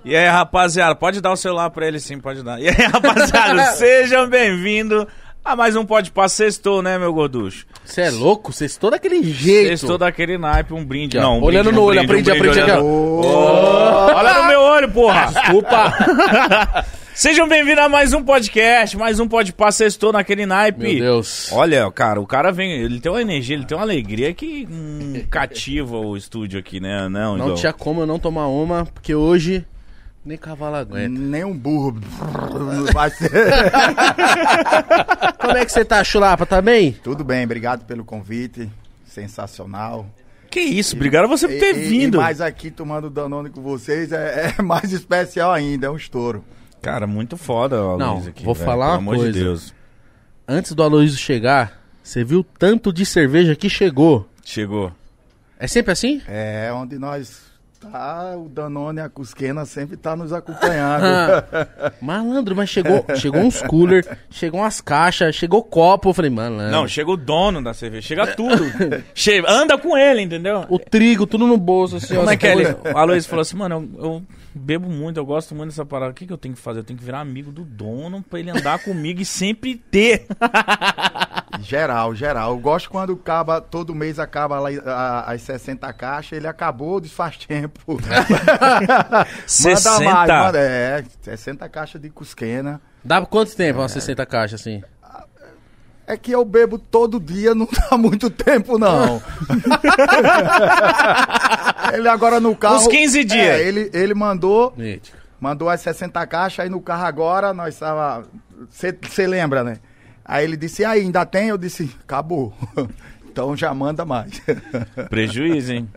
E aí, rapaziada, pode dar o celular pra ele sim, pode dar. E aí, rapaziada, sejam bem-vindos a mais um Pode Pá. Sextou, né, meu gorducho? Você é louco? Sextou daquele jeito. Sextou daquele naipe, um brinde. Não, um olhando brinde, no um olho, brinde, aprendi aqui. Olha no meu olho, porra. Desculpa. Sejam bem-vindos a mais um podcast, mais um Pode Pá. Sextou naquele naipe. Meu Deus. Olha, cara, o cara vem, ele tem uma energia, ele tem uma alegria que cativa o estúdio aqui, né? Não tinha como eu não tomar uma, porque hoje nem cavalo aguenta. Nem um burro vai ser. Como é que você tá, Chulapa? Tá bem? Tudo bem, obrigado pelo convite. Sensacional. Que isso, obrigado a você por ter vindo. E mais aqui tomando Danone com vocês é mais especial ainda, é um estouro. Cara, muito foda o Aloysio aqui. Vou falar uma coisa. Pelo amor de Deus. Antes do Aloysio chegar, você viu o tanto de cerveja que chegou? Chegou. É sempre assim? É, onde nós tá, o Danone e a Cusquena sempre tá nos acompanhando. Malandro, mas chegou uns cooler, chegou umas caixas, chegou copo. Eu falei, malandro. Não, chega o dono da cerveja, chega tudo. Anda com ele, entendeu? O trigo, tudo no bolso, assim. Como ó, é que é ele? O Aloysio falou assim, mano, eu bebo muito, eu gosto muito dessa parada. O que eu tenho que fazer? Eu tenho que virar amigo do dono pra ele andar comigo e sempre ter. Geral. Eu gosto quando acaba, todo mês acaba lá as 60 caixas, ele acabou de faz tempo. 60? Manda mais, manda, 60 caixas de Cusquena. Dá quanto tempo umas 60 caixas, assim? É que eu bebo todo dia, não dá muito tempo, não. Ele agora no carro... Uns 15 dias. Ele mandou Mítico. as 60 caixas, aí no carro agora, nós tava... Você lembra, né? Aí ele disse, aí, ainda tem? Eu disse, acabou. Então já manda mais. Prejuízo, hein?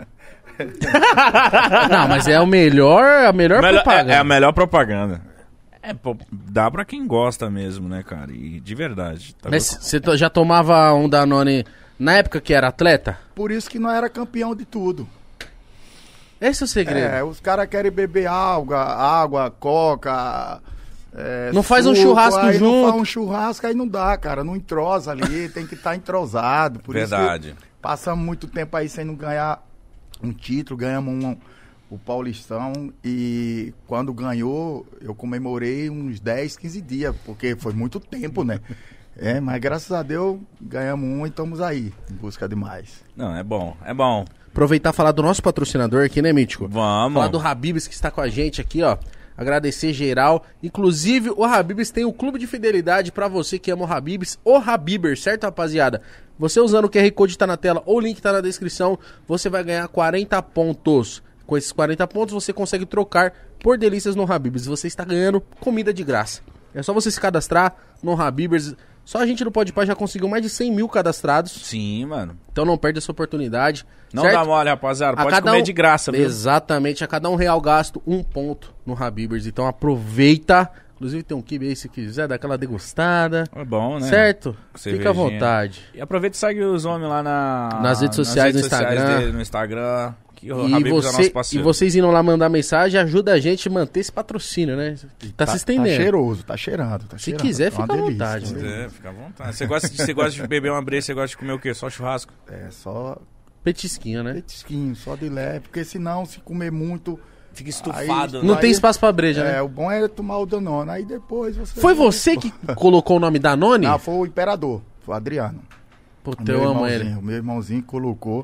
Não, mas é a melhor propaganda. É a melhor propaganda. Pô, dá pra quem gosta mesmo, né, cara? E de verdade. Tá. Mas você já tomava um Danone na época que era atleta? Por isso que não era campeão de tudo. Esse é o segredo. Os caras querem beber água, coca... não faz um churrasco aí junto. Não faz um churrasco, aí não dá, cara. Não entrosa ali, tem que estar entrosado. Por Verdade. isso que passamos muito tempo aí sem não ganhar um título, ganhamos o Paulistão e quando ganhou, eu comemorei uns 10, 15 dias, porque foi muito tempo, né? Mas graças a Deus ganhamos um e estamos aí, em busca de mais. Não, é bom. Aproveitar e falar do nosso patrocinador aqui, né, Mítico? Vamos. Falar do Habib's que está com a gente aqui, ó. Agradecer geral. Inclusive, o Habib's tem o clube de fidelidade pra você que ama o Habib's. O Habibers, certo, rapaziada? Você usando o QR Code tá na tela ou o link tá na descrição, você vai ganhar 40 pontos. Com esses 40 pontos, você consegue trocar por delícias no Habib's. Você está ganhando comida de graça. É só você se cadastrar no Habib's. Só a gente no Pode Pá já conseguiu mais de 100 mil cadastrados. Sim, mano. Então não perde essa oportunidade. Não certo? dá mole, rapaziada. Pode comer de graça, viu? Exatamente. A cada R$1 gasto, 1 ponto no Habibers. Então aproveita. Inclusive tem um kibe aí se quiser, dar aquela degustada. É bom, né? Certo? Cervejinha. Fica à vontade. E aproveita e segue os homens lá nas redes sociais, no Instagram. Dele, no Instagram. Que o Habib's é nosso parceiro. E vocês indo lá mandar mensagem, ajuda a gente a manter esse patrocínio, né? Tá se estendendo. Tá cheiroso, tá cheirando. Se quiser, fica à vontade. Né? Fica à vontade. Você gosta de beber uma breja, você gosta de comer o quê? Só churrasco? Só petisquinho, né? Petisquinho, só de leve. Porque senão, se comer muito... Fica estufado. Aí, não tem espaço pra breja, né? O bom é tomar o Danone. Aí depois você... Foi você que colocou o nome Danone? Não, foi o Imperador. Foi o Adriano. Puta, eu amo ele. O meu irmãozinho colocou.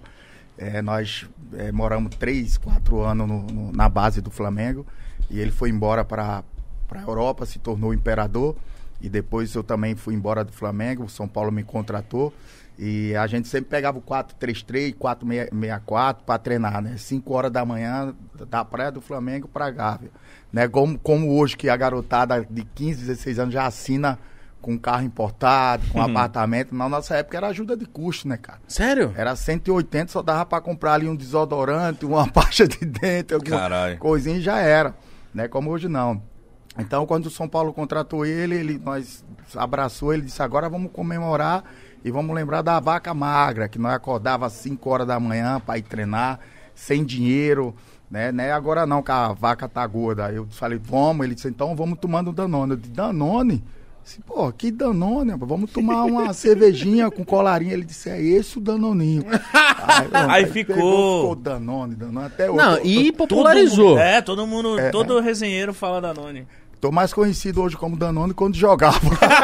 Nós moramos 3, 4 anos na base do Flamengo. E ele foi embora pra Europa, se tornou Imperador. E depois eu também fui embora do Flamengo. O São Paulo me contratou. E a gente sempre pegava o 4-3-3, 4-6-4 para treinar, né? 5 horas da manhã, da praia do Flamengo para Gávea. Né? Como hoje que a garotada de 15, 16 anos já assina com carro importado, com apartamento. Na nossa época era ajuda de custo, né, cara? Sério? Era 180, só dava para comprar ali um desodorante, uma pasta de dente, alguma coisinha e já era. Né? Como hoje não. Então, quando o São Paulo contratou nós abraçou ele, disse, agora vamos comemorar e vamos lembrar da vaca magra, que nós acordava às 5 horas da manhã para ir treinar, sem dinheiro, né? Agora não, que a vaca tá gorda. Eu falei, vamos, ele disse, então vamos tomando Danone. Eu disse, Danone? Disse, pô, que Danone, rapaz, vamos tomar uma cervejinha com colarinho. Ele disse, é esse o Danoninho. Aí ficou Danone, até hoje. Não, e popularizou. Todo mundo, todo resenheiro fala Danone. Tô mais conhecido hoje como Danone quando jogava.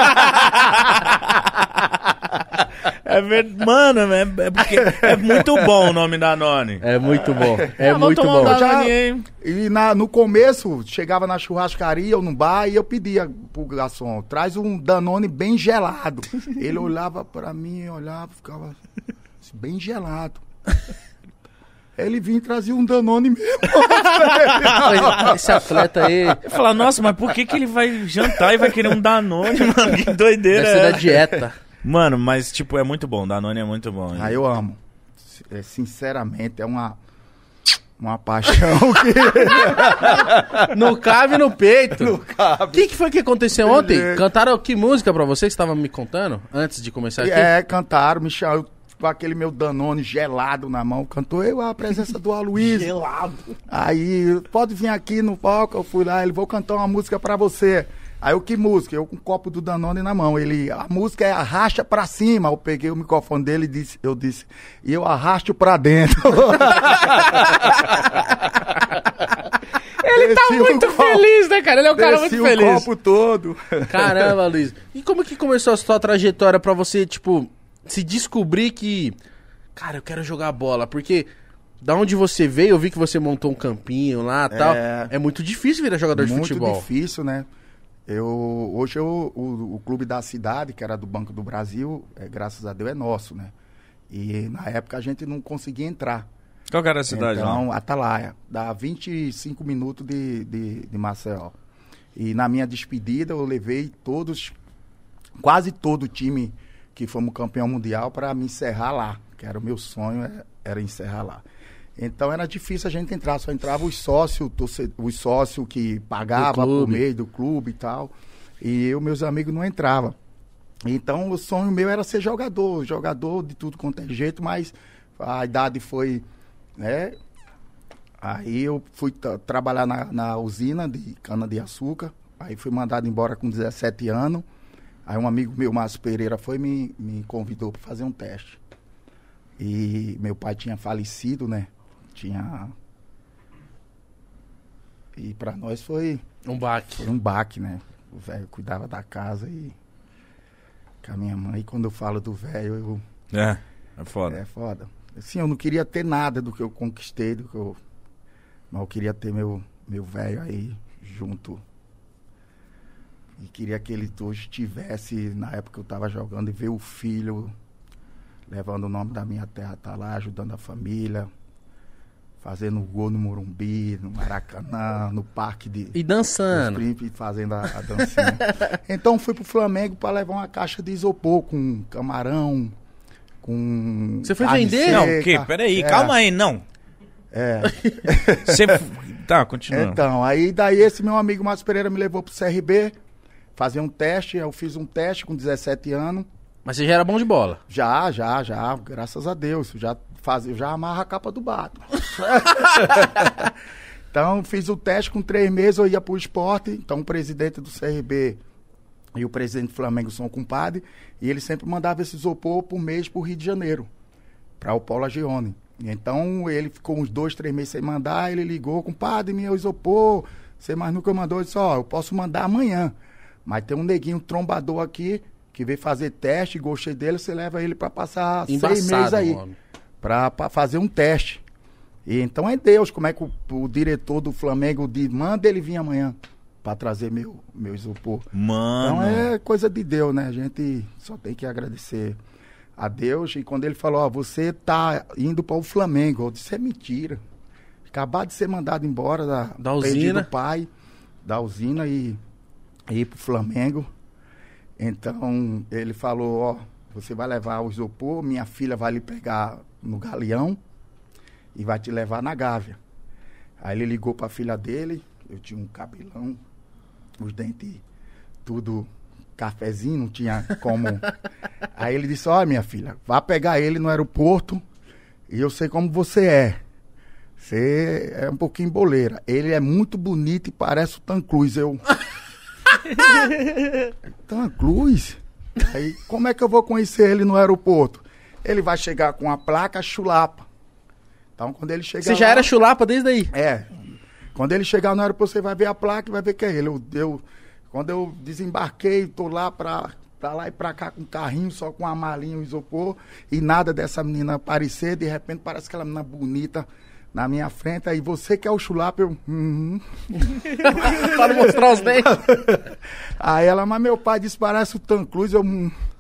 Mano, é porque é muito bom o nome Danone. É muito bom. É Vamos muito tomar um bom. Danone, hein? E no começo, chegava na churrascaria ou no bar e eu pedia pro garçom, traz um Danone bem gelado. Ele olhava pra mim, ficava assim, bem gelado. Ele vinha e trazia um Danone mesmo. Esse atleta aí... Eu falava, nossa, mas por que ele vai jantar e vai querer um Danone, mano? Que doideira. Deve ser da dieta. Mano, mas tipo, é muito bom. Danone é muito bom. Ah, eu amo. Sinceramente, é uma paixão que... Não cabe no peito. Não cabe. O que foi que aconteceu ontem? Cantaram que música pra você que você estava me contando antes de começar aqui? Cantaram, me chamaram com aquele meu Danone gelado na mão. Cantou eu a presença do Aloysio. Gelado. Aí, pode vir aqui no palco. Eu fui lá, ele, vou cantar uma música pra você. Aí eu, que música? Eu com um copo do Danone na mão. Ele, a música é Arrasta Pra Cima. Eu peguei o microfone dele e eu disse, e eu arrasto pra dentro. Ele tá muito feliz, né, cara? Ele é um cara muito feliz. O copo todo. Caramba, Luiz. E como que começou a sua trajetória pra você, tipo, se descobrir que, cara, eu quero jogar bola? Porque da onde você veio, eu vi que você montou um campinho lá e tal. É muito difícil virar jogador de futebol. Muito difícil, né? Hoje o clube da cidade, que era do Banco do Brasil, graças a Deus é nosso, né? E na época a gente não conseguia entrar. Qual que era a cidade? Então, Atalaia, dá 25 minutos de Maceió. E na minha despedida eu levei quase todo o time que fomos campeão mundial para me encerrar lá, que era o meu sonho, era encerrar lá. Então era difícil a gente entrar, só entrava os sócios que pagavam por meio do clube e tal, e meus amigos não entravam. Então o sonho meu era ser jogador de tudo quanto é jeito, mas a idade foi, né? Aí eu fui trabalhar na usina de cana-de-açúcar, aí fui mandado embora com 17 anos, aí um amigo meu, Márcio Pereira, me convidou para fazer um teste. E meu pai tinha falecido, né? E pra nós foi um baque. Foi um baque, né? O velho cuidava da casa e com a minha mãe. E quando eu falo do velho, é foda. É foda. Assim, eu não queria ter nada do que eu conquistei, mas eu queria ter meu velho aí junto. E queria que ele hoje estivesse, na época que eu tava jogando, e ver o filho levando o nome da minha terra, tá lá, ajudando a família, fazendo gol no Morumbi, no Maracanã, no parque de... E dançando. Fazendo a dancinha. Então fui pro Flamengo para levar uma caixa de isopor com camarão, com... Você foi vender? Não, o quê? Peraí, calma aí, não. Você... Tá, continua. Então, daí esse meu amigo Márcio Pereira me levou pro CRB, fazer um teste, eu fiz um teste com 17 anos. Mas você já era bom de bola? Já, graças a Deus, eu já amarro a capa do Batman. Então, fiz o teste, com 3 meses eu ia pro esporte, então o presidente do CRB e o presidente do Flamengo são compadres, e ele sempre mandava esse isopor por mês pro Rio de Janeiro, para o Paulo Agione. Então, ele ficou uns 2, 3 meses sem mandar, ele ligou, compadre, meu isopor, você mais nunca mandou, eu disse, eu posso mandar amanhã, mas tem um neguinho trombador aqui, que veio fazer teste, gostei dele, você leva ele para passar 6 meses aí, para fazer um teste. E então é Deus, como é que o diretor do Flamengo manda ele vir amanhã para trazer meu isopor. Mano. Então é coisa de Deus, né? A gente só tem que agradecer a Deus. E quando ele falou, você tá indo para o Flamengo, eu disse, é mentira. Acabar de ser mandado embora da usina, do pai, da usina e ir pro Flamengo. Então, ele falou, você vai levar o isopor, minha filha vai lhe pegar no Galeão e vai te levar na Gávea. Aí ele ligou para a filha dele, eu tinha um cabelão, os dentes tudo cafezinho, não tinha como. Aí ele disse, minha filha, vá pegar ele no aeroporto e eu sei como você é. Você é um pouquinho boleira. Ele é muito bonito e parece o Tom Cruise. Tom Cruise? Aí, como é que eu vou conhecer ele no aeroporto? Ele vai chegar com a placa chulapa. Então, quando ele chegar Você já era chulapa desde aí? É. Quando ele chegar no aeroporto, você vai ver a placa e vai ver que é ele. Quando eu desembarquei, tô lá pra lá e pra cá com um carrinho, só com uma malinha, um isopor, e nada dessa menina aparecer. De repente, parece aquela menina bonita na minha frente. Aí, você que é o chulapa, eu... Para mostrar os dentes. Aí ela, mas meu pai disse, parece o Tom Cruise, eu...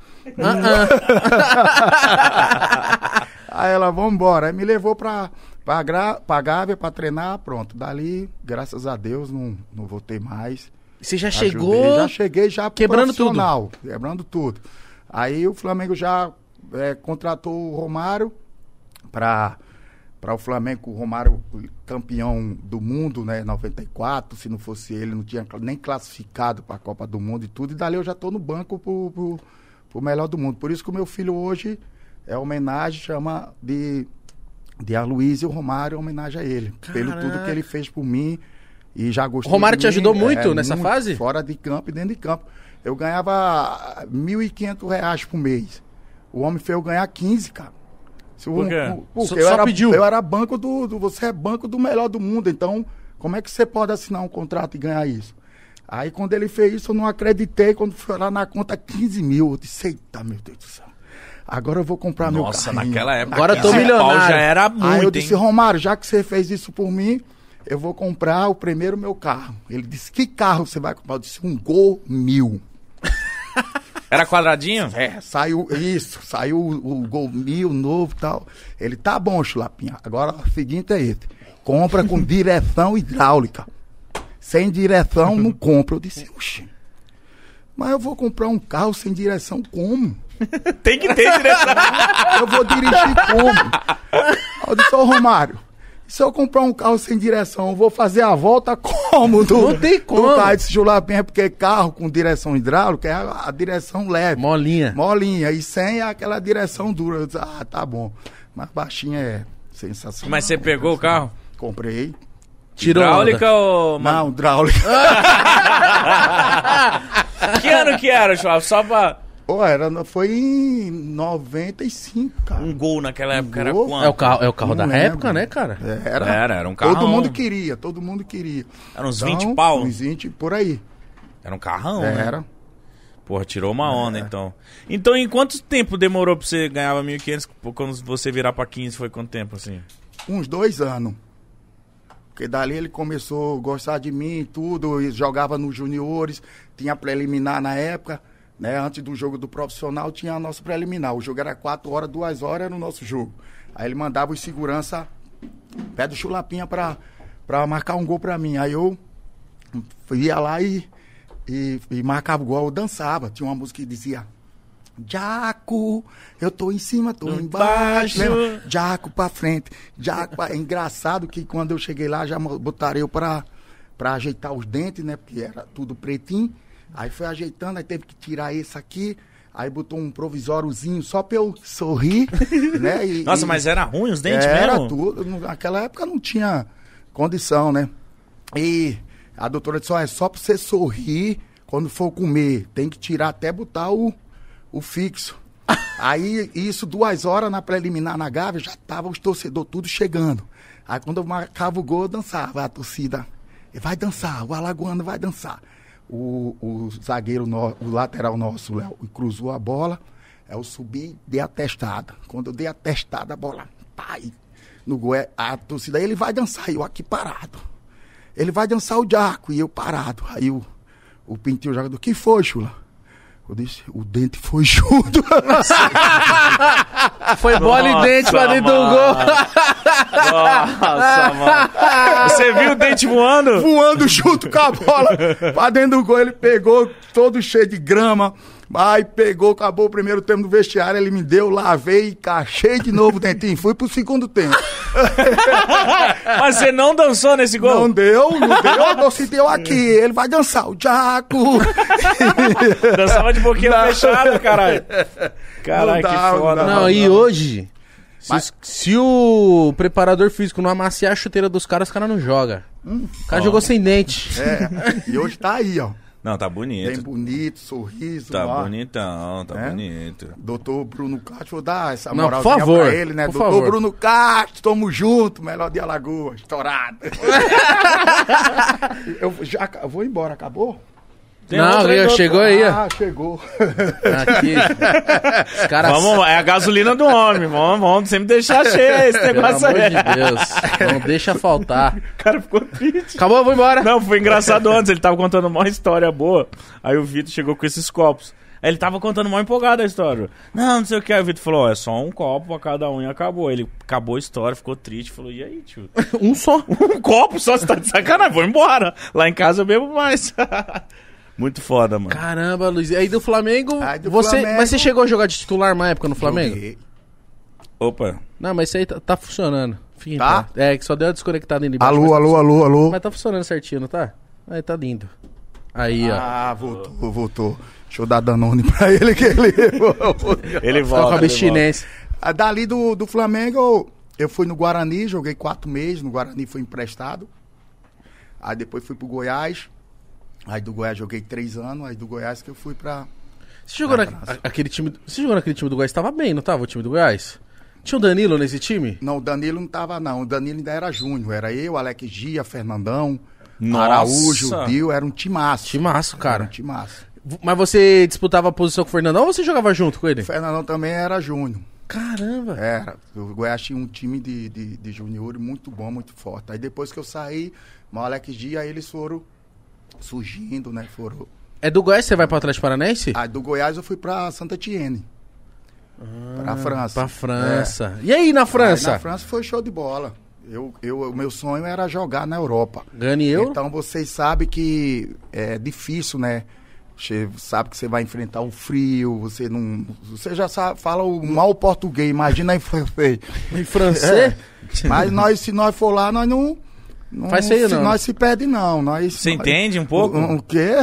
Aí ela, vambora. Aí me levou pra Gávea pra treinar, pronto. Dali, graças a Deus, não voltei mais. Você já Ajudei, chegou... Já cheguei já quebrando tudo. Quebrando tudo. Aí o Flamengo já contratou o Romário para o Flamengo, o Romário campeão do mundo, né, 94, se não fosse ele, não tinha nem classificado para a Copa do Mundo e tudo, e dali eu já estou no banco pro melhor do mundo. Por isso que o meu filho hoje é homenagem, chama de Aloysio Romário, homenagem a ele. Caraca. Pelo tudo que ele fez por mim e já gostou. O Romário de te mim, ajudou muito nessa muito, fase? Fora de campo e dentro de campo. Eu ganhava R$1.500 por mês. O homem fez eu ganhar 15, cara. Por quê? Porque pediu. Eu era banco você é banco do melhor do mundo, então como é que você pode assinar um contrato e ganhar isso? Aí quando ele fez isso, eu não acreditei, quando foi lá na conta 15 mil, eu disse, eita, meu Deus do céu. Agora eu vou comprar meu carrinho. Nossa, naquela época. Agora eu tô milionário. Já era muito, Aí eu disse, hein? Romário, já que você fez isso por mim, eu vou comprar o primeiro meu carro. Ele disse, que carro você vai comprar? Eu disse, um Gol 1000. Era quadradinho? Saiu o Gol 1000 novo e tal. Ele, tá bom, chulapinha. Agora o seguinte é esse. Compra com direção hidráulica. Sem direção, não compra. Eu disse, oxi, mas eu vou comprar um carro sem direção como? Tem que ter direção. Eu vou dirigir como? Eu disse, ô Romário, se eu comprar um carro sem direção, eu vou fazer a volta como? Não tem como. Do carro de chulapinha, porque carro com direção hidráulica é a direção leve. Molinha. E sem é aquela direção dura. Eu disse, tá bom. Mas baixinha é sensacional. Mas você pegou o carro? Comprei. Tirou Hidráulica onda. ou... Não, hidráulica. Que ano que era, Chulapa? Só pra... Foi em 95, cara. Um Gol naquela época era Gol? quanto? É o carro Não da lembro. época, né, cara? Era um carrão. Todo mundo queria. Era uns 20 pau. Uns 20 por aí. Era um carrão, né? Era. Porra, tirou uma onda, então. Então, em quanto tempo demorou pra você ganhar 1.500? Quando você virar pra 15, foi quanto tempo, assim? Uns 2 anos. Porque dali ele começou a gostar de mim e tudo, e jogava nos juniores, tinha preliminar na época, né? Antes do jogo do profissional tinha a nossa preliminar. O jogo era 4 horas, 2 horas era o nosso jogo. Aí ele mandava os segurança pé do chulapinha pra marcar um gol pra mim. Aí eu ia lá e marcava o gol, eu dançava. Tinha uma música que dizia... Jaco, eu tô em cima, tô embaixo. Lembra? Jaco pra frente. É engraçado que quando eu cheguei lá, já botaram eu pra ajeitar os dentes, né? Porque era tudo pretinho. Aí foi ajeitando, aí teve que tirar esse aqui. Aí botou um provisóriozinho só pra eu sorrir, né? Nossa, mas era ruim os dentes era mesmo? Tudo. Naquela época não tinha condição, né? E a doutora disse, é só pra você sorrir quando for comer. Tem que tirar até botar o fixo. Aí, isso 2 horas na preliminar na Gávea, já tava os torcedores tudo chegando. Aí, quando eu marcava o gol, eu dançava. A torcida vai dançar, o alagoano vai dançar. O zagueiro, o lateral nosso, Léo, cruzou a bola. Eu subi e dei a testada. Quando eu dei a testada, a bola, pai, no gol, a torcida, ele vai dançar, e eu aqui parado. Ele vai dançar o Jaco, e eu parado. Aí o Pintinho, o jogador, que foi, Chula? Eu disse, o dente foi junto. Foi bola e dente pra dentro do gol. Nossa, mano. Você viu o dente voando? Voando junto com a bola. Pra dentro do gol, ele pegou todo cheio de grama. Aí pegou, acabou o primeiro tempo do vestiário, ele me deu, lavei, encaixei de novo o dentinho. Fui pro segundo tempo. Mas você não dançou nesse gol? Não deu, você deu aqui. Ele vai dançar, o Jaco. Dançava de boquinha fechada, caralho. Caralho, que foda. Não, e hoje, se o preparador físico não amaciar a chuteira dos caras não jogam. O cara jogou sem dente. E hoje tá aí, ó. Não, tá Bem bonito. bonito, sorriso. Tá ó. bonitão, tá É? bonito. Doutor Bruno Castro, vou dar essa Não, por moralzinha favor, pra ele, né? por Doutor favor. Bruno Castro, tamo junto, melhor de Alagoas, estourado. Eu vou embora, acabou? Tem Não, outra aí, chegou aí, ó. Ah, chegou. Aqui. Os caras... Vamos, é a gasolina do homem. Vamos sempre deixar cheio esse Pelo negócio amor aí. de Deus. Não deixa faltar. O cara ficou triste. Acabou, eu vou embora. Não, foi engraçado antes. Ele tava contando uma história boa. Aí o Vitor chegou com esses copos. Aí ele tava contando mal empolgado a história. Não sei o que. Aí o Vitor falou: é só um copo pra cada um e acabou. Ele acabou a história, ficou triste. Falou: e aí, tio? Um só. Um copo só, você tá de sacanagem? Vou embora. Lá em casa eu bebo mais. Muito foda, mano. Caramba, Luiz. E aí do Flamengo, Aí do você... Flamengo- Mas você chegou a jogar de titular uma época no Flamengo? Joguei. Opa. Não, mas isso aí tá funcionando. Fica em Tá? paz. É, que só deu uma desconectada ali embaixo. Alô, mas tá alô, funcionando. alô, alô. Mas tá funcionando certinho, não tá? Aí tá lindo. Aí, ó. Ah, voltou. Deixa eu dar Danone pra ele que ele... Ele Tá volta. com a abstinência. Ah, dali do Flamengo, eu fui no Guarani, joguei 4 meses, no Guarani fui emprestado. Aí depois fui pro Goiás. Aí do Goiás joguei 3 anos, aí do Goiás que eu fui pra... Você jogou, Ah, nossa. aquele time, você jogou naquele time do Goiás? Tava bem, não tava o time do Goiás? Tinha o Danilo nesse time? Não, o Danilo não tava não, o Danilo ainda era júnior, era eu, Alex Gia, Fernandão, Nossa. Araújo, Dio, era um timaço. Timaço, Era cara. um timaço. Mas você disputava a posição com o Fernandão ou você jogava junto com ele? O Fernandão também era júnior. Caramba. Era. O Goiás tinha um time de juniores muito bom, muito forte. Aí depois que eu saí, o Alex Dia, aí eles foram surgindo, né? Foram. É do Goiás que você vai pro Atlético Paranaense? Aí do Goiás eu fui pra Santa Etienne. Pra França. Pra França. E aí na França? Aí na França foi show de bola. O meu sonho era jogar na Europa. Ganhe euro? Então vocês sabem que é difícil, né? Você sabe que você vai enfrentar o frio, você não. Você já sabe, fala o mal português, imagina em francês. Em francês? Mas se nós for lá, nós não. Faz feio, não. Nós se perde, não. Você entende um pouco? O quê?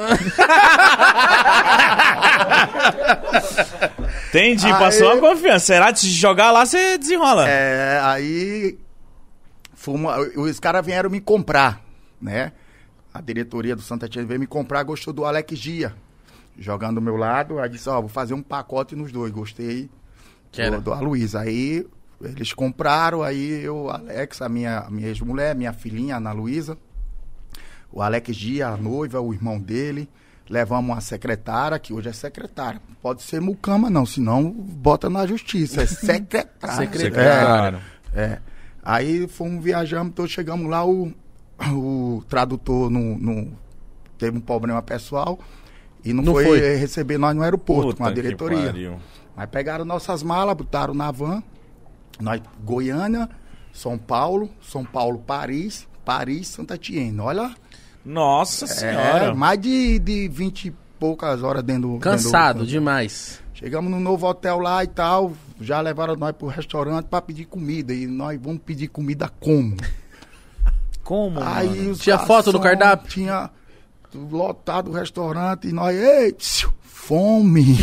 Entendi, Aí- passou a confiança. Será que se jogar lá, você desenrola? É, aí. Os caras vieram me comprar, né? A diretoria do Santa Etienne veio me comprar, gostou do Alex Gia. Jogando do meu lado, aí disse, ó, vou fazer um pacote nos dois. Gostei Que era? do Aloysio. Aí eles compraram, aí eu, Alex, a minha ex-mulher, minha filhinha, Ana Luísa, o Alex Gia, a noiva, o irmão dele, levamos uma secretária, que hoje é secretária. Pode ser mucama não, senão bota na justiça. É secretária. Secretário. É. Aí fomos, viajamos, então chegamos lá, o tradutor teve um problema pessoal e não foi receber nós no aeroporto com a Puta que diretoria. pariu. Mas pegaram nossas malas, botaram na van, nós, Goiânia, São Paulo, Paris, Santa Etienne. Olha, Nossa senhora. mais de 20 e poucas horas dentro Cansado dentro- demais. Chegamos no novo hotel lá e tal, já levaram nós pro restaurante pra pedir comida. E nós vamos pedir comida como? Como, Aí mano? os Tinha foto do garçom cardápio? Tinha lotado o restaurante e nós, ei, psiu, fome.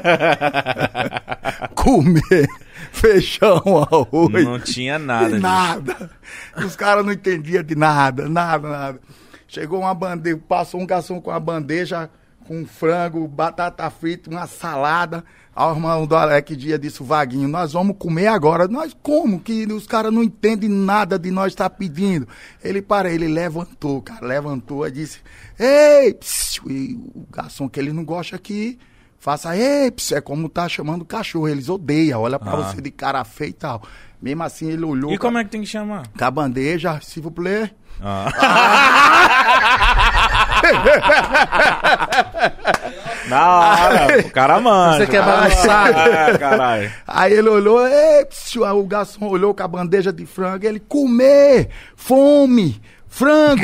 Comer feijão, arroz. Não tinha nada disso. Nada. Os caras não entendiam de nada. Chegou uma bandeja, passou um garçom com uma bandeja com frango, batata frita, uma salada. Aí o irmão do Alex Dia disse, o Vaguinho, nós vamos comer agora. Nós como? Que os caras não entendem nada de nós estar pedindo. Ele levantou, e disse, ei, psiu, e o garçom que ele não gosta aqui, faça, ei, psiu, é como tá chamando cachorro, eles odeiam, olha pra você de cara feia e tal. Mesmo assim ele olhou E como é que tem que chamar? com a bandeja, s'il vous plaît. Na hora, o cara manja. Você quer balançar? Ah, caralho. Aí ele olhou, psiu, aí o garçom olhou com a bandeja de frango, ele, comer, fome, frango,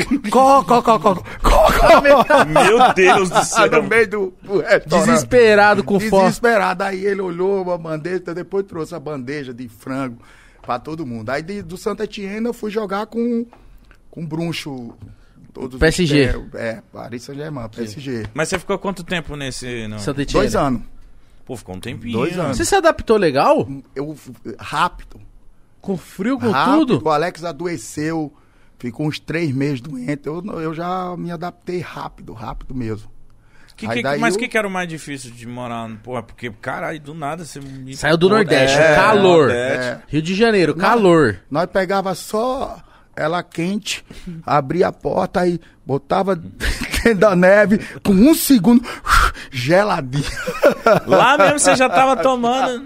Meu Deus do céu. no meio do restaurante. Desesperado com fome. Desesperado. Aí ele olhou a bandeja, depois trouxe a bandeja de frango pra todo mundo. Aí do Santa Etienne eu fui jogar com Bruncho. Todos PSG. Paris Saint-Germain, PSG. Mas você ficou quanto tempo nesse... Não? Santa Etienne. 2 anos. Pô, ficou um tempinho. 2 anos. Você se adaptou legal? Rápido. Com frio, com Rápido. tudo? O Alex adoeceu ficou uns 3 meses doente, eu já me adaptei rápido mesmo. Mas o que era o mais difícil de morar? Porra, porque, caralho, do nada você... Saiu do Nordeste, calor. Rio de Janeiro, calor. Nós pegava só ela quente, abria a porta e botava dentro da neve, com 1 segundo, geladinho. Lá mesmo você já tava tomando.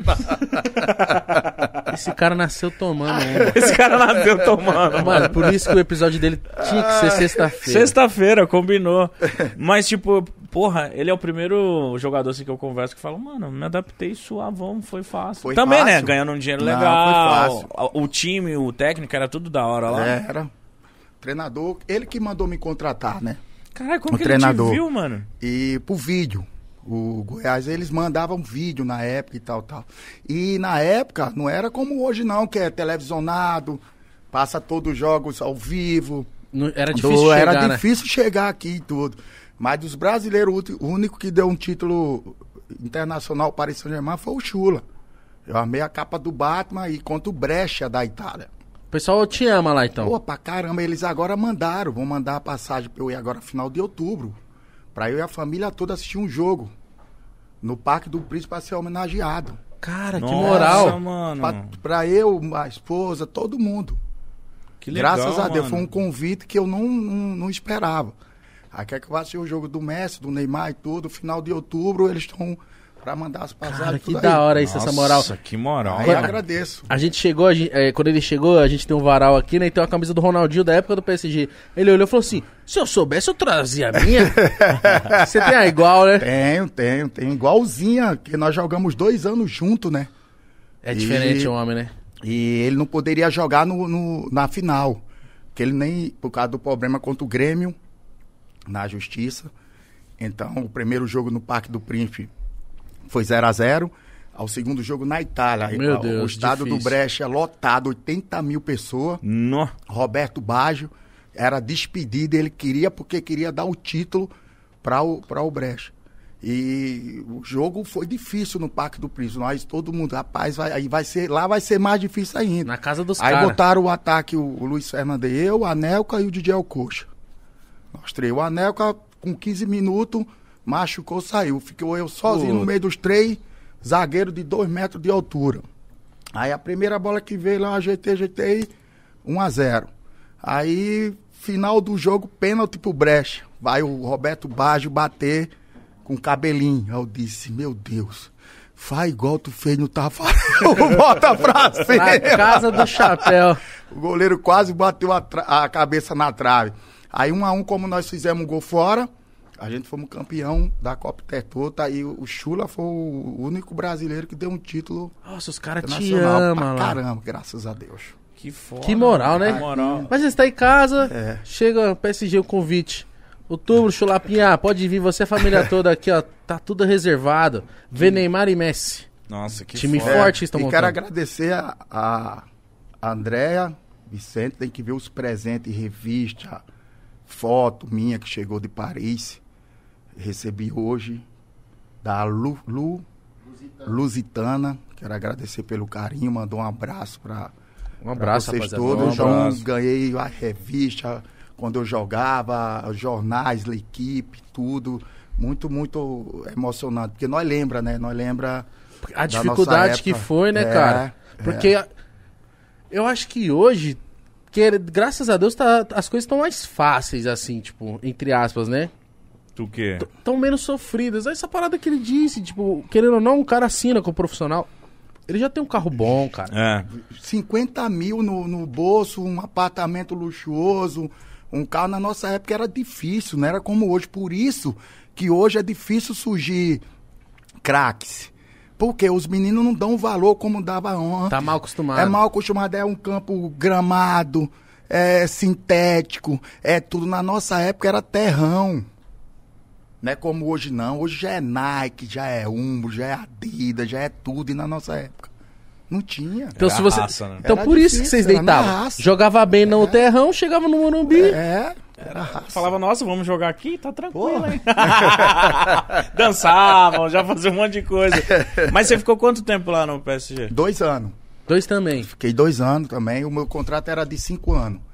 Esse cara nasceu tomando, né? Esse cara nasceu tomando. Mano, por isso que o episódio dele tinha que ser sexta-feira. Sexta-feira, combinou. Mas, tipo, porra, ele é o primeiro jogador assim que eu converso que fala, mano, me adaptei suavão, foi fácil. Foi também, fácil. né? Ganhando um dinheiro Não, legal. foi fácil. O time, o técnico, era tudo da hora lá. Era. Treinador, ele que mandou me contratar, né? Caralho, como O que treinador. ele te viu, mano? E pro vídeo. O Goiás, eles mandavam vídeo na época e tal. E na época, não era como hoje não, que é televisionado, passa todos os jogos ao vivo. Era difícil chegar, Era né? difícil chegar aqui e tudo. Mas dos brasileiros, o único que deu um título internacional para o Paris Saint-Germain foi o Chula. Eu amei a capa do Batman e contra o Brescia da Itália. O pessoal te ama lá, então. Pô, pra caramba, eles agora vão mandar a passagem pra eu ir agora final de outubro, pra eu e a família toda assistir um jogo no Parque do Príncipe pra ser homenageado. Cara, que Nossa, moral. mano. Pra eu, a esposa, todo mundo. Que legal, Graças a Deus, mano. foi um convite que eu não esperava. Aí quer que eu vá assistir o jogo do Messi, do Neymar e tudo, final de outubro, eles estão pra mandar as passagens. Cara, que tudo da aí. hora isso, essa moral. Nossa, que moral. Aí eu agradeço. A gente chegou, quando ele chegou, a gente tem um varal aqui, né? E tem uma camisa do Ronaldinho da época do PSG. Ele olhou e falou assim: se eu soubesse, eu trazia a minha. Você tem a igual, né? Tenho. Igualzinha, que nós jogamos 2 anos juntos, né? É diferente o homem, né? E ele não poderia jogar na final. Porque ele nem, por causa do problema contra o Grêmio, na justiça. Então, o primeiro jogo no Parque do Príncipe foi 0-0. Ao segundo jogo na Itália. Meu Deus, o estado difícil. do Brescia lotado, 80 mil pessoas. No. Roberto Baggio era despedido, ele queria, porque queria dar o título para o Brescia. E o jogo foi difícil no Parque do Príncipe. Nós, todo mundo, rapaz, lá vai ser mais difícil ainda. Na casa dos Aí caras. botaram o ataque, o Luiz Fernando, eu, a Anelka e o Didier Coxa. Nós três. O Anelka, com 15 minutos, machucou, saiu. Ficou eu sozinho no meio dos 3, zagueiro de 2 metros de altura. Aí a primeira bola que veio lá, eu ajeitei, 1-0. Aí, final do jogo, pênalti pro Brescia. Vai o Roberto Baggio bater com cabelinho. Aí eu disse, meu Deus, faz igual tu fez no Tafarel, bota pra cima. Na casa do chapéu. O goleiro quase bateu a cabeça na trave. Aí 1-1, como nós fizemos um gol fora, a gente fomos campeão da Copa Intertoto. Aí o Chula foi o único brasileiro que deu um título Nossa, os caras te internacional amam pra lá. caramba, graças a Deus. Que foda. Que moral, né? Que moral. Mas você está em casa, É. chega o PSG o convite. Outubro, Chulapinha, pode vir você e a família toda aqui, ó. Tá tudo reservado. Vê Neymar e Messi. Nossa, que Time foda. forte que estão E montando. quero agradecer a Andréa Vicente, tem que ver os presentes, revista, foto minha que chegou de Paris. Recebi hoje da Lusitana. Quero agradecer pelo carinho, mandou um abraço para Um abraço, vocês rapaziada. todos. Um Então, abraço. ganhei a revista quando eu jogava, jornais, L'Equipe, tudo. Muito, muito emocionante. Porque nós lembra, né? Nós lembra A da dificuldade nossa que época. foi, né, cara? Porque eu acho que hoje, graças a Deus, as coisas estão mais fáceis, assim, tipo, entre aspas, né? Tu quê? Estão menos sofridas. Essa parada que ele disse, tipo, querendo ou não, um cara assina com o profissional. Ele já tem um carro bom, cara. É. 50 mil no bolso, um apartamento luxuoso, um carro. Na nossa época era difícil, não era como hoje. Por isso que hoje é difícil surgir craques. Porque os meninos não dão valor como dava antes. Tá mal acostumado. É mal acostumado, é um campo gramado, é sintético, é tudo. Na nossa época era terrão. Não é como hoje não. Hoje já é Nike, já é Umbro, já é Adidas, já é tudo. E na nossa época não tinha. Então, Era se você... raça, né? então Era por isso que difícil, vocês era na deitavam. raça. Jogava bem no terrão, chegava no Morumbi. Era raça. Falava, nossa, vamos jogar aqui? Tá tranquilo, hein? Dançavam, já faziam um monte de coisa. Mas você ficou quanto tempo lá no PSG? 2 anos. 2 também. Fiquei 2 anos também. O meu contrato era de 5 anos.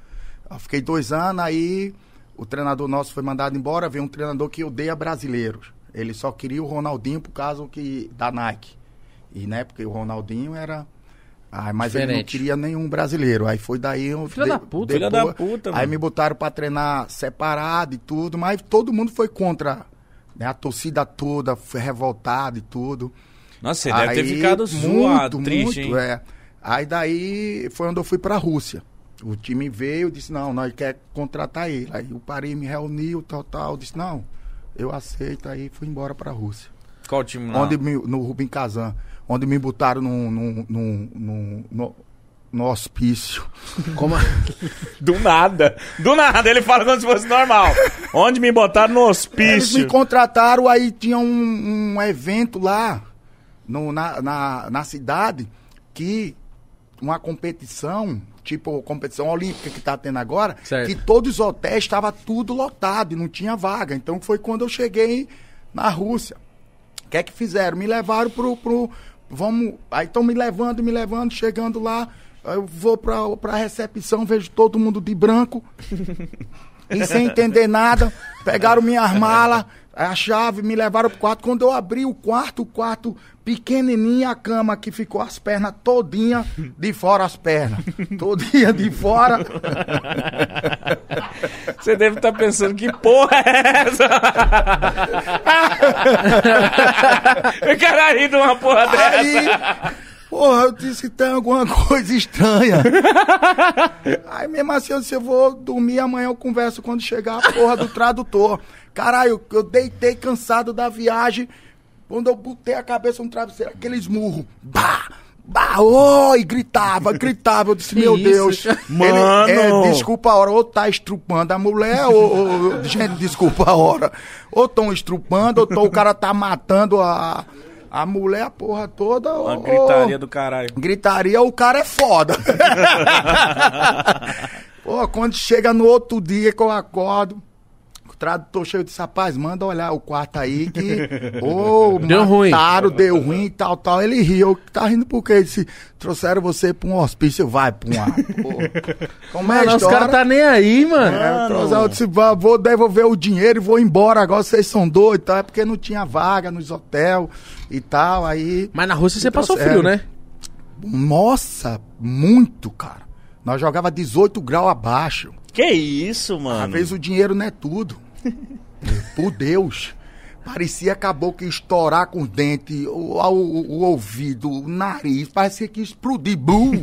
Eu fiquei 2 anos, aí o treinador nosso foi mandado embora, veio um treinador que odeia brasileiros. Ele só queria o Ronaldinho por causa da Nike. E, né, porque o Ronaldinho era... mas diferente. Ele não queria nenhum brasileiro. Aí foi daí... Filha da puta, mano. Aí me botaram pra treinar separado e tudo, mas todo mundo foi contra, né? A torcida toda foi revoltada e tudo. Nossa, você deve ter ficado zoado, triste, muito, hein? Aí daí foi onde eu fui pra Rússia. O time veio, disse, não, nós quer contratar ele. Aí o Paris me reuniu, tal, disse, não, eu aceito, aí fui embora pra Rússia. Qual time lá? No Rubin Kazan, onde me botaram no hospício. Como? Do nada, ele fala como se fosse normal. Onde me botaram no hospício. Eles me contrataram, aí tinha um evento lá, na cidade, que uma competição, tipo competição olímpica que tá tendo agora, certo. Que todos os hotéis estavam tudo lotado e não tinha vaga. Então foi quando eu cheguei na Rússia. O que é que fizeram? Me levaram aí estão me levando, chegando lá, eu vou pra recepção, vejo todo mundo de branco, e sem entender nada, pegaram minhas malas, a chave, me levaram pro quarto. Quando eu abri o quarto pequenininha, a cama que ficou as pernas todinha de fora, as pernas. Todinha de fora. Você deve estar pensando, que porra é essa? O cara ri de uma porra dessa. Porra, eu disse que tem alguma coisa estranha. Aí mesmo assim, eu disse, eu vou dormir, amanhã eu converso quando chegar a porra do tradutor. Caralho, eu deitei cansado da viagem. Quando eu botei a cabeça no travesseiro, aquele esmurro. Bah! E gritava. Eu disse, meu Deus. Mano! Desculpa a hora, ou tá estrupando a mulher, ou gente, desculpa a hora. Ou tão estrupando, ou o cara tá matando a mulher, a porra toda. Uma gritaria do caralho. Gritaria, o cara é foda. Pô, quando chega no outro dia que eu acordo, o tradutor chega e disse, rapaz, manda olhar o quarto aí que... deu ruim. Deu ruim e tal. Ele riu. Tá rindo por quê? Ele disse, trouxeram você pra um hospício, vai pra um ar. Como é a história? Os caras tá nem aí, mano. Eu disse, vou devolver o dinheiro e vou embora. Agora vocês são doidos, tá? É porque não tinha vaga nos hotéis e tal, aí... Mas na Rússia você passou frio, né? Nossa, muito, cara. Nós jogava 18 graus abaixo. Que isso, mano? Às vezes o dinheiro não é tudo. Por Deus. Parecia acabou que ia estourar com os dentes, o ouvido, o nariz. Parecia que ia explodir.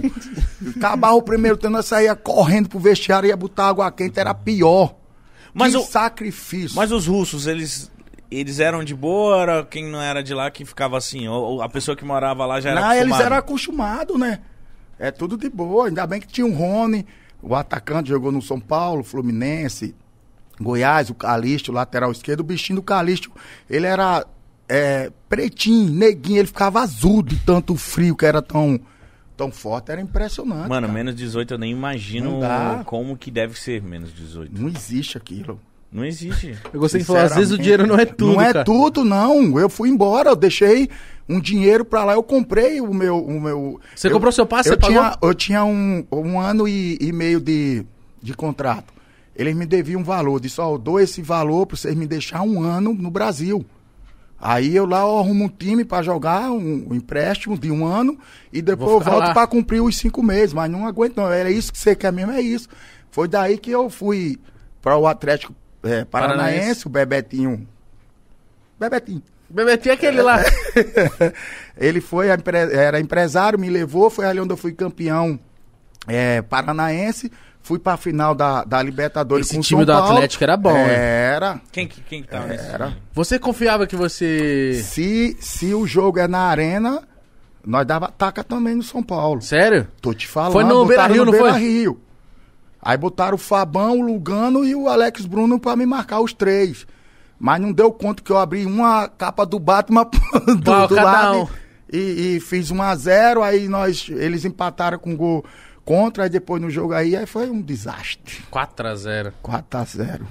Acabava o primeiro tempo, nós saía correndo pro vestiário, ia botar água quente, era pior. Mas que sacrifício. Mas os russos, eles eram de boa, era quem não era de lá que ficava assim? Ou a pessoa que morava lá já era acostumada? Eles eram acostumados, né? É tudo de boa. Ainda bem que tinha um Rony, o atacante jogou no São Paulo, Fluminense, Goiás, o Calixto, o lateral esquerdo. O bichinho do Calixto, ele era pretinho, neguinho, ele ficava azul de tanto frio que era tão forte, era impressionante. Mano, cara. Menos 18 eu nem imagino como que deve ser menos 18. Não existe aquilo. Não existe. Eu gostei de falar, às vezes o dinheiro não é tudo, Não é cara. tudo, não. Eu fui embora, eu deixei um dinheiro pra lá, eu comprei o meu... Você comprou seu passe, você pagou? Eu tinha um ano e meio de contrato. Eles me deviam um valor, disse, eu dou esse valor pra vocês me deixar um ano no Brasil. Aí eu lá arrumo um time pra jogar, um empréstimo de um ano, e depois eu volto pra cumprir os 5 meses, mas não aguento não, era isso que você quer mesmo, é isso. Foi daí que eu fui para o Atlético Paranaense, o Bebetinho. Bebetinho é aquele lá. Ele era empresário, me levou, foi ali onde eu fui campeão paranaense. Fui pra final da Libertadores com o São Paulo. Esse time do Atlético era bom, Era. Né? Quem que tava nesse time? Você confiava que você... Se o jogo é na arena, nós dava taca também no São Paulo. Sério? Tô te falando. Foi no Beira-Rio, não foi? Rio. Aí botaram o Fabão, o Lugano e o Alex Bruno pra me marcar os 3. Mas não deu conta que eu abri uma capa do Batman do lado e fiz 1-0, aí eles empataram com gol contra, aí depois no jogo aí foi um desastre. 4-0. 4-0.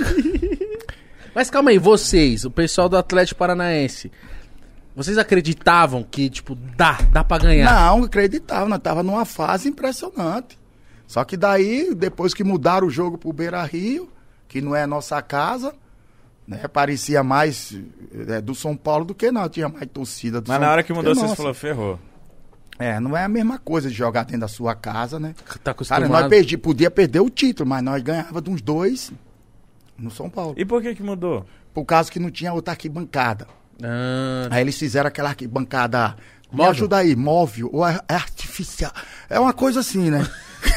Mas calma aí, vocês, o pessoal do Atlético Paranaense, vocês acreditavam que, tipo, dá pra ganhar? Não, acreditava, nós tava numa fase impressionante. Só que daí, depois que mudaram o jogo pro Beira-Rio, que não é nossa casa, né? Parecia mais do São Paulo do que não, tinha mais torcida do Mas São na hora que mudou, Paulo. vocês falaram, ferrou. Não é a mesma coisa de jogar dentro da sua casa, né? Tá acostumado. Cara, nós podia perder o título, mas nós ganhava de uns 2 no São Paulo. E por que mudou? Por causa que não tinha outra arquibancada. Ah, Aí eles fizeram aquela arquibancada. Me Móvel? ajuda aí, móvel ou é artificial. É uma coisa assim, né?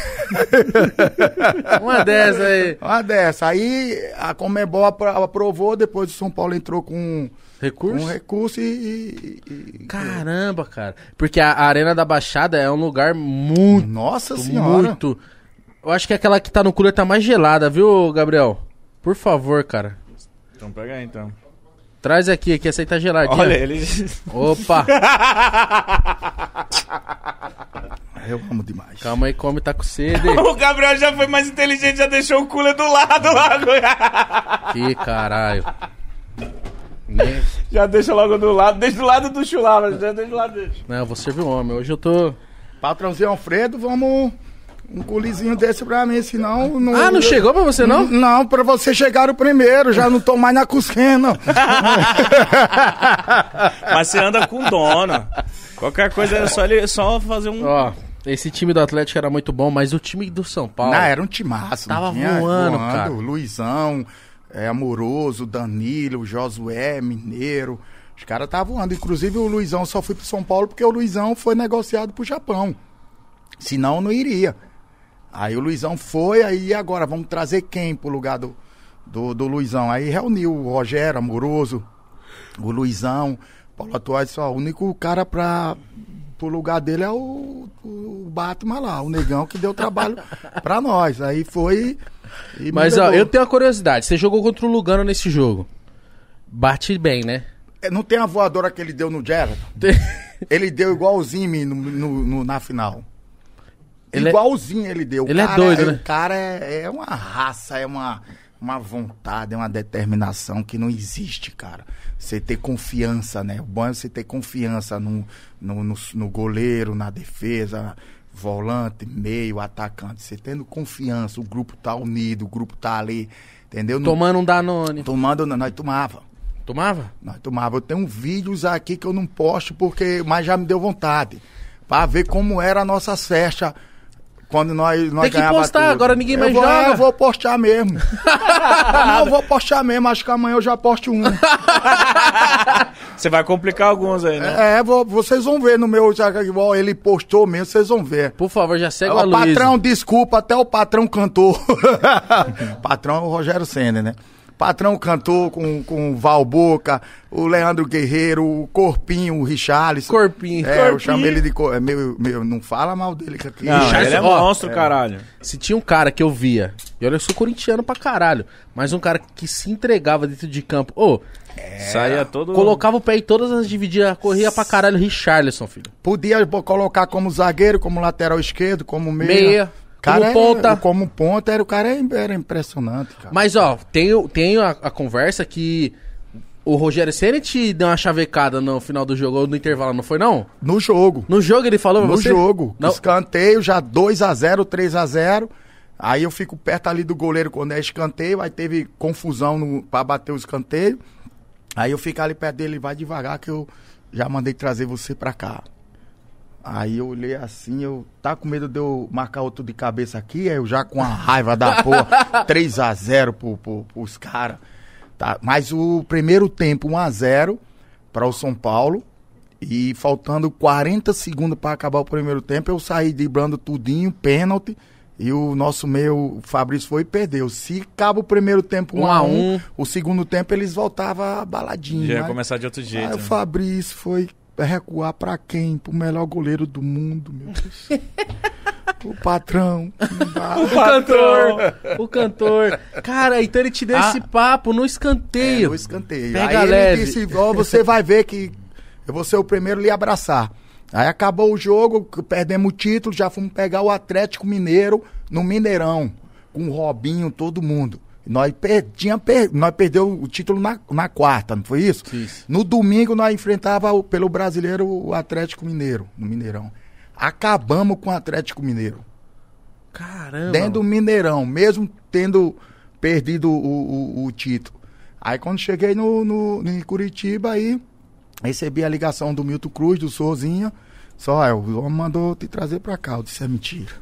uma dessa aí. Uma dessa. Aí a Conmebol aprovou, depois o São Paulo entrou com Recurso? um recurso Caramba, cara. Porque a Arena da Baixada é um lugar muito, Nossa Senhora. muito... Eu acho que aquela que tá no cooler tá mais gelada, viu, Gabriel? Por favor, cara. Então pega aí, então. Traz aqui, que essa aí tá geladinha. Olha, ele... Opa! Eu amo demais. Calma aí, come, tá com sede. O Gabriel já foi mais inteligente, já deixou o cooler do lado logo. Que caralho. Já deixa logo do lado, deixa do lado do chulapa, já deixa do lado dele. Não, eu vou servir o homem. Hoje eu tô... Patrãozinho Alfredo, vamos um culizinho desse pra mim, senão... Não chegou pra você, não? Não, pra você chegar o primeiro, já não tô mais na cozinha, não. Mas você anda com dono. Qualquer coisa é só fazer um... Ó, esse time do Atlético era muito bom, mas o time do São Paulo... Não, era um timaço. Tava voando, cara. Luizão, Amoroso, Danilo, Josué, Mineiro. Os caras estavam voando. Inclusive o Luizão só foi pro São Paulo porque o Luizão foi negociado pro Japão. Senão não iria. Aí o Luizão foi, aí agora vamos trazer quem pro lugar do Luizão? Aí reuniu o Rogério, Amoroso, o Luizão, Paulo Atual, só o único cara pro lugar dele é o Batman lá, o negão que deu trabalho pra nós. Aí foi... Mas ó, eu tenho uma curiosidade, você jogou contra o Lugano nesse jogo. Bate bem, né? Não tem a voadora que ele deu no Gerard? Ele deu igualzinho na final. Igualzinho ele deu. Ele é doido, né? O cara é uma raça, é uma vontade, é uma determinação que não existe, cara. Você ter confiança, né? O bom é você ter confiança no goleiro, na defesa, volante, meio, atacante. Você tendo confiança, o grupo tá unido, o grupo tá ali, entendeu? Tomando um Danone. Nós tomava. Tomava? Nós tomava. Eu tenho vídeos aqui que eu não posto, mas já me deu vontade. Pra ver como era a nossa festa quando nós tem que postar, tudo. Agora ninguém mais joga. Eu vou postar mesmo. Não, eu vou postar mesmo. Acho que amanhã eu já posto um. Você vai complicar alguns aí, né? Vocês vão ver no meu... Ele postou mesmo, vocês vão ver. Por favor, já segue o Luiz. Patrão, desculpa, até o patrão cantou. Patrão é o Rogério Senna, né? Patrão cantou com o Val Boca, o Leandro Guerreiro, o Corpinho, o Richarlison. Corpinho. Eu chamo ele de... não fala mal dele aqui. Não, ele é monstro, caralho. Se tinha um cara que eu via, e olha, eu sou corintiano pra caralho, mas um cara que se entregava dentro de campo, saía todo... colocava o pé em todas as divididas, corria pra caralho, Richarlison, filho. Podia colocar como zagueiro, como lateral esquerdo, como meia. Como ponta. Como ponta, o cara era impressionante, cara. Mas, tem a conversa que o Rogério Ceni te deu uma chavecada no final do jogo, ou no intervalo, não foi, não? No jogo. No jogo ele falou pra você? No jogo. Não. Escanteio, já 2-0, 3-0. Aí eu fico perto ali do goleiro quando é escanteio, aí teve confusão pra bater o escanteio. Aí eu fico ali perto dele, vai devagar que eu já mandei trazer você pra cá. Aí eu olhei assim, eu tá com medo de eu marcar outro de cabeça aqui, aí eu já com a raiva da porra, 3-0 pros caras. Tá? Mas o primeiro tempo, 1-0 para o São Paulo, e faltando 40 segundos para acabar o primeiro tempo, eu saí driblando tudinho, pênalti, e o nosso meio, o Fabrício, foi e perdeu. Se acaba o primeiro tempo 1-1, o segundo tempo eles voltavam baladinho. Já ia começar de outro jeito. Aí o Fabrício foi recuar pra quem? Pro melhor goleiro do mundo, meu Deus. O patrão. O cantor. Cara, então ele te deu esse papo no escanteio. No escanteio. Pega aí leve. Ele disse, você vai ver que eu vou ser o primeiro a lhe abraçar. Aí acabou o jogo, perdemos o título, já fomos pegar o Atlético Mineiro no Mineirão, com o Robinho, todo mundo. Nós perdemos o título na quarta, não foi isso? Isso. No domingo nós enfrentava pelo brasileiro o Atlético Mineiro, no Mineirão. Acabamos com o Atlético Mineiro. Caramba. Dentro do Mineirão, mesmo tendo perdido o título. Aí quando cheguei em Curitiba, aí recebi a ligação do Milton Cruz, do Sozinha. Só, o homem mandou te trazer pra cá. Eu disse, é mentira.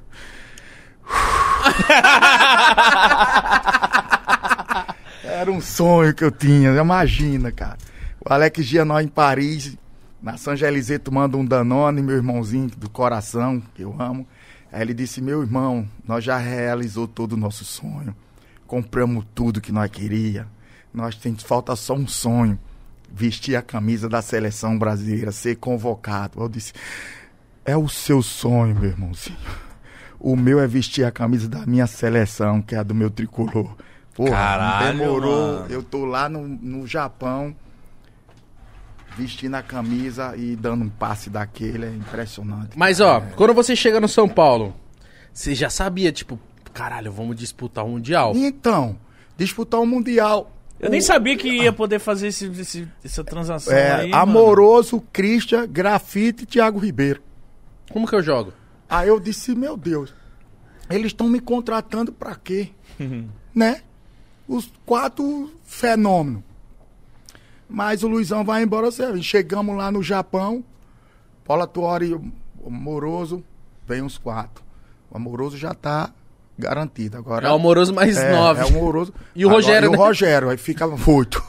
Era um sonho que eu tinha, imagina, cara. O Alex Gia, nós em Paris, na Saint-Gelysée, tomando um Danone, meu irmãozinho do coração, que eu amo. Aí ele disse, meu irmão, nós já realizou todo o nosso sonho. Compramos tudo que nós queria. Falta só um sonho. Vestir a camisa da seleção brasileira, ser convocado. Eu disse, é o seu sonho, meu irmãozinho. O meu é vestir a camisa da minha seleção, que é a do meu tricolor. Porra, caralho, demorou. mano. Eu tô lá no Japão, vestindo a camisa e dando um passe daquele, é impressionante. Mas, ó, quando você chega no São Paulo, você já sabia, tipo, caralho, vamos disputar o Mundial. Então, disputar o Mundial. Eu nem sabia que ia poder fazer essa transação aí, Amoroso, Christian, Grafite e Thiago Ribeiro. Como que eu jogo? Aí eu disse, meu Deus, eles estão me contratando pra quê? Né? Os 4 fenômenos. Mas o Luizão vai embora. Chegamos lá no Japão, Paula Tuori, o Amoroso, vem os 4. O Amoroso já tá garantido. Agora, é o Amoroso mais 9. É o Amoroso. E o Rogério, e né? o Rogério, aí fica 8.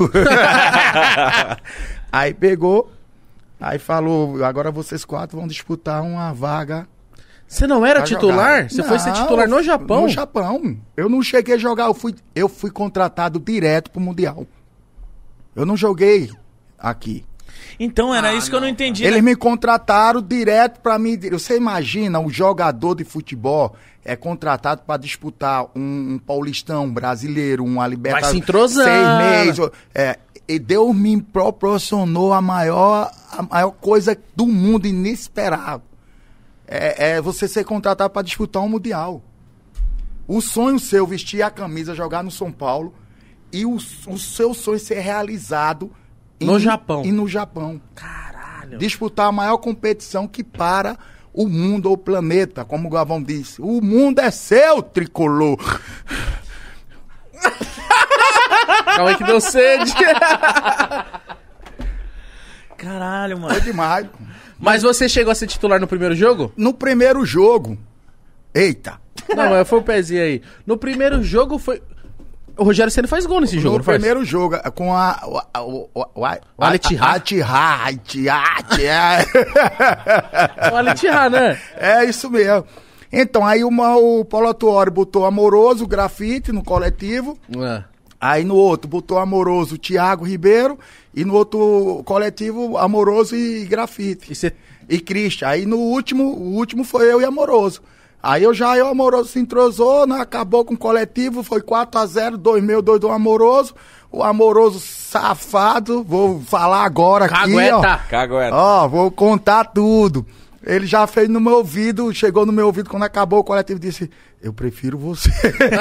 Aí pegou, aí falou, agora vocês 4 vão disputar uma vaga. Você não era pra titular? jogar. Você Não, foi ser titular no Japão? No Japão. Eu não cheguei a jogar, eu fui contratado direto pro Mundial. Eu não joguei aqui. Então, era isso que eu não entendi. Eles me contrataram direto pra mim. Você imagina, um jogador de futebol é contratado pra disputar um Paulistão brasileiro, uma Libertadores. Vai se entrosando. 6 meses. E Deus me proporcionou a maior coisa do mundo, inesperado. É você ser contratado pra disputar um Mundial. O sonho seu, vestir a camisa, jogar no São Paulo, e o seu sonho ser realizado no Japão. E no Japão. Caralho. Disputar a maior competição que para o mundo ou o planeta, como o Gavão disse. O mundo é seu, tricolor. Calma aí que deu sede. Caralho, mano. É demais. Mas você chegou a ser titular no primeiro jogo? No primeiro jogo. Eita. Não, mas foi o pezinho aí. No primeiro jogo foi... O Rogério Ceni faz gol nesse jogo, No não faz? primeiro jogo, com o Al-Ittihad. O Al-Ittihad, né? É isso mesmo. Então, aí o Paulo Tuori botou Amoroso, Grafite no coletivo. Aí no outro botou Amoroso, Thiago Ribeiro. E no outro coletivo, Amoroso e Grafite. E Christian. Aí no último, o último foi eu e Amoroso. Aí o Amoroso se entrosou, né? Acabou com o coletivo, foi 4-0, 2 meu, 2 do Amoroso. O Amoroso safado, vou falar agora aqui, Cagueta. ó, vou contar tudo. Ele já fez no meu ouvido, chegou no meu ouvido quando acabou o coletivo e disse, eu prefiro você.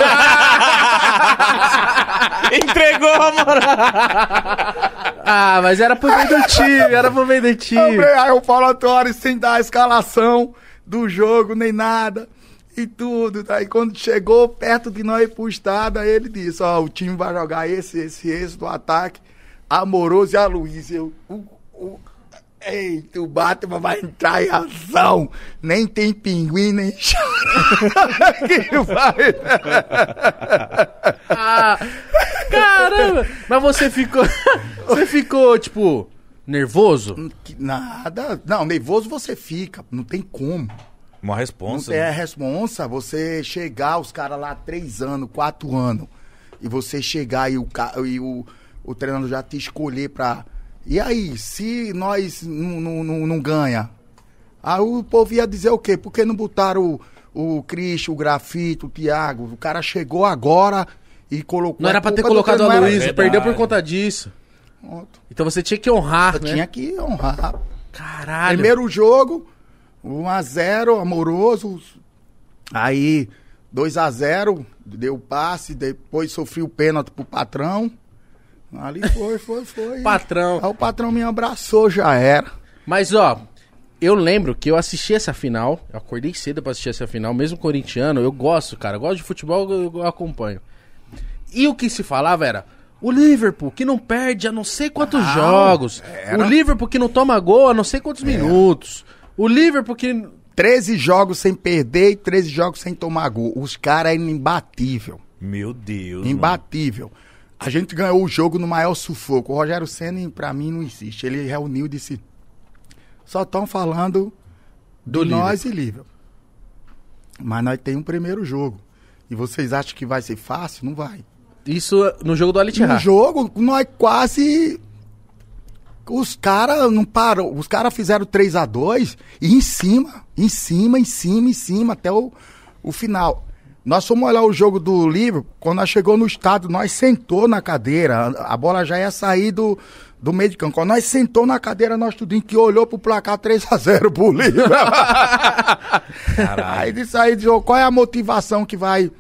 Entregou, amor. Ah, mas era pro meio do time, Aí o Paulo Tuori sem dar a escalação do jogo, nem nada, e tudo. Aí quando chegou perto de nós ir pro estado, aí ele disse, ó, o time vai jogar esse do ataque, Amoroso e a Luiz. Eita, o Batman vai entrar em ação. Nem tem pinguim, nem chora. Que vai. Caramba! Mas você ficou, tipo, nervoso? Nada. Não, nervoso você fica. Não tem como. Uma responsa. Não é responsa. Você chegar, os caras lá 3 anos, 4 anos, e você chegar e o treinador já te escolher pra... E aí, se nós não ganha? Aí o povo ia dizer o quê? Por que não botaram o Cristo, o Grafite, o Thiago? O cara chegou agora e colocou... Não era pra ter colocado a Luísa, perdeu por conta disso. Pronto. Então você tinha que honrar, Eu né? tinha que honrar. Caralho. Primeiro jogo, 1-0, Amoroso. Aí, 2-0, deu passe, depois sofri o pênalti pro patrão. Ali foi. Patrão. Aí o patrão me abraçou, já era. Mas, ó, Eu lembro que eu assisti essa final, eu acordei cedo pra assistir essa final, mesmo corintiano, eu gosto, cara, eu gosto de futebol, eu acompanho. E o que se falava era, o Liverpool que não perde a não sei quantos jogos, o Liverpool que não toma gol a não sei quantos minutos, o Liverpool que... 13 jogos sem perder e 13 jogos sem tomar gol. Os caras eram imbatível. Meu Deus, imbatível. A gente ganhou o jogo no maior sufoco. O Rogério Ceni, pra mim, não existe. Ele reuniu e disse, só estão falando Do de nós e Liverpool. Mas nós temos um primeiro jogo. E vocês acham que vai ser fácil? Não vai. Isso no jogo do Al-Ittihad. No jogo, nós quase... Os caras não param. Os caras fizeram 3-2 e em cima, até o final. Nós fomos olhar o jogo do Liverpool, quando nós chegou no estádio, nós sentou na cadeira, a bola já ia sair do meio de campo. Quando nós sentou na cadeira, nós tudinho que olhou pro placar 3-0 pro Liverpool. Aí disso aí, qual é a motivação que vai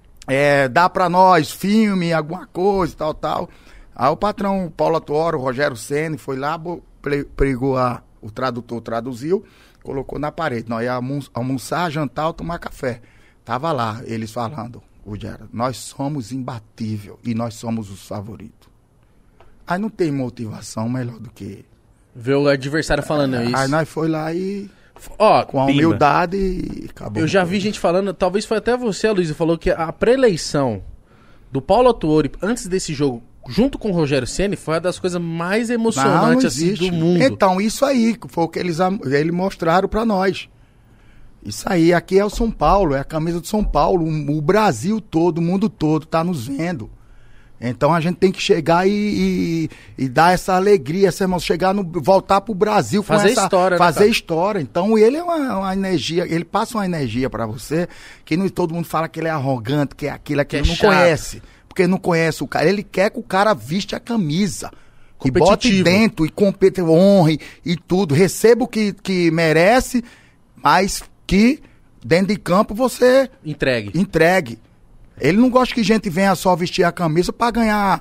dar pra nós, filme, alguma coisa, tal. Aí o patrão Paulo Atuoro, o Rogério Ceni, foi lá, pregou o tradutor, traduziu, colocou na parede. Nós íamos almoçar, jantar, tomar café. Tava lá, eles falando, Rogério, nós somos imbatível e nós somos os favoritos. Aí não tem motivação melhor do que... Ver o adversário falando isso. Aí nós foi lá e... Ó, com a humildade e acabou. Eu já vi gente falando, talvez foi até você, Luiz, falou que a pré-eleição do Paulo Atuori antes desse jogo, junto com o Rogério Ceni, foi uma das coisas mais emocionantes assim, do mundo. Então, isso aí, foi o que eles mostraram pra nós. Isso aí, aqui é o São Paulo, é a camisa do São Paulo, o Brasil todo, o mundo todo tá nos vendo. Então a gente tem que chegar e dar essa alegria, essa emoção, voltar pro Brasil, fazer história, fazer história. Então ele é uma energia, ele passa uma energia pra você, que todo mundo fala que ele é arrogante, que é aquilo, que ele não conhece. Porque não conhece o cara, ele quer que o cara viste a camisa, que bote dentro e compete, honre e tudo, receba o que merece, mas que dentro de campo você entregue. Ele não gosta que gente venha só vestir a camisa para ganhar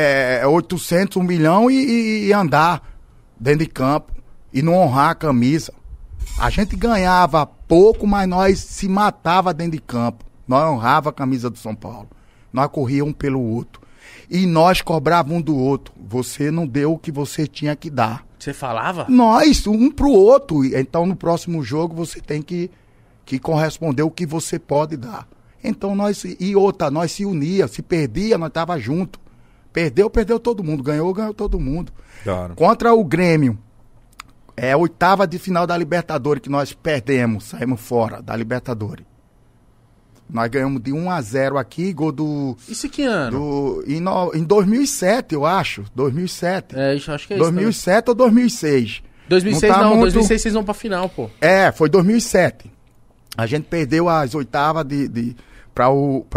800, 1 milhão e andar dentro de campo e não honrar a camisa. A gente ganhava pouco, mas nós se matava dentro de campo. Nós honrava a camisa do São Paulo. Nós corríamos um pelo outro. E nós cobrávamos um do outro. Você não deu o que você tinha que dar. Você falava? Nós, um pro outro. Então, no próximo jogo, você tem que corresponder o que você pode dar. Então, nós se unia. Se perdia, nós tava junto. Perdeu todo mundo. Ganhou todo mundo. Claro. Contra o Grêmio. É a 8ª de final da Libertadores que nós perdemos. Saímos fora da Libertadores. Nós ganhamos de 1-0 aqui, gol do... Isso que ano? Em 2007, eu acho. 2007. Acho que é 2007 isso. Ou 2006. 2006 não, 2006 vocês vão pra final, pô. Foi 2007. A gente perdeu as 8ª para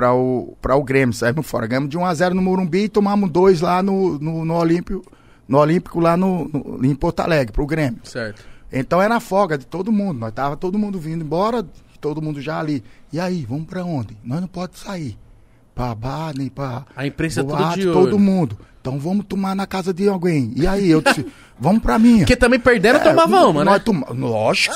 o Grêmio, saímos fora. Ganhamos de 1-0 no Morumbi e tomamos 2 lá no Olímpico, lá em Porto Alegre, pro Grêmio. Certo. Então era a folga de todo mundo. Nós tava todo mundo vindo embora, todo mundo já ali. E aí, vamos pra onde? Nós não pode sair. Pra bar, nem pra... A imprensa boate, tudo de todo olho. mundo. Então vamos tomar na casa de alguém. E aí, eu disse, vamos pra minha. Porque também perdendo, tomava uma, né? Lógico.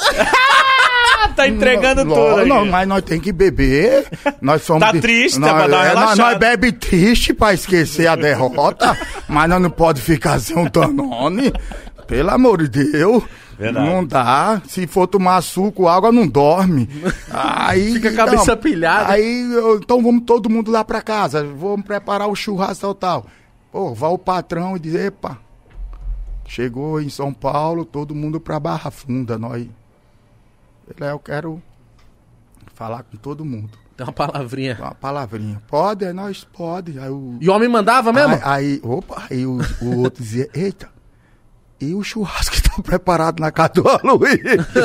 Tá entregando tudo. Não, mas nós tem que beber. Nós somos tá triste, tá pra dar uma relaxada. Nós bebe triste pra esquecer a derrota, mas nós não pode ficar sem um Danone. Pelo amor de Deus. Verdade. Não dá. Se for tomar suco, água não dorme. Aí fica a cabeça pilhada. Aí, então vamos todo mundo lá pra casa. Vamos preparar o churrasco tal. Pô, vai o patrão e diz, epa, chegou em São Paulo, todo mundo pra Barra Funda, nós. Eu quero falar com todo mundo. Dá uma palavrinha. Uma palavrinha. Pode? Nós pode. Aí E o homem mandava mesmo? Aí o outro dizia, eita, e o churrasco que tá preparado na casa do Aloysio?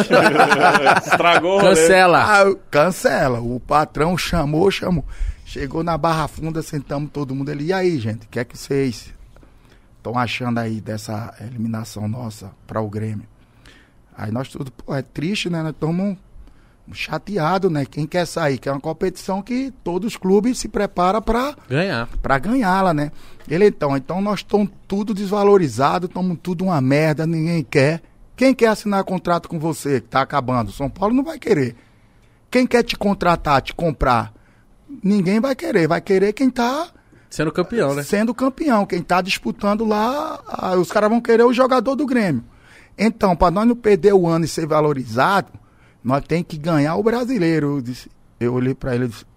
Estragou. Cancela. Cancela. O patrão chamou. Chegou na Barra Funda, sentamos todo mundo ali. E aí, gente, o que é que vocês estão achando aí dessa eliminação nossa para o Grêmio? Aí nós tudo, é triste, né? Nós estamos chateados, né? Quem quer sair? Que é uma competição que todos os clubes se preparam para ganhá-la, né? Então nós estamos tudo desvalorizados, estamos tudo uma merda, ninguém quer Quem quer assinar contrato com você, que tá acabando? São Paulo não vai querer. Quem quer te contratar, te comprar? Ninguém vai querer. Vai querer quem tá... Sendo campeão, né? Sendo campeão. Quem tá disputando lá, os caras vão querer o jogador do Grêmio. Então, para nós não perder o ano e ser valorizado, nós tem que ganhar o brasileiro. Eu olhei para ele e disse,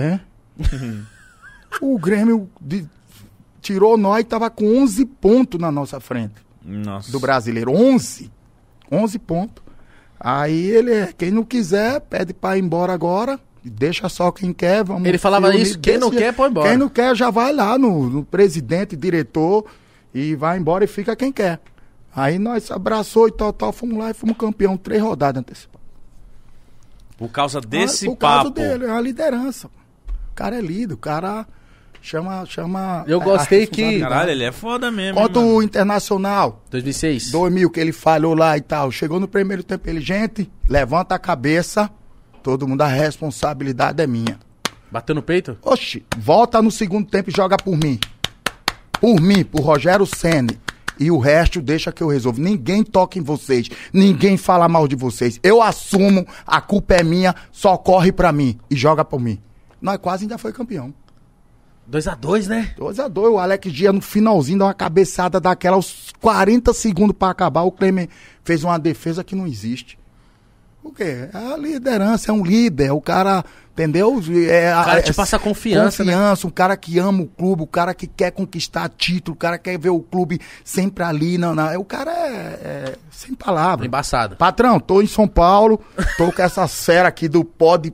O Grêmio tirou nós e tava com 11 pontos na nossa frente. Nossa. Do brasileiro. 11 pontos. Aí quem não quiser, pede para ir embora agora. Deixa só quem quer. Vamos ele falava isso, quem não quer, pode embora. Quem não quer já vai lá no presidente, diretor, e vai embora e fica quem quer. Aí nós abraçou e tal, fomos lá e fomos campeão 3 rodadas antecipadas. Por causa desse por papo. Por causa dele, é uma liderança. O cara é líder, o cara chama... Eu gostei que... Caralho, ele é foda mesmo. Quanto o Internacional... 2006. 2000, que ele falhou lá e tal. Chegou no primeiro tempo, ele, gente, levanta a cabeça... Todo mundo, a responsabilidade é minha. Bateu no peito? Oxi, volta no segundo tempo e joga por mim. Por mim, por Rogério Ceni. E o resto deixa que eu resolvo. Ninguém toca em vocês. Ninguém fala mal de vocês. Eu assumo, a culpa é minha, só corre pra mim. E joga por mim. Nós quase ainda foi campeão. 2-2, né? 2-2. O Alex Dias no finalzinho dá uma cabeçada daquela, aos 40 segundos pra acabar. O Clemer fez uma defesa que não existe. O quê? É a liderança, é um líder, o cara, entendeu? O cara te passa confiança, né? Um cara que ama o clube, o cara que quer conquistar título, o cara que quer ver o clube sempre ali. O cara sem palavras. Embaçado. Patrão, tô em São Paulo, tô com essa fera aqui do Pode...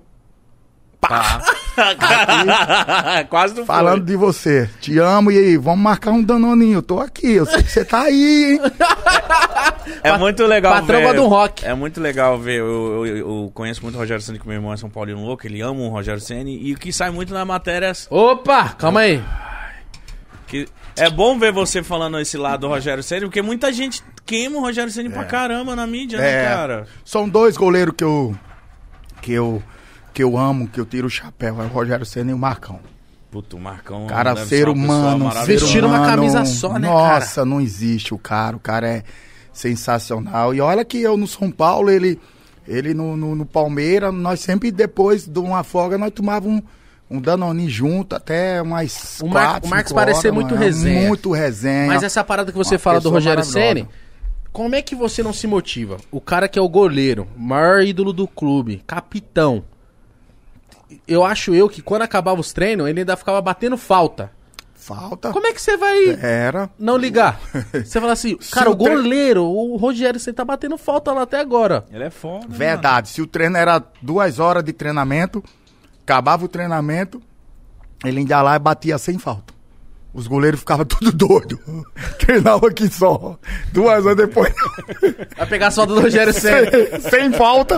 Quase não falando foi. de você. Te amo e aí, vamos marcar um Danoninho. Eu tô aqui, eu sei que você tá aí, hein? É muito legal Patrão ver. do rock. É muito legal ver. Eu conheço muito o Rogério Ceni, que meu irmão é São Paulino louco. Ele ama o Rogério Ceni. E o que sai muito na matéria... Opa, calma aí. Que é bom ver você falando esse lado do Rogério Ceni, porque muita gente queima o Rogério Ceni pra caramba na mídia, né, cara? São 2 goleiros que eu amo, que eu tiro o chapéu. É o Rogério Ceni e o Marcão. Puto, o Marcão... Cara, ser humano. Vestiram uma camisa só, né, cara? Nossa, não existe o cara. O cara é sensacional. E olha que eu no São Paulo, ele no Palmeiras, nós sempre depois de uma folga, nós tomávamos um Danone junto, até umas o Marcos parecia muito resenha. Muito resenha. Mas essa parada que você fala do Rogério Ceni, como é que você não se motiva? O cara que é o goleiro, maior ídolo do clube, capitão. Eu acho que quando acabava os treinos, ele ainda ficava batendo falta. Como é que você vai não ligar? Você fala assim, cara, o goleiro, o Rogério, você tá batendo falta lá até agora. Ele é foda. Verdade. Mano. Se o treino era 2 horas de treinamento, acabava o treinamento, ele ainda lá e batia sem falta. Os goleiros ficavam tudo doidos. Treinavam aqui só. 2 horas depois. Vai pegar a falta do Rogério Ceni. Sem falta.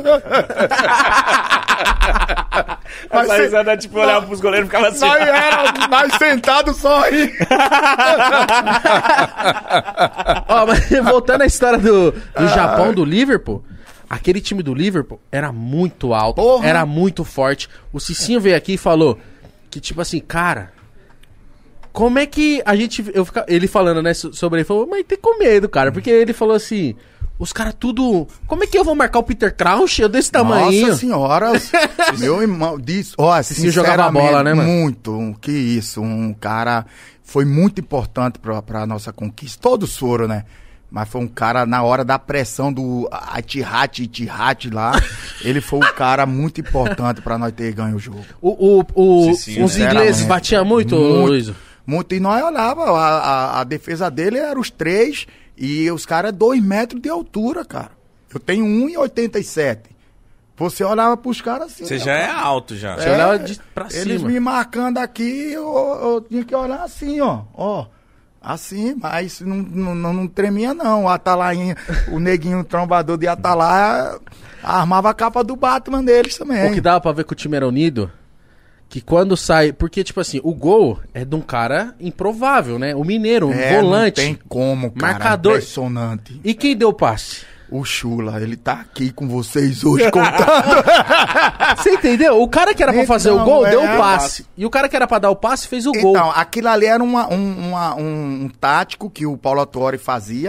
Mas a risada, tipo, olhava pros goleiros e ficava assim. Nós sentados só aí. Mas voltando à história do Japão, do Liverpool, aquele time do Liverpool era muito alto, era muito forte. O Cicinho veio aqui e falou que, tipo assim, cara... Como é que a gente... ele falando, né, sobre ele, falou, mas tem com medo, cara. Porque ele falou assim, os caras tudo... Como é que eu vou marcar o Peter Crouch? Eu desse tamanho. Nossa senhora, meu irmão disse... Ó, sinceramente, jogava bola, né, mano? Muito, que isso. Um cara... Foi muito importante pra nossa conquista. Todos foram, né? Mas foi um cara, na hora da pressão do Itihat lá, ele foi um cara muito importante pra nós ter ganho o jogo. Os ingleses batiam muito, Luiz? Muito, e nós olhava, a defesa dele era os 3 e os caras 2 metros de altura, cara. Eu tenho 1,87. Você olhava pros caras assim. Você já é alto, já. Você olhava pra cima. Eles me marcando aqui, eu tinha que olhar assim, ó. Assim, mas não tremia não. O Atalainha, o neguinho trombador de Atalaia, armava a capa do Batman deles também. O que dava pra ver que o time era unido... Que quando sai... Porque, tipo assim, o gol é de um cara improvável, né? O Mineiro, volante. Não tem como, cara. Marcador. Impressionante. E quem deu o passe? O Chula, ele tá aqui com vocês hoje contando. Você entendeu? O cara que era pra fazer o gol, deu o passe. E o cara que era pra dar o passe, fez o gol. Então, aquilo ali era um tático que o Paulo Autuori fazia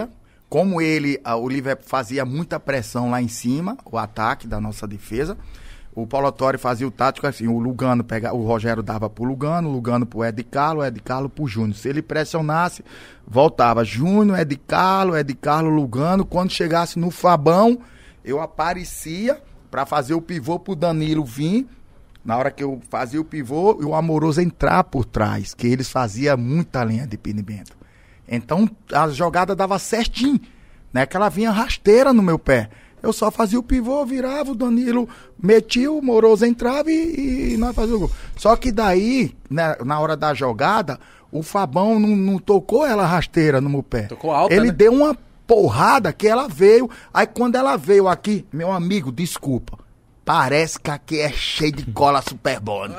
como o Liverpool fazia muita pressão lá em cima, o ataque da nossa defesa, o Paulo Autuori fazia o tático assim, o Rogério dava pro Lugano pro Ed Carlo pro Júnior. Se ele pressionasse, voltava Júnior, Ed Carlo, Lugano. Quando chegasse no Fabão, eu aparecia pra fazer o pivô pro Danilo vir. Na hora que eu fazia o pivô, o Amoroso entrar por trás, que eles faziam muita linha de pinimento. Então, a jogada dava certinho, né? Que ela vinha rasteira no meu pé. Eu só fazia o pivô, virava, o Danilo metia, o Moroso entrava e nós fazíamos o gol. Só que daí, né, na hora da jogada, o Fabão não tocou ela rasteira no meu pé. Tocou alta, Ele né? deu uma porrada que ela veio. Aí quando ela veio aqui, meu amigo, desculpa, parece que aqui é cheio de cola Superbond.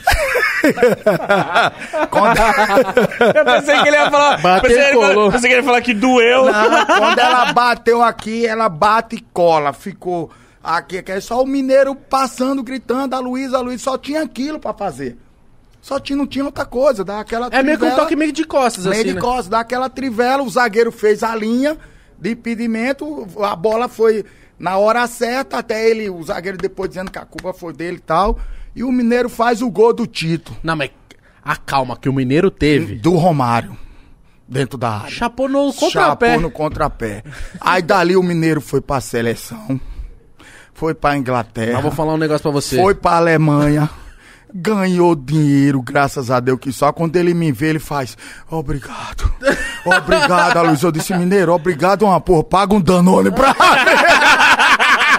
Eu pensei que ele ia falar. Pensei que ele ia falar que doeu. Não, quando ela bateu aqui, ela bate e cola. Ficou aqui, é só o mineiro passando, gritando, a Luísa, só tinha aquilo pra fazer. Não tinha outra coisa, dá aquela É meio que um toque meio de costas, meio assim, de né? costas, dá aquela trivela, o zagueiro fez a linha de impedimento, a bola foi na hora certa, até o zagueiro depois dizendo que a culpa foi dele e tal, e o mineiro faz o gol do Tito. Não, mas a calma que o Mineiro teve. Do Romário, dentro da área. Chapou no contrapé. Chapou no contrapé. Aí dali o Mineiro foi pra seleção, foi pra Inglaterra, Mas vou falar um negócio pra você. foi pra Alemanha, ganhou dinheiro, graças a Deus, que só quando ele me vê, ele faz, obrigado, Luiz. Eu disse, Mineiro, obrigado, uma porra, paga um Danone pra mim.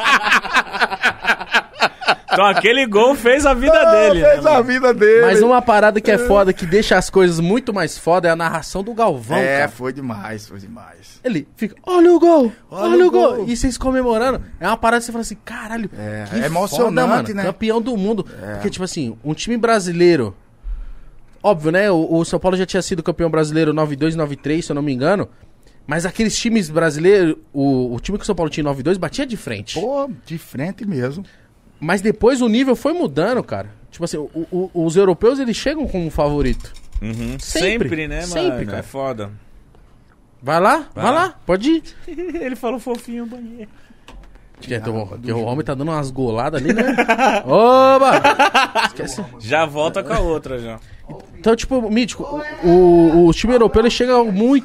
Então aquele gol fez a vida dele. Fez né, a mano? vida dele. Mas uma parada que é foda, que deixa as coisas muito mais foda, é a narração do Galvão, cara. foi demais. Ele fica, olha o gol, Olha olha o o gol. gol. E vocês comemorando. É uma parada que você fala assim, caralho, É emocionante, né? Campeão do mundo. Porque, tipo assim, um time brasileiro... Óbvio, né? O São Paulo já tinha sido campeão brasileiro 92 e 93, se eu não me engano. Mas aqueles times brasileiros... O time que o São Paulo tinha em 92 batia de frente. Pô, de frente mesmo. Mas depois o nível foi mudando, cara. Tipo assim, os europeus, eles chegam como favorito. Uhum. Sempre. Sempre, né, mano? Sempre, cara. É foda. Vai lá, vai lá, pode ir. Ele falou fofinho no banheiro. Porque o homem tá dando umas goladas ali, né? Oba! Esquece. Já volta com a outra, já. Então, tipo, Mítico, o time europeu ele chega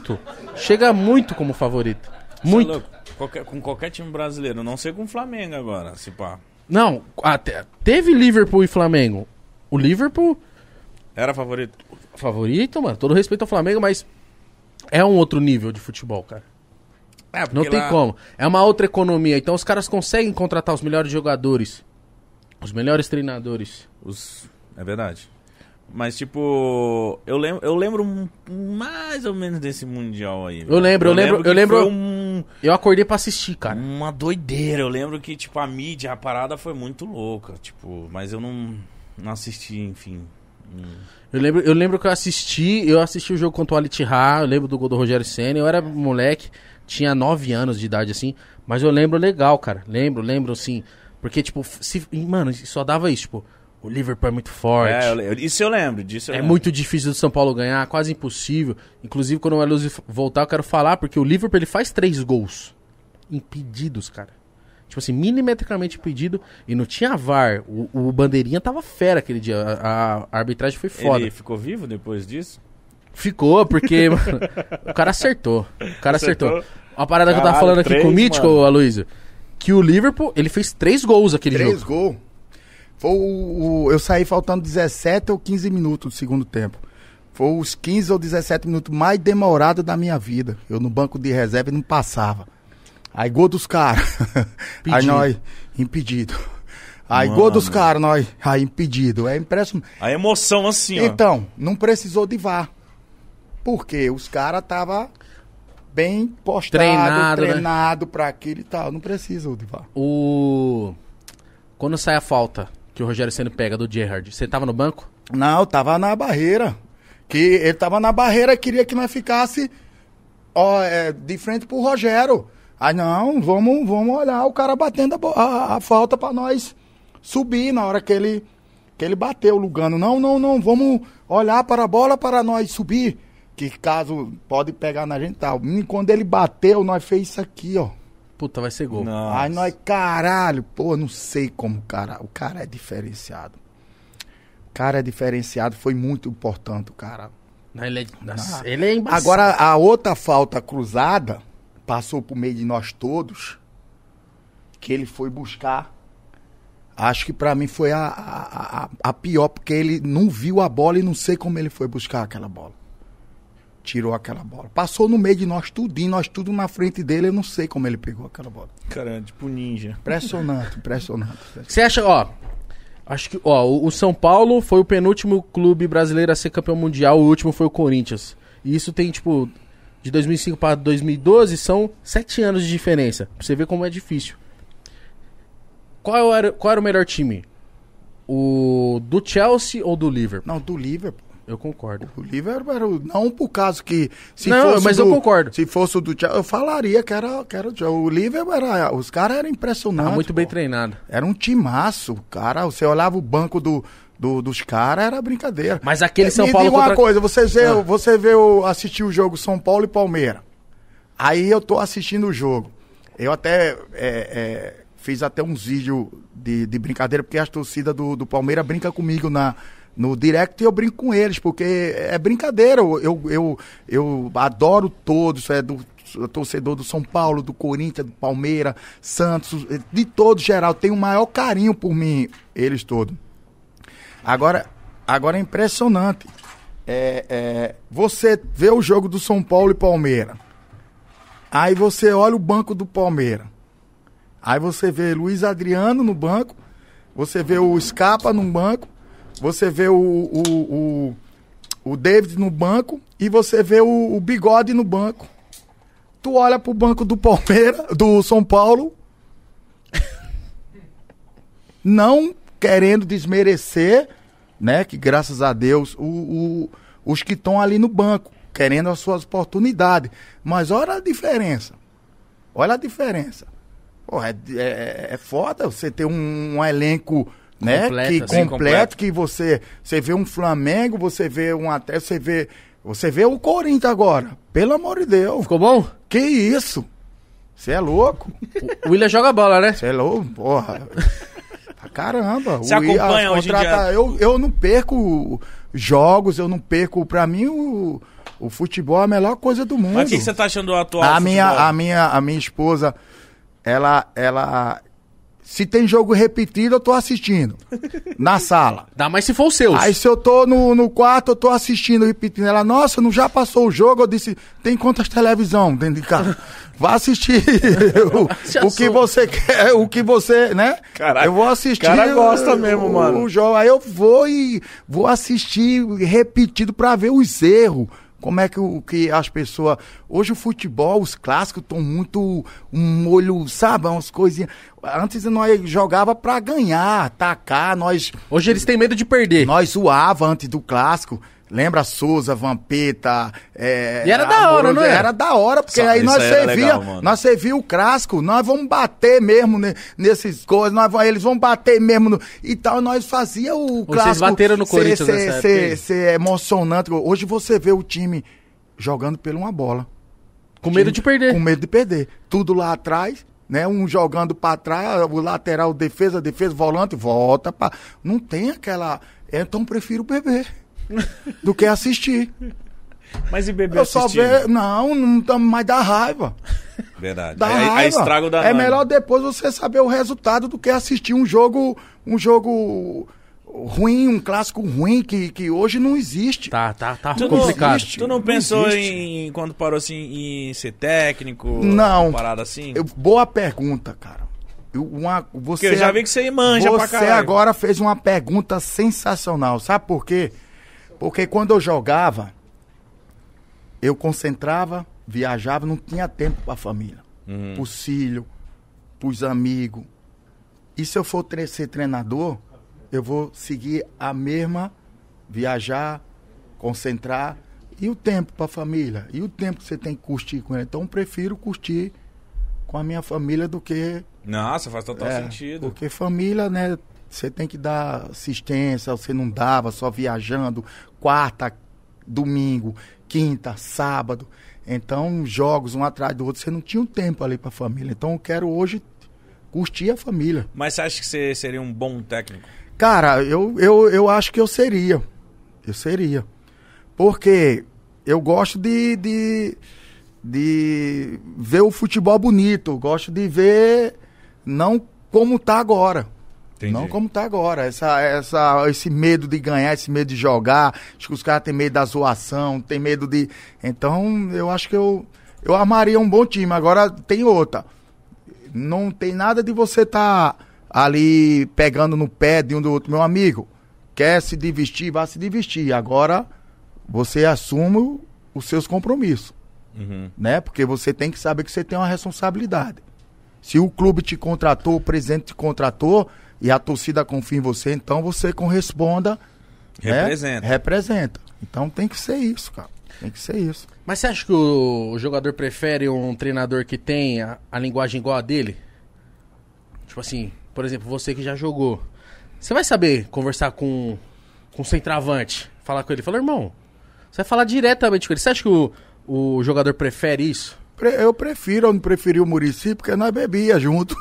muito como favorito. Muito. Cê é louco? Com qualquer time brasileiro, não sei com o Flamengo agora, se pá. Não, até, teve Liverpool e Flamengo. O Liverpool, Era favorito? favorito, mano. Todo respeito ao Flamengo, mas é um outro nível de futebol, cara. É, porque Não tem como. É uma outra economia. Então os caras conseguem contratar os melhores jogadores, os melhores treinadores. É verdade. Mas, tipo, eu lembro mais ou menos desse Mundial aí. Eu lembro. que foi Eu acordei pra assistir, cara. uma doideira. Eu lembro que, tipo, a mídia, a parada foi muito louca. Tipo, mas eu não assisti, enfim. Eu lembro que eu assisti o jogo contra o Al Ittihad, eu lembro do gol do Rogério Ceni, eu era moleque, tinha 9 anos de idade, assim, mas eu lembro legal, cara, lembro, assim, porque, tipo, mano, só dava isso, tipo, o Liverpool é muito forte, Isso eu lembro, disso eu é lembro. muito difícil do São Paulo ganhar, quase impossível, inclusive quando o Eluzi voltar eu quero falar, porque o Liverpool ele faz 3 gols impedidos, cara. Tipo assim, milimetricamente impedido. E não tinha VAR. O Bandeirinha tava fera aquele dia. A arbitragem foi foda. Ele ficou vivo depois disso? Ficou, porque mano, o cara acertou. Acertou? A parada que eu tava Caralho, falando aqui 3, com o Mítico, mano. Aloysio, que o Liverpool, ele fez 3 gols aquele 3 jogo. gols. Foi eu saí faltando 17 ou 15 minutos do segundo tempo. Foi os 15 ou 17 minutos mais demorados da minha vida. Eu no banco de reserva e não passava. Aí gol dos caras. Aí nós, impedido. Aí Mano. gol dos caras, nós, aí impedido. É impressionante. A emoção assim, ó. Então, não precisou de VAR. Porque os caras estavam bem postados, treinado pra aquilo e tal. Não precisou de VAR. Quando sai a falta que o Rogério Ceni pega do Gerrard, você tava no banco? Não, tava na barreira. Que ele tava na barreira e queria que nós ficasse de frente pro Rogério. Aí não, vamos olhar o cara batendo a falta pra nós subir na hora que ele bateu o Lugano. Não, vamos olhar para a bola para nós subir. que caso pode pegar na gente e tal. E quando ele bateu, nós fez isso aqui, ó. Puta, vai ser gol. Nossa. Aí nós, caralho, pô, não sei como, o cara é diferenciado. O cara é diferenciado, foi muito importante, o cara. Não, ele é embaçado. Agora, a outra falta cruzada, passou por meio de nós todos, que ele foi buscar. Acho que pra mim foi a pior, porque ele não viu a bola e não sei como ele foi buscar aquela bola. Tirou aquela bola. Passou no meio de nós tudinho, nós tudo na frente dele, eu não sei como ele pegou aquela bola. Cara, tipo ninja. Impressionante, impressionante. Você acha, ó... Acho que, ó, o São Paulo foi o penúltimo clube brasileiro a ser campeão mundial, o último foi o Corinthians. E isso tem, tipo, de 2005 para 2012, são 7 anos de diferença. Pra você ver como é difícil. Qual era o melhor time? O do Chelsea ou do Liverpool? Não, do Liverpool. Eu concordo. O Liverpool era não por causa que... Não, mas eu concordo. Se fosse o do Chelsea, eu falaria que era o Chelsea. O Liverpool era... Os caras eram impressionantes. Tá muito bem treinado. Era um timaço, cara. Você olhava o banco dos caras, era brincadeira. Mas aquele São Me Paulo diga uma contra... coisa, você assistiu o jogo São Paulo e Palmeiras. Aí eu tô assistindo o jogo. Eu até fiz até uns vídeos de brincadeira, porque as torcidas do Palmeiras brincam comigo no direct e eu brinco com eles, porque é brincadeira. Eu adoro todos, torcedor do São Paulo, do Corinthians, do Palmeiras, Santos, de todo geral. Tenho o maior carinho por mim, eles todos. Agora é impressionante. Você vê o jogo do São Paulo e Palmeiras. Aí você olha o banco do Palmeiras. Aí você vê Luiz Adriano no banco. Você vê o Scarpa no banco. Você vê o David no banco e você vê o Bigode no banco. Tu olha pro banco do Palmeiras, do São Paulo, não querendo desmerecer, né? Que graças a Deus, os que estão ali no banco, querendo as suas oportunidades. Mas olha a diferença. Olha a diferença. Pô, é foda você ter um elenco... né? Completo, que você vê um Flamengo, você vê um Atlético, você vê o Corinthians agora. Pelo amor de Deus. Ficou bom? Que isso? Você é louco? O Willian joga bola, né? Você é louco? Porra. Pra caramba. Você acompanha hoje em dia? Eu não perco jogos, eu não perco. Pra mim, o futebol é a melhor coisa do mundo. Mas o que você tá achando do atual a futebol? minha esposa, ela se tem jogo repetido, eu tô assistindo. Na sala. Dá mais se for o seu. Aí se eu tô no quarto, eu tô assistindo, repetindo. Ela, nossa, não já passou o jogo? Eu disse, tem quantas televisão dentro de casa? Vá assistir o que você quer, o que você, né? Caraca, eu vou assistir. O cara gosta mesmo, mano. O jogo. Aí eu vou assistir repetido pra ver os erros. Como é que as pessoas... Hoje o futebol, os clássicos estão muito... Um olho, sabe? Umas coisinhas... Antes nós jogava pra ganhar, atacar, nós... Hoje eles têm medo de perder. Nós zoava antes do clássico. Lembra Souza, Vampeta... E era da hora, não é? Era da hora, porque aí nós servia o clássico. Nós vamos bater mesmo nesses coisas. Eles vão bater mesmo. E tal, nós fazia o clássico... Vocês bateram no Corinthians nessa época. Ser emocionante. Hoje você vê o time jogando por uma bola. Com medo de perder. Com medo de perder. Tudo lá atrás... Né, um jogando pra trás, o lateral, defesa, volante, volta pra... Não tem aquela... Então prefiro beber do que assistir. Mas e beber eu só assistindo? Não mais dá raiva. Verdade. Dá raiva. Aí estrago da É melhor depois você saber o resultado do que assistir um jogo ruim, um clássico ruim que hoje não existe. Tá Tu complicado. Tu não pensou em, quando parou assim, em ser técnico? Não. Uma parada assim? Boa pergunta, cara. Porque eu já vi que você manja pra caralho. Você agora fez uma pergunta sensacional. Sabe por quê? Porque quando eu jogava, eu concentrava, viajava, não tinha tempo pra família. Pros filhos, pros amigos. E se eu for ser treinador, eu vou seguir a mesma, viajar, concentrar, e o tempo pra família, e o tempo que você tem que curtir com ele. Então eu prefiro curtir com a minha família do que... Nossa, faz total sentido. Porque família, né, você tem que dar assistência, você não dava, só viajando, quarta, domingo, quinta, sábado. Então, jogos um atrás do outro, você não tinha um tempo ali pra família. Então, eu quero hoje curtir a família. Mas você acha que você seria um bom técnico? Cara, eu acho que eu seria. Eu seria. Porque eu gosto de ver o futebol bonito. Eu gosto de ver não como tá agora. Entendi. Não como tá agora. Esse medo de ganhar, esse medo de jogar. Acho que os caras têm medo da zoação, tem medo de... Então, eu acho que eu armaria um bom time. Agora, tem outra. Não tem nada de você tá ali pegando no pé de um do outro. Meu amigo, quer se divertir, vá se divertir. Agora, você assume os seus compromissos. Né? Porque você tem que saber que você tem uma responsabilidade. Se o clube te contratou, o presidente te contratou e a torcida confia em você, então você corresponda. Representa. Né? Representa. Então tem que ser isso, cara. Tem que ser isso. Mas você acha que o jogador prefere um treinador que tem a linguagem igual a dele? Tipo assim, por exemplo, você que já jogou. Você vai saber conversar com o centroavante, falar com ele. Fala, irmão, você vai falar diretamente com ele. Você acha que o jogador prefere isso? Eu não preferi o Muricy porque nós bebia junto.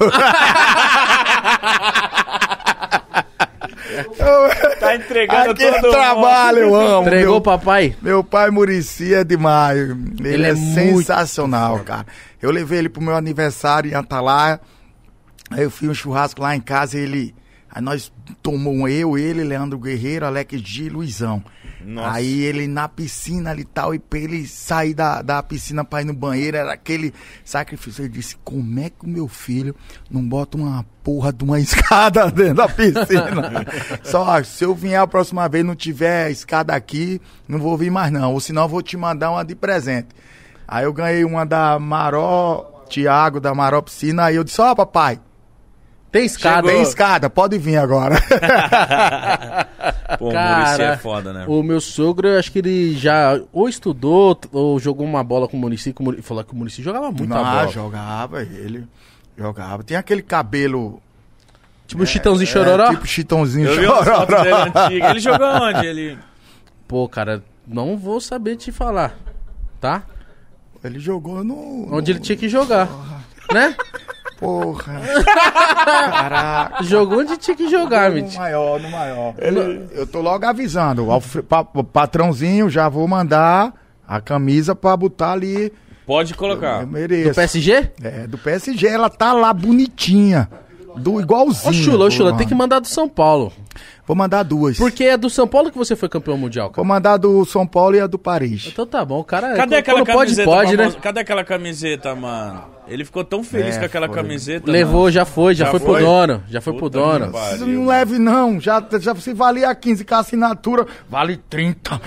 Tá entregando Aquele todo trabalho, eu amo. Entregou o papai? Meu pai Muricy é demais. Ele é muito sensacional, cara. Eu levei ele pro meu aniversário em Atalaia. Aí eu fiz um churrasco lá em casa e aí nós tomamos ele, Leandro Guerreiro, Alex G e Luizão. Nossa. Aí ele na piscina ali e tal, e pra ele sair da piscina pra ir no banheiro, era aquele sacrifício. Ele disse, como é que o meu filho não bota uma porra de uma escada dentro da piscina? Só, se eu vier a próxima vez e não tiver escada aqui, não vou vir mais não, ou senão eu vou te mandar uma de presente. Aí eu ganhei uma da Maró, Thiago, da Maró Piscina, aí eu disse, ó papai, tem escada. tem escada, pode vir agora. Pô, o Cara, Muricy é foda, né? O meu sogro, eu acho que ele já ou estudou ou jogou uma bola com o Muricy. Falou que o Muricy jogava muita bola. Jogava ele. Jogava. Tem aquele cabelo... Tipo o Chitãozinho Chororó? Tipo Chitãozinho Eu vi uma Chororó. foto dele antiga. Ele jogou onde? Ele... Pô, cara, não vou saber te falar, tá? Ele jogou no... Onde ele tinha que jogar, né? Porra. Caraca. Jogou onde tinha que jogar, No Mitch. maior. Eu tô logo avisando. O patrãozinho, já vou mandar a camisa pra botar ali. Pode colocar. Eu mereço. Do PSG? É, do PSG. Ela tá lá bonitinha. Igualzinho. Ô, Chula, tem que mandar do São Paulo. Vou mandar duas. Porque é do São Paulo que você foi campeão mundial, cara. Vou mandar do São Paulo e a do Paris. Então tá bom, o cara... Cadê aquela quando camiseta? pode, né? Cadê aquela camiseta, mano? Ele ficou tão feliz com aquela foi. camiseta. Levou, mano. já foi pro foi? dono. Já foi pro Puta dono. que pariu. Não leve não, já se valia 15 com a assinatura, vale 30.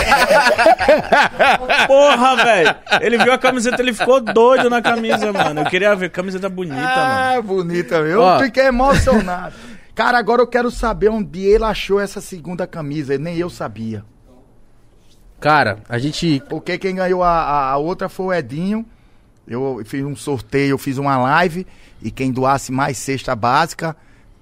Porra, velho. Ele viu a camiseta, ele ficou doido na camisa, mano. Eu queria ver. Camiseta bonita, mano. Ah, bonita, eu Ó. fiquei emocionado. Cara, agora eu quero saber onde ele achou essa segunda camisa, nem eu sabia. Cara, a gente... Porque quem ganhou a outra foi o Edinho. Eu fiz um sorteio, eu fiz uma live, e quem doasse mais cesta básica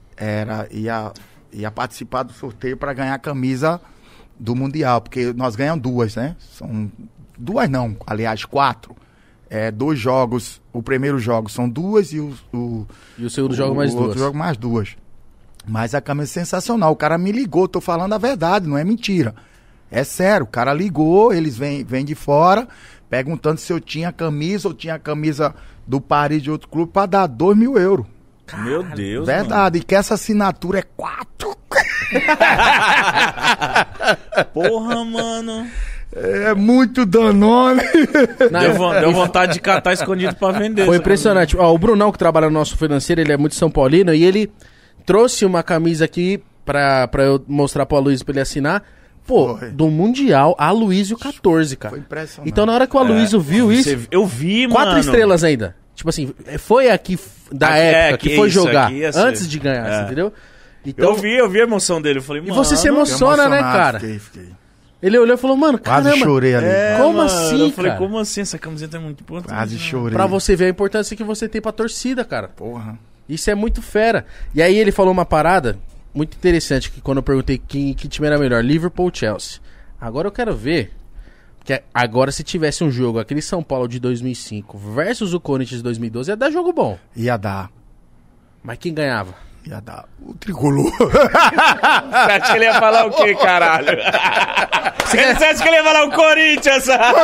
ia participar do sorteio para ganhar a camisa do Mundial, porque nós ganhamos duas, né? São duas não, aliás, 4. 2 jogos, o primeiro jogo são 2 e o segundo jogo mais o 2. outro jogo mais 2. Mas a camisa é sensacional, o cara me ligou, tô falando a verdade, não é mentira. É sério, o cara ligou, eles vêm de fora, perguntando se eu tinha camisa ou tinha camisa do Paris de outro clube pra dar 2 mil euros. Meu Deus, Verdade, e que essa assinatura é 4. Porra, mano. É muito Danone. Deu vontade de catar escondido pra vender. Foi essa impressionante. Ó, o Brunão, que trabalha no nosso financeiro, ele é muito São Paulino, e ele trouxe uma camisa aqui pra eu mostrar pro Aloysio pra ele assinar. Pô, Foi. do Mundial Aloysio 14, cara. Foi impressionante. Então na hora que o Aloysio viu isso, Eu vi, 4 mano. estrelas ainda. Tipo assim, foi aqui da Aqui, época que foi isso, jogar, aqui ia ser. antes de ganhar, É. você entendeu? Então, Eu vi a emoção dele. Eu falei, mano. você se emociona, né, cara? Fiquei. Ele olhou e falou, mano, Quase caramba, chorei ali. Como mano, assim, Eu falei, cara? como assim? Essa camiseta é muito importante. Quase chorei. pra você ver a importância que você tem pra torcida, cara. Porra. Isso é muito fera. E aí ele falou uma parada muito interessante, que quando eu perguntei que time era melhor, Liverpool ou Chelsea. Agora eu quero ver Que agora, se tivesse um jogo, aquele São Paulo de 2005 versus o Corinthians de 2012, ia dar jogo bom. Ia dar. Mas quem ganhava? Ia dar o tricolor. Você acha que ele ia falar o quê, caralho? Você acha que ele ia falar o Corinthians?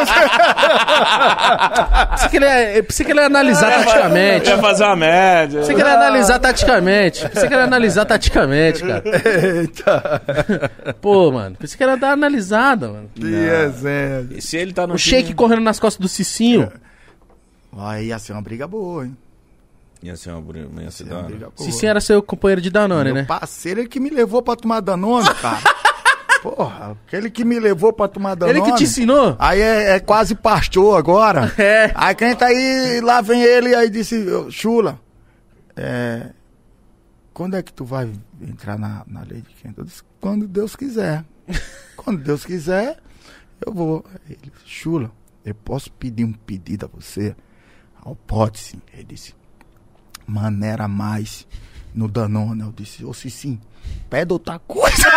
Pensei que ele ia analisar taticamente. Ia fazer uma média. Pensei que ele ia analisar taticamente. Cara. Eita. Pô, mano, pensei que ele ia dar analisada, mano. Que resenha. E se ele tá no O Sheik correndo nas costas do Cicinho. Aí ia ser uma briga boa, hein? Ia ser uma briga boa. boa. Cicinho era seu companheiro de Danone, né? Meu parceiro, ele que me levou pra tomar Danone, cara. Porra, aquele que me levou pra tomar Danone. Ele que te ensinou? Aí é quase pastor agora. É. Aí quem tá aí, lá vem ele, aí disse, Chula, quando é que tu vai entrar na lei de quem? Eu disse, quando Deus quiser. Quando Deus quiser, eu vou. Ele disse, Chula, eu posso pedir um pedido a você? Pode sim. Ele disse, maneira mais no Danone. Eu disse, sim, pede outra coisa.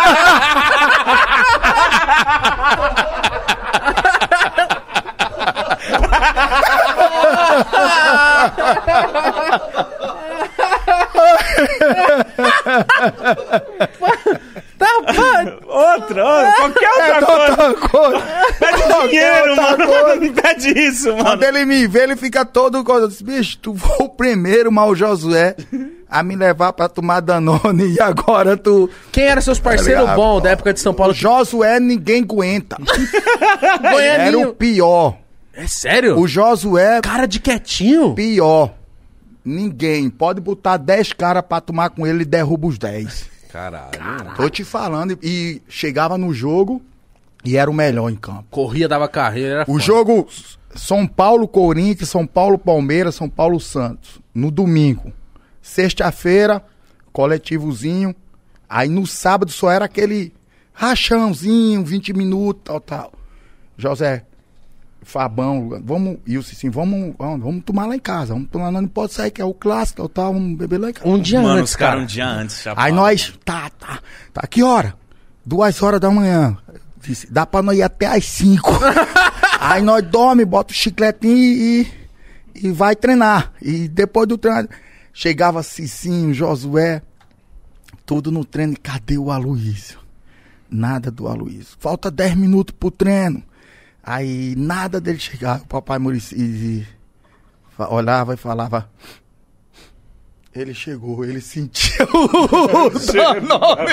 Qualquer outra coisa. Pede dinheiro, mano. Não pede isso, mano. Quando ele me vê, ele fica todo... Eu disse, bicho, tu foi o primeiro, mas o Josué, a me levar pra tomar Danone e agora tu... Quem era seus parceiros bons da época de São Paulo? O Josué ninguém aguenta. Goianinho. Era o pior. É sério? O Josué... Cara de quietinho? Pior. Ninguém. Pode botar 10 caras pra tomar com ele e derruba os 10. Caralho. Tô te falando. E chegava no jogo e era o melhor em campo. Corria, dava carreira, era O foda. jogo São Paulo Corinthians, São Paulo Palmeiras, São Paulo Santos. No domingo. Sexta-feira, coletivozinho. Aí no sábado só era aquele rachãozinho, 20 minutos, tal. José, Fabão, vamos, e o Cicinho, vamos tomar lá em casa. Vamos tomar, não pode sair, que é o clássico, tal, vamos beber lá em casa. Um dia Mano, antes, os caras cara. um dia antes. Já Aí falam. nós, tá, que hora? 2 horas da manhã. Disse, dá pra nós ir até às 5. Aí nós dorme, bota o chicletinho e vai treinar. E depois do treino, chegava Cicinho, Josué, tudo no treino. Cadê o Aloysio? Nada do Aloysio. Falta 10 minutos pro treino. Aí nada dele chegar. O papai Muricy olhava e falava... Ele chegou, ele sentiu o Danone.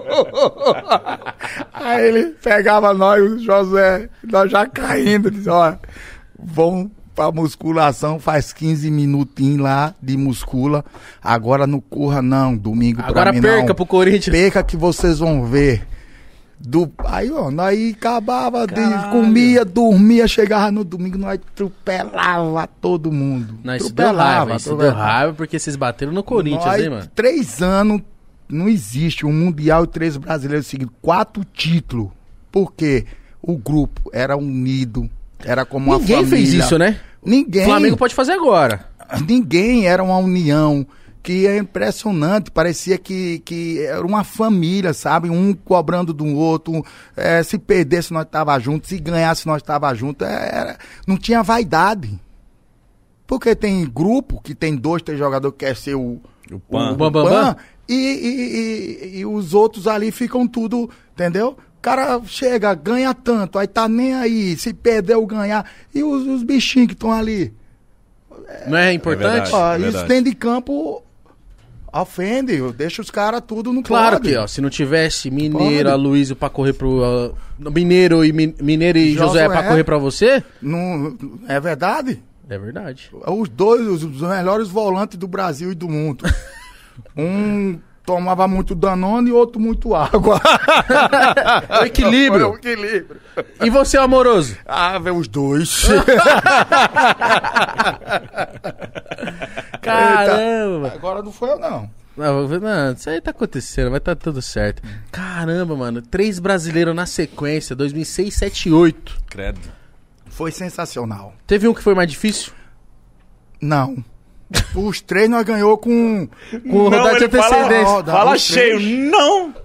Aí ele pegava nós, o Josué, nós já caindo, dizia, ó, vamos pra musculação, faz 15 minutinhos lá de muscula, agora não corra não, domingo Agora pra mim perca não. pro Corinthians. Perca que vocês vão ver. Aí, ó, nós acabava, Caralho. comia, dormia, chegava no domingo, nós atropelava todo mundo. Não, isso deu raiva, porque vocês bateram no Corinthians, nós, hein, mano? 3 anos, não existe um Mundial e 3 brasileiros seguidos, 4 títulos. Por quê? O grupo era unido, era como uma família. Ninguém fez isso, né? Ninguém. O Flamengo pode fazer agora. Ninguém, era uma união. Que é impressionante, parecia que era uma família, sabe? Um cobrando do outro, se perdesse nós tava junto, se ganhasse nós tava junto, não tinha vaidade. Porque tem grupo que tem 2, 3 jogadores que quer ser o Bambam. E os outros ali ficam tudo, entendeu? O cara chega, ganha tanto, aí tá nem aí, se perder ou ganhar, e os bichinhos que estão ali. Não é importante? verdade. Isso dentro de campo... Ofende, deixa os caras tudo no Claro pode. que, ó, se não tivesse Mineiro, Pode. Aloysio pra correr pro... Mineiro e Josué pra correr pra você... Não, é verdade? É verdade. Os dois, os melhores volantes do Brasil e do mundo. Um tomava muito Danone e outro muito água. O equilíbrio. O equilíbrio. E você, amoroso? Vê os dois. Caramba. Agora não foi eu, não. Não, isso aí tá acontecendo, vai tá tudo certo. Caramba, mano. 3 brasileiros na sequência, 2006, 7 e 8. Credo. Foi sensacional. Teve um que foi mais difícil? Não. Os 3 nós ganhou com Com rodada de ele fala- antecedência. Fala Os cheio. três. Não.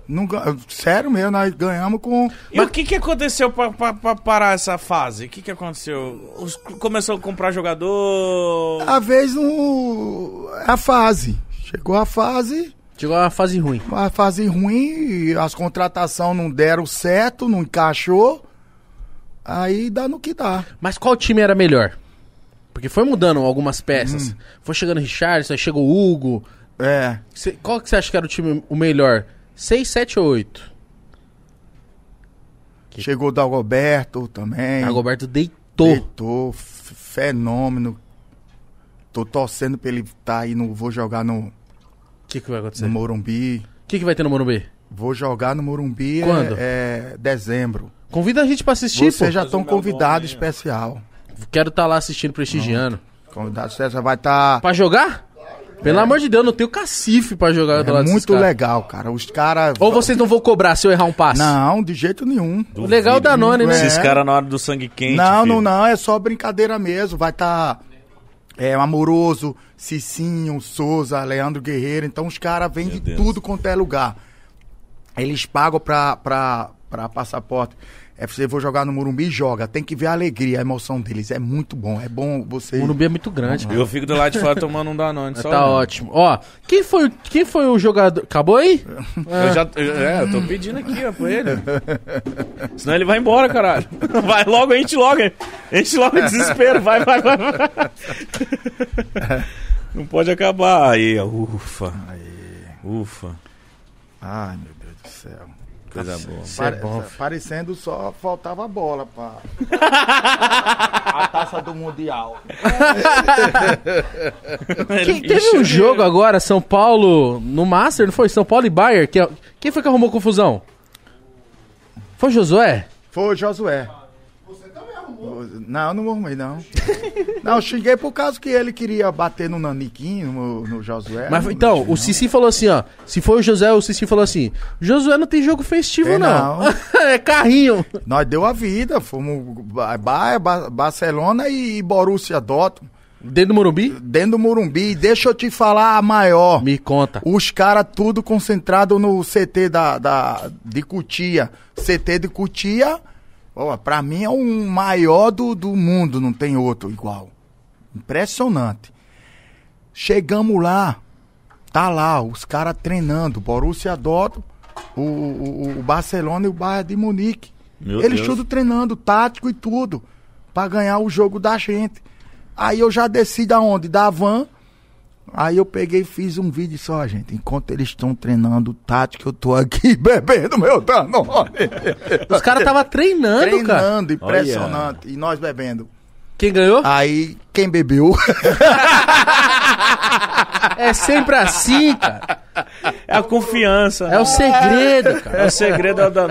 Sério mesmo, nós ganhamos com... E o que aconteceu pra parar essa fase? O que aconteceu? Começou a comprar jogador... A vez a fase. Chegou a fase... Chegou uma fase ruim. Uma fase ruim, as contratações não deram certo, não encaixou. Aí dá no que dá. Mas qual time era melhor? Porque foi mudando algumas peças. Foi chegando o Richarlison, aí chegou o Hugo. É. Qual que você acha que era o melhor? 6, 7 ou 8? Chegou o Dagoberto também. Dagoberto deitou. Fenômeno. Tô torcendo pra ele estar aí, vou jogar no... O que vai acontecer? No Morumbi. O que vai ter no Morumbi? Vou jogar no Morumbi. Quando? Dezembro. Convida a gente pra assistir, Vocês já estão convidados especial. Quero estar lá assistindo, prestigiando. Convidado especial vai estar... Pra jogar? Pelo amor de Deus, não tenho cacife pra jogar do lado desses muito legal, cara. Os caras... Ou vocês não vão cobrar se eu errar um passe? Não, de jeito nenhum. O legal da Danone, né? Esses caras na hora do sangue quente. Não, é só brincadeira mesmo. Vai estar Amoroso, Cicinho, Souza, Leandro Guerreiro. Então os caras vêm de tudo quanto é lugar. Eles pagam pra passaporte. Você for jogar no Morumbi, joga. Tem que ver a alegria, a emoção deles. É muito bom. É bom você... O Morumbi é muito grande. Eu fico do lado de fora tomando um Danone. Só tá ótimo. Ó, quem foi o jogador... Acabou aí? Eu tô pedindo aqui, ó, pra ele. Senão ele vai embora, caralho. Vai logo, enche logo em desespero. Vai. Não pode acabar. Aí, ufa. Ufa. Ai, meu Deus do céu. Coisa boa. Parecendo só faltava a bola pra a taça do Mundial. Teve um jogo agora, São Paulo, no Master, não foi? São Paulo e Bayern. Quem foi que arrumou confusão? Foi o Josué? Foi o Josué. Você também arrumou? Não arrumei, não. Não, eu xinguei por causa que ele queria bater no Naniquinho, no Josué. Mas então, o Cici falou assim, ó. Se foi o Josué, o Cici falou assim: Josué não tem jogo festivo, não. É carrinho. Nós deu a vida, fomos Barcelona e Borussia Dortmund. Dentro do Morumbi? Dentro do Morumbi. Deixa eu te falar a maior. Me conta. Os caras tudo concentrado no CT de Cotia. CT de Cotia, pra mim é o maior do mundo, não tem outro igual. Impressionante. Chegamos lá, tá lá, os caras treinando, Borussia Dortmund, o Barcelona e o Bayern de Munique. Eles tudo treinando, tático e tudo, pra ganhar o jogo da gente. Aí eu já desci da onde? Da van. Aí eu peguei e fiz um vídeo só, gente. Enquanto eles estão treinando tático, eu tô aqui bebendo meu Danone. Os caras estavam treinando, cara. Treinando, impressionante. Olha. E nós bebendo. Quem ganhou? Aí, quem bebeu? É sempre assim, cara. É a confiança. É o segredo, cara. É o segredo da...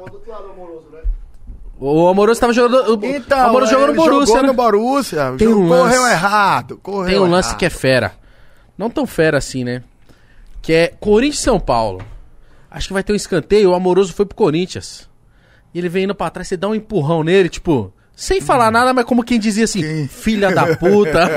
O Amoroso tava jogando... Então, o Amoroso jogou no Borussia, jogou né? no Borussia. Tem um lance, correu errado. Tem um lance que é fera. Não tão fera assim, né? Que é Corinthians e São Paulo. Acho que vai ter um escanteio, o Amoroso foi pro Corinthians. E ele vem indo pra trás, você dá um empurrão nele, tipo... Sem falar nada, mas como quem dizia assim... Filha da puta.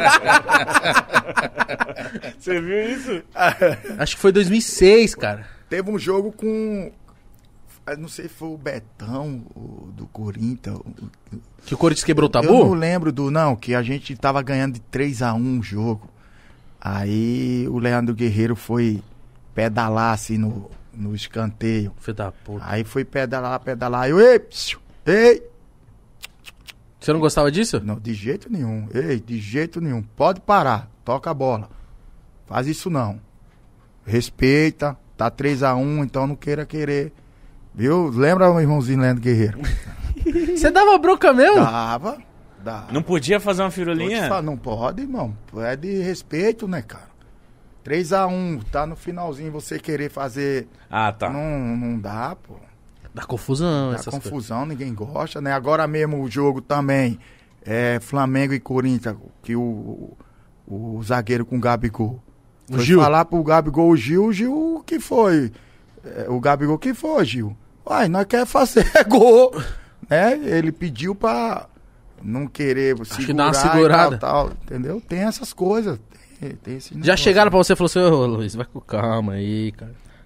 Você viu isso? Acho que foi 2006, cara. Teve um jogo com... Não sei se foi o Betão do Corinthians. Que o Corinthians quebrou o tabu? Eu não lembro que a gente tava ganhando de 3-1 o jogo. Aí o Leandro Guerreiro foi pedalar assim no escanteio. Filho da puta. Aí foi pedalar. Eu, ei! Você não gostava disso? Não, de jeito nenhum. De jeito nenhum. Pode parar. Toca a bola. Faz isso não. Respeita. Tá 3-1, então não querer. Viu? Lembra o irmãozinho Leandro Guerreiro? Você dava bronca mesmo? Dava. Não podia fazer uma firulinha? Não pode, irmão. É de respeito, né, cara? 3-1, tá no finalzinho, você querer fazer... Ah, tá. Não dá, pô. Dá confusão. Dá confusão, ninguém gosta, né? Agora mesmo o jogo também, Flamengo e Corinthians, que o zagueiro com o Gabigol. Foi Gil. Falar pro Gabigol, o Gil, o que foi? O Gabigol, que foi, Gil? Uai, nós quer fazer gol, né? Ele pediu pra não querer Acho que dá uma segurada. Tal, entendeu? Tem essas coisas. Tem esse Já chegaram pra você e falaram assim, ô Luiz, vai com calma aí, cara.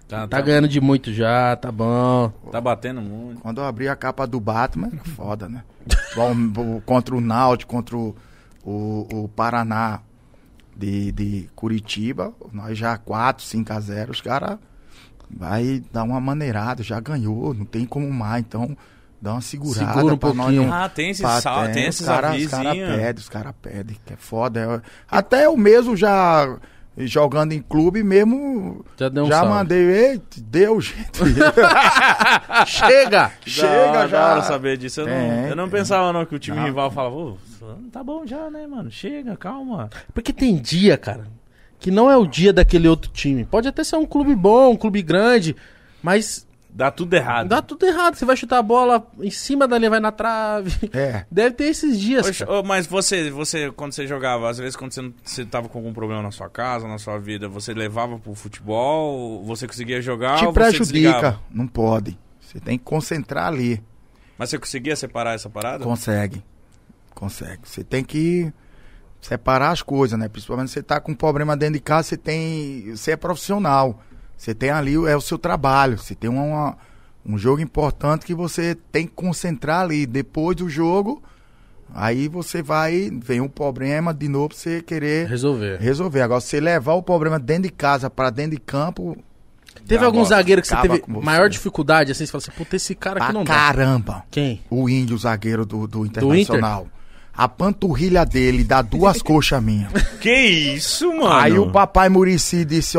Tá ganhando de muito já, tá bom. Tá batendo muito. Quando eu abri a capa do Batman, era foda, né? Contra o Náutico, contra o Paraná de Curitiba, nós já 4-5-0, os caras vai dar uma maneirada, já ganhou, não tem como mais, então dá uma segurada. Segura um pouquinho. Tem esses avisinhos. Os caras pedem, que é foda. Até eu mesmo já jogando em clube mesmo, já mandei, ei, deu jeito. Chega Já já. quero saber disso. Eu não pensava não que o time rival falava, tá bom já, né, mano? Chega, calma. Porque tem dia, cara, que não é o dia daquele outro time. Pode até ser um clube bom, um clube grande, mas dá tudo errado. Dá tudo errado. Você vai chutar a bola em cima da linha, vai na trave. Deve ter esses dias. Poxa, mas você, quando você jogava, às vezes quando você tava com algum problema na sua casa, na sua vida, você levava pro futebol, você conseguia jogar Te ou prejudica, você desligava? não pode. Você tem que concentrar ali. Mas você conseguia separar essa parada? Consegue. Você tem que separar as coisas, né? Principalmente você tá com um problema dentro de casa, você é profissional. Você tem ali, é o seu trabalho. Você tem um jogo importante que você tem que concentrar ali. Depois do jogo, aí vem um problema de novo pra você querer resolver. Agora, você levar o problema dentro de casa para dentro de campo... Teve algum zagueiro que você teve maior dificuldade, assim, você fala assim, puta, esse cara aqui não dá. Caramba! Quem? O Índio, o zagueiro do Internacional. A panturrilha dele dá 2 coxas minhas. Que isso, mano? Aí o papai Muricy disse,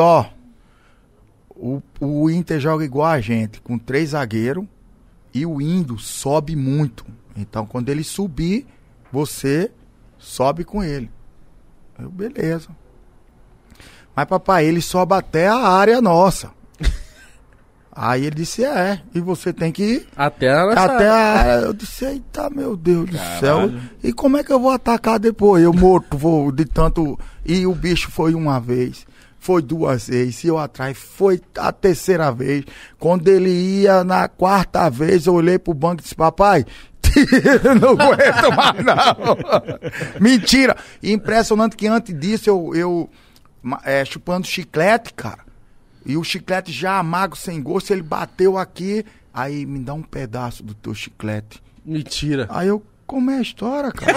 o Inter joga igual a gente, com 3 zagueiros, e o Índio sobe muito. Então, quando ele subir, você sobe com ele. Eu, beleza. Mas, papai, ele sobe até a área nossa. Aí ele disse, e você tem que ir até a área. Eu disse, eita, meu Deus do céu. E como é que eu vou atacar depois? Eu morto, vou de tanto... E o bicho foi uma vez. Foi 2 vezes, e eu atrás, foi a 3ª vez. Quando ele ia na 4ª vez, eu olhei pro banco e disse, papai, não aguento mais não. Mentira. Impressionante que antes disso, eu chupando chiclete, cara, e o chiclete já amargo, sem gosto, ele bateu aqui, aí me dá um pedaço do teu chiclete. Mentira. Aí eu, como é a história, cara?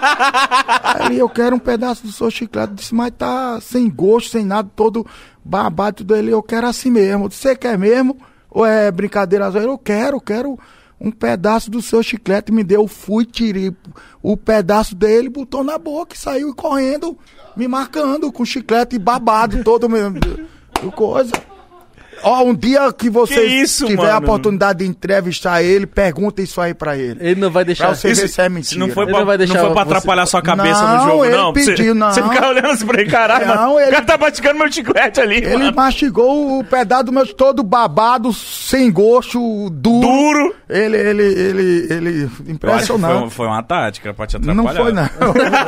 Aí eu quero um pedaço do seu chiclete. Disse, mas tá sem gosto, sem nada, todo babado, tudo ali. Eu quero assim mesmo. Você quer mesmo? Ou é brincadeira? Eu quero um pedaço do seu chiclete. Me deu, fui, tirei o pedaço dele, botou na boca e saiu correndo, me marcando com chiclete babado todo mesmo. Coisa. Um dia que você tiver a oportunidade de entrevistar ele, pergunta isso aí pra ele. Ele não vai deixar. Pra você ver se é mentira. Não foi pra atrapalhar sua cabeça no jogo, não? Pediu, não. Você fica olhando assim pra ele, caralho, mano. O cara tá mastigando meu chiclete ali, Ele mano. mastigou o pedaço do meu todo babado, sem gosto, duro. Ele impressionante. Foi uma tática pra te atrapalhar. Não foi, não.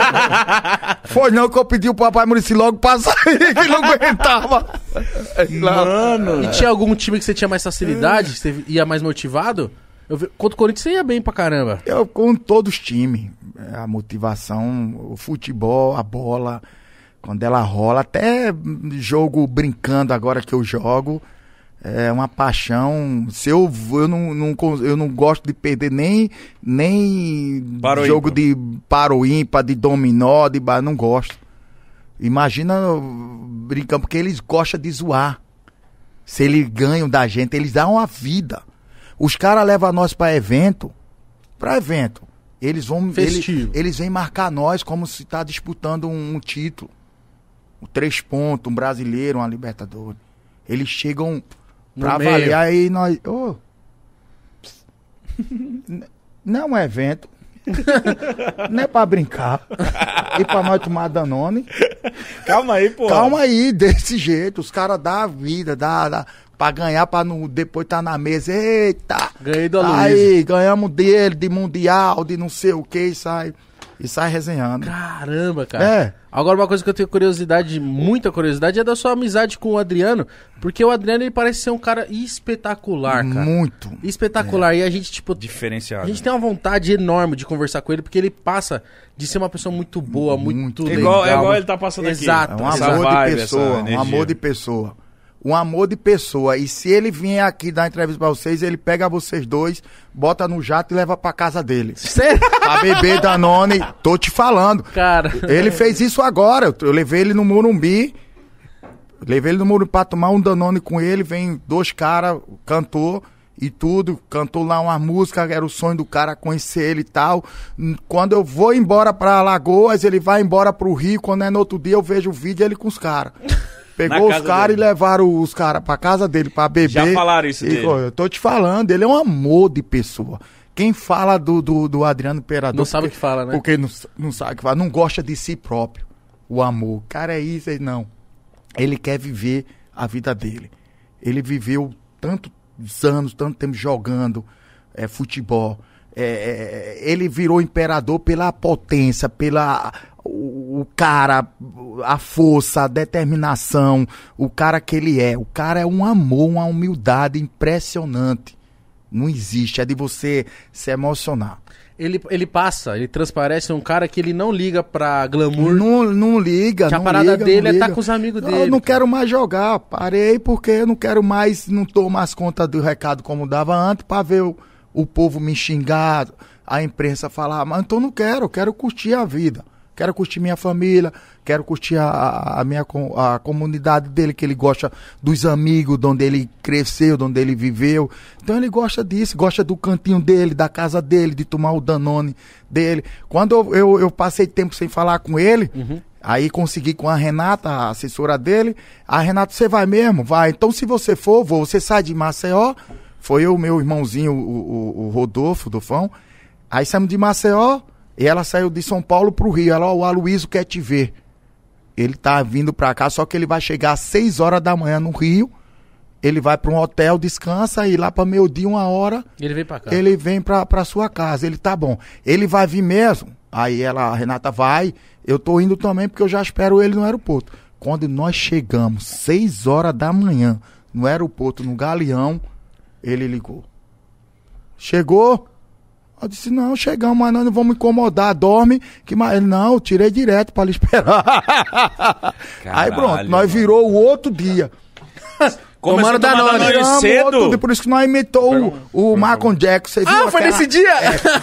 Foi não que eu pedi o papai Muricy logo pra sair, que não aguentava. Mano. E tinha algum time que você tinha mais facilidade? Você ia mais motivado? Contra o Corinthians você ia bem pra caramba. Eu com todos os times. A motivação, o futebol, a bola, quando ela rola, até jogo brincando agora que eu jogo, é uma paixão. Se eu não gosto de perder nem jogo de paro ímpar, de dominó, não gosto. Imagina brincando, porque eles gostam de zoar. Se eles ganham da gente, eles dão uma vida. Os caras levam nós pra evento. Eles vão... Eles vêm marcar nós como se tá disputando um título. 3 pontos, um brasileiro, uma Libertadores. Eles chegam pra avaliar aí nós... não é um evento. Não é pra brincar. E pra nós tomar Danone. Calma aí, pô. Calma aí, desse jeito. Os caras dão a vida, dá pra ganhar, pra depois tá na mesa. Eita! Ganhei do Aloysio. Aí, ganhamos dele, de mundial, de não sei o que, e sai resenhando. Caramba, cara. Agora uma coisa que eu tenho curiosidade, muita curiosidade, é da sua amizade com o Adriano, porque o Adriano, ele parece ser um cara espetacular, cara. Muito. Espetacular. E a gente, tipo... diferenciado. A gente tem uma vontade enorme de conversar com ele, porque ele passa de ser uma pessoa muito boa, muito legal. Igual ele tá passando aqui. Exato. É um amor de pessoa, um amor de pessoa. um amor de pessoa. E se ele vier aqui dar entrevista pra vocês, ele pega vocês dois, bota no jato e leva pra casa dele. Sério? Pra beber Danone, tô te falando. Cara. Ele fez isso agora, eu levei ele no Morumbi, pra tomar um Danone com ele, vem 2 caras, cantor e tudo, cantou lá uma música, era o sonho do cara conhecer ele e tal. Quando eu vou embora pra Alagoas, ele vai embora pro Rio, quando é no outro dia eu vejo o vídeo ele com os caras. Pegou os caras e levaram os caras pra casa dele pra beber. Já falaram isso dele. Eu tô te falando, ele é um amor de pessoa. Quem fala do Adriano Imperador... Não sabe o que fala, né? Porque não sabe o que fala, não gosta de si próprio. O amor. O cara é isso, não. Ele quer viver a vida dele. Ele viveu tantos anos, tanto tempo jogando futebol. Ele virou imperador pela potência, pela... O cara, a força, a determinação, o cara que ele é. O cara é um amor, uma humildade impressionante. Não existe, é de você se emocionar. Ele transparece um cara que ele não liga pra glamour. Não liga, que não a parada liga, dele não é liga. estar com os amigos dele. Eu não quero mais jogar, parei porque eu não quero mais, não dou mais conta do recado como dava antes, pra ver o povo me xingar, a imprensa falar, mas então não quero, eu quero curtir a vida. Quero curtir minha família, quero curtir a comunidade dele, que ele gosta dos amigos, de onde ele cresceu, de onde ele viveu. Então ele gosta disso, gosta do cantinho dele, da casa dele, de tomar o Danone dele. Quando eu passei tempo sem falar com ele, aí consegui com a Renata, a assessora dele. A Renata, você vai mesmo? Vai. Então se você for, você sai de Maceió. Foi eu, meu irmãozinho, o Rodolfo, do Fão. Aí saímos de Maceió. E ela saiu de São Paulo pro Rio. Ela, o Aloysio quer te ver. Ele tá vindo pra cá, só que ele vai chegar às 6 horas da manhã no Rio. Ele vai pra um hotel, descansa, e lá pra meio-dia, 1 hora... Ele vem pra cá. Ele vem pra sua casa. Ele tá bom. Ele vai vir mesmo? Aí a Renata vai. Eu tô indo também, porque eu já espero ele no aeroporto. Quando nós chegamos, 6 horas da manhã, no aeroporto, no Galeão, ele ligou. Chegou... Eu disse, não, chegamos, mas nós não vamos incomodar, dorme. Ele, não, eu tirei direto pra lhe esperar. Aí pronto, nós virou o outro dia. Começou a tomar Danone cedo? Por isso que nós imitou o Michael Jackson. Foi nesse dia?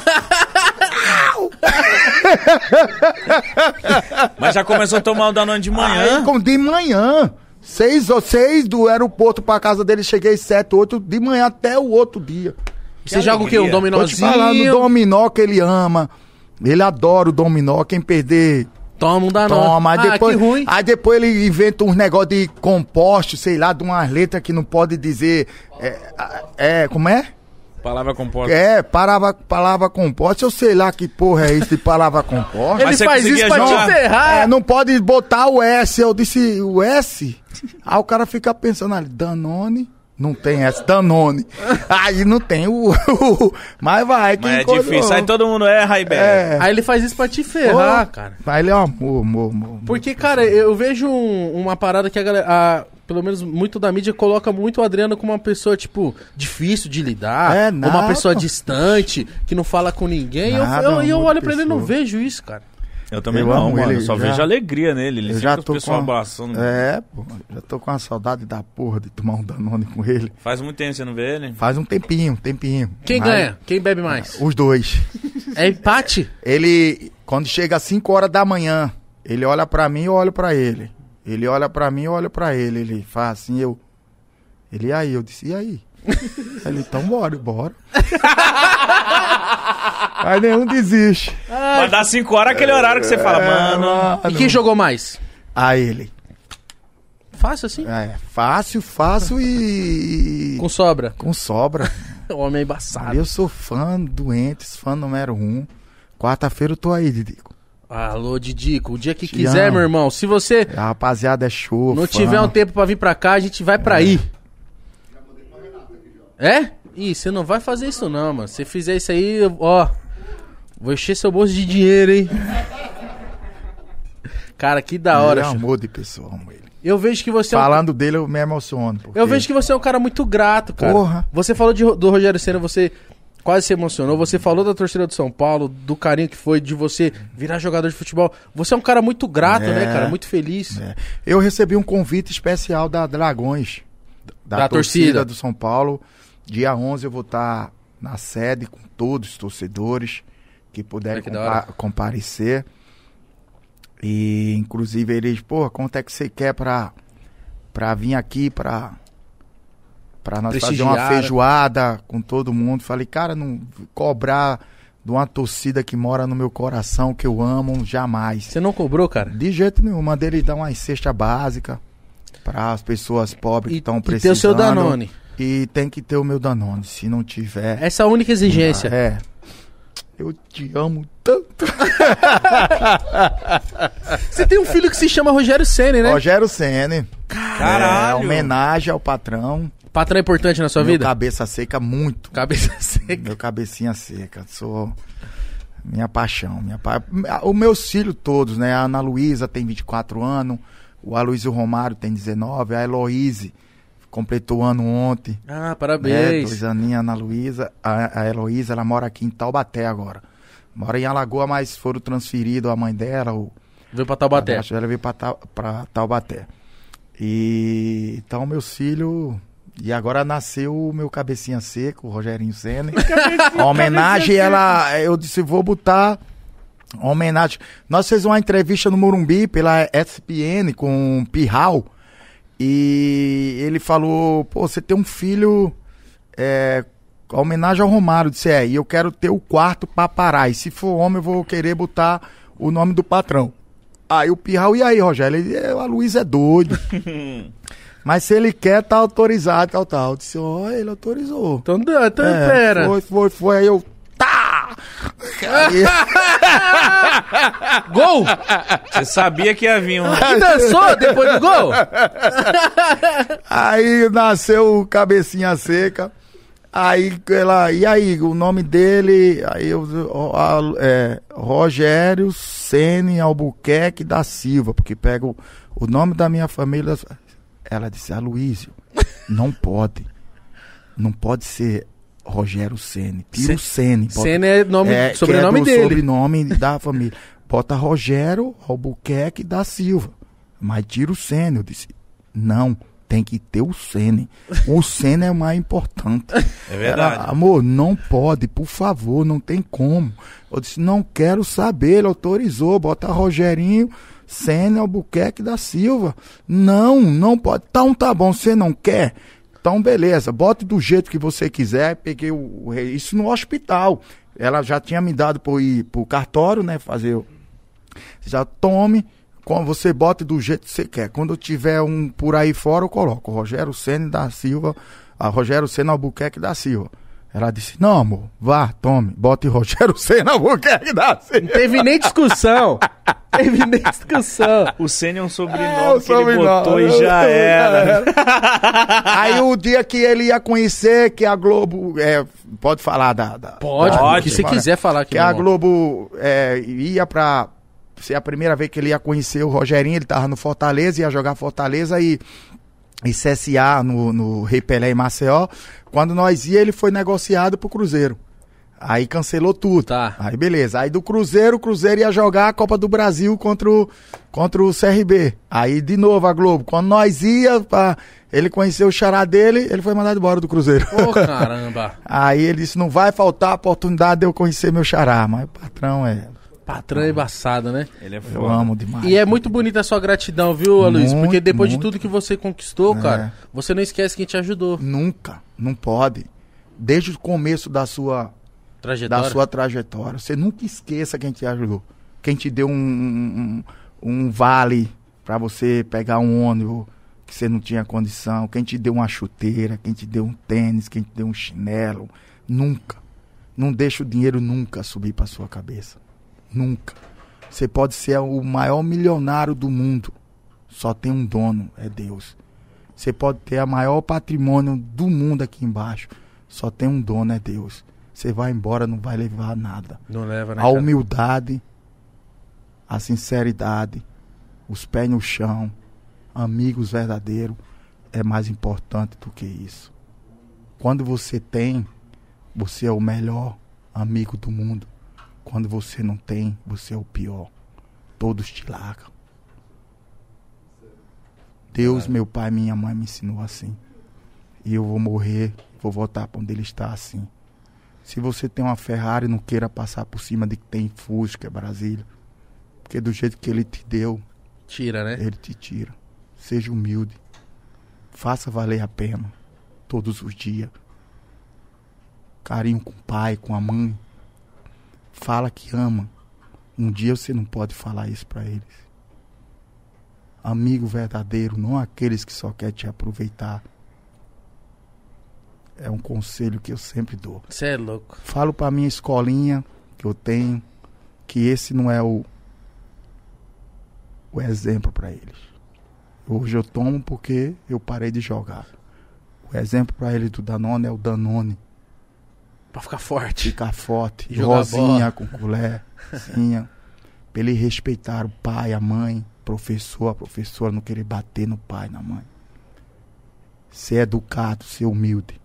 Mas já começou a tomar o Danone de manhã? Aí, de manhã. 6 do aeroporto pra casa dele, cheguei 7, 8, de manhã até o outro dia. Você joga o quê? Um dominózinho? Tô te falando, o dominó que ele ama. Ele adora o dominó. Quem perder... Toma um Danone. Toma. Que ruim. Aí depois ele inventa uns negócios de composto, sei lá, de umas letras que não pode dizer... como é? Palavra composta. Palavra composta. Eu sei lá que porra é isso de palavra composta. Ele faz isso pra te ferrar. Não pode botar o S. Eu disse, o S? Aí o cara fica pensando ali, Danone... Não tem essa, Danone. Aí não tem mas vai. Mas é difícil, aí todo mundo erra e bebe. Aí ele faz isso pra te ferrar, cara. Mas ele é um amor. Porque, cara, eu vejo uma parada que a galera, pelo menos muito da mídia, coloca muito o Adriano como uma pessoa, tipo, difícil de lidar. Uma pessoa distante, que não fala com ninguém. E eu olho pra ele e não vejo isso, cara. Eu também não, mano. Eu só vejo alegria nele. Ele já tô o pessoal abraçando. Já tô com a saudade da porra de tomar um Danone com ele. Faz muito tempo que você não vê ele? Faz um tempinho. Quem ganha? Quem bebe mais? Os dois. É empate? Ele, quando chega às 5 horas da manhã, ele olha pra mim e eu olho pra ele. Ele olha pra mim e eu olho pra ele. Ele faz assim, Ele, e aí? Eu disse, e aí? Ele, então bora. Aí nenhum desiste. Vai dar 5 horas aquele horário que você fala, mano. E quem jogou mais? Ele. Fácil assim? Fácil e... Com sobra? Com sobra. O homem é embaçado. Eu sou fã doente, fã número 1. Quarta-feira eu tô aí, Didico. Alô, Didico. O dia que quiser, meu irmão. Se você... A rapaziada é show. Não tiver um tempo pra vir pra cá, a gente vai pra aí. É? Ih, você não vai fazer isso não, mano. Se fizer isso aí, vou encher seu bolso de dinheiro, hein? Cara, que da hora. Ele é um amor de pessoa, amo ele. Eu vejo que você Falando dele, eu me emociono. Eu vejo que você é um cara muito grato, cara. Porra. Você falou do Rogério Ceni, você quase se emocionou. Você falou da torcida do São Paulo, do carinho que foi de você virar jogador de futebol. Você é um cara muito grato, né, cara? Muito feliz. Eu recebi um convite especial da Dragões. Da torcida do São Paulo. Dia 11 eu vou estar na sede com todos os torcedores que puderem comparecer. E inclusive eles, pô, quanto é que você quer pra vir aqui pra nós fazer uma feijoada com todo mundo? Falei, cara, não cobrar de uma torcida que mora no meu coração, que eu amo, jamais. Você não cobrou, cara? De jeito nenhum. Mandei eles dar uma cesta básica para as pessoas pobres que estão precisando. E ter o seu Danone. E tem que ter o meu Danone. Se não tiver... Essa é a única exigência. Eu te amo tanto. Você tem um filho que se chama Rogério Ceni, né? Rogério Ceni. Caralho. Homenagem ao patrão. O patrão é importante na sua vida? Cabeça seca, muito. Cabeça seca. Meu cabecinha seca. Sou minha paixão. Os meus filhos todos, né? A Ana Luísa tem 24 anos. O Aloysio Romário tem 19. A Heloíse completou ano ontem. Ah, parabéns. 2 aninhos, a Ana Luísa. A Heloísa, ela mora aqui em Taubaté agora. Mora em Alagoa, mas foram transferidos a mãe dela. Veio pra Taubaté. Ela veio pra Taubaté. E então, meus filhos... E agora nasceu o meu cabecinha seco, o Rogerinho Ceni. A homenagem, eu disse, vou botar uma homenagem. Nós fizemos uma entrevista no Morumbi pela ESPN com o Pirral. E ele falou, pô, você tem um filho, a homenagem ao Romário. Eu disse, e eu quero ter o quarto pra parar. E se for homem, eu vou querer botar o nome do patrão. Aí o Pirral, e aí, Rogério? Ele, a Luísa é doido. Mas se ele quer, tá autorizado, tal. Eu disse, ele autorizou. Então pera. Foi. Aí eu, tá! Gol! Você sabia que ia vir um... E dançou depois do gol? Aí nasceu o Cabecinha Seca. Aí ela, e aí, o nome dele, aí Rogério Ceni Albuquerque da Silva, porque pega o nome da minha família. Ela disse, Aloysio, não pode ser Rogério Ceni, tira o Ceni. Ceni é sobrenome dele. Sobrenome da família. Bota Rogério Albuquerque da Silva, mas tira o Ceni. Eu disse, não, tem que ter o Ceni. O Ceni é o mais importante. É verdade. Ela, amor, não pode, por favor, não tem como. Eu disse, não quero saber, ele autorizou, bota Rogerinho Ceni Albuquerque da Silva. Não pode. Então tá bom, você não quer? Então beleza, bote do jeito que você quiser. Peguei isso no hospital. Ela já tinha me dado para ir pro cartório, né? Fazer. Já tome, você bote do jeito que você quer. Quando eu tiver um por aí fora, eu coloco Rogério Ceni da Silva, Rogério Ceni Albuquerque da Silva. Ela disse, não, amor, vá, tome, bote Rogério Ceni Albuquerque da Silva. Não teve nem discussão. O Ceni é um sobrenome que ele botou e já era. Aí o dia que ele ia conhecer, que a Globo... pode falar Pode, o que você quiser falar aqui. Que a Globo ia pra... ser a primeira vez que ele ia conhecer o Rogerinho, ele tava no Fortaleza, ia jogar Fortaleza e CSA no Rei Pelé em Maceió. Quando nós ia, ele foi negociado pro Cruzeiro. Aí cancelou tudo. Tá. Aí beleza. Aí do Cruzeiro, o Cruzeiro ia jogar a Copa do Brasil contra o CRB. Aí de novo a Globo. Quando nós ia, ele conheceu o xará dele, ele foi mandado embora do Cruzeiro. Ô, caramba. Aí ele disse, não vai faltar a oportunidade de eu conhecer meu xará. Mas o patrão Patrão é embaçado, né? Ele é eu amo demais. E é muito bonita a sua gratidão, viu, Aloysio? Porque depois de tudo que você conquistou, cara, você não esquece quem te ajudou. Nunca, não pode. Desde o começo da sua trajetória. Você nunca esqueça quem te ajudou. Quem te deu um vale pra você pegar um ônibus que você não tinha condição. Quem te deu uma chuteira, quem te deu um tênis, quem te deu um chinelo. Nunca. Não deixa o dinheiro nunca subir pra sua cabeça. Nunca. Você pode ser o maior milionário do mundo. Só tem um dono, é Deus. Você pode ter o maior patrimônio do mundo aqui embaixo. Só tem um dono, é Deus. Você vai embora, não vai levar nada. Não leva, né? A humildade, a sinceridade, os pés no chão, amigos verdadeiros, é mais importante do que isso. Quando você tem, você é o melhor amigo do mundo. Quando você não tem, você é o pior. Todos te largam. Deus, meu pai, minha mãe me ensinou assim. e eu vou morrer, vou voltar pra onde ele está assim. Se você tem uma Ferrari, não queira passar por cima de que tem Fusca, Brasília. Porque do jeito que ele te deu, Tira, né? ele te tira. Seja humilde. Faça valer a pena. Todos os dias. Carinho com o pai, com a mãe. Fala que ama. Um dia você não pode falar isso pra eles. Amigo verdadeiro, não aqueles que só querem te aproveitar. É um conselho que eu sempre dou. Você é louco. Falo pra minha escolinha que eu tenho que esse não é o exemplo pra eles. Hoje eu tomo porque eu parei de jogar. O exemplo pra eles do Danone é o Danone. Pra ficar forte. Ficar forte. E jogar Rosinha bola. com colher. Pra ele respeitar o pai, a mãe, a professora não querer bater no pai, na mãe. Ser educado, ser humilde.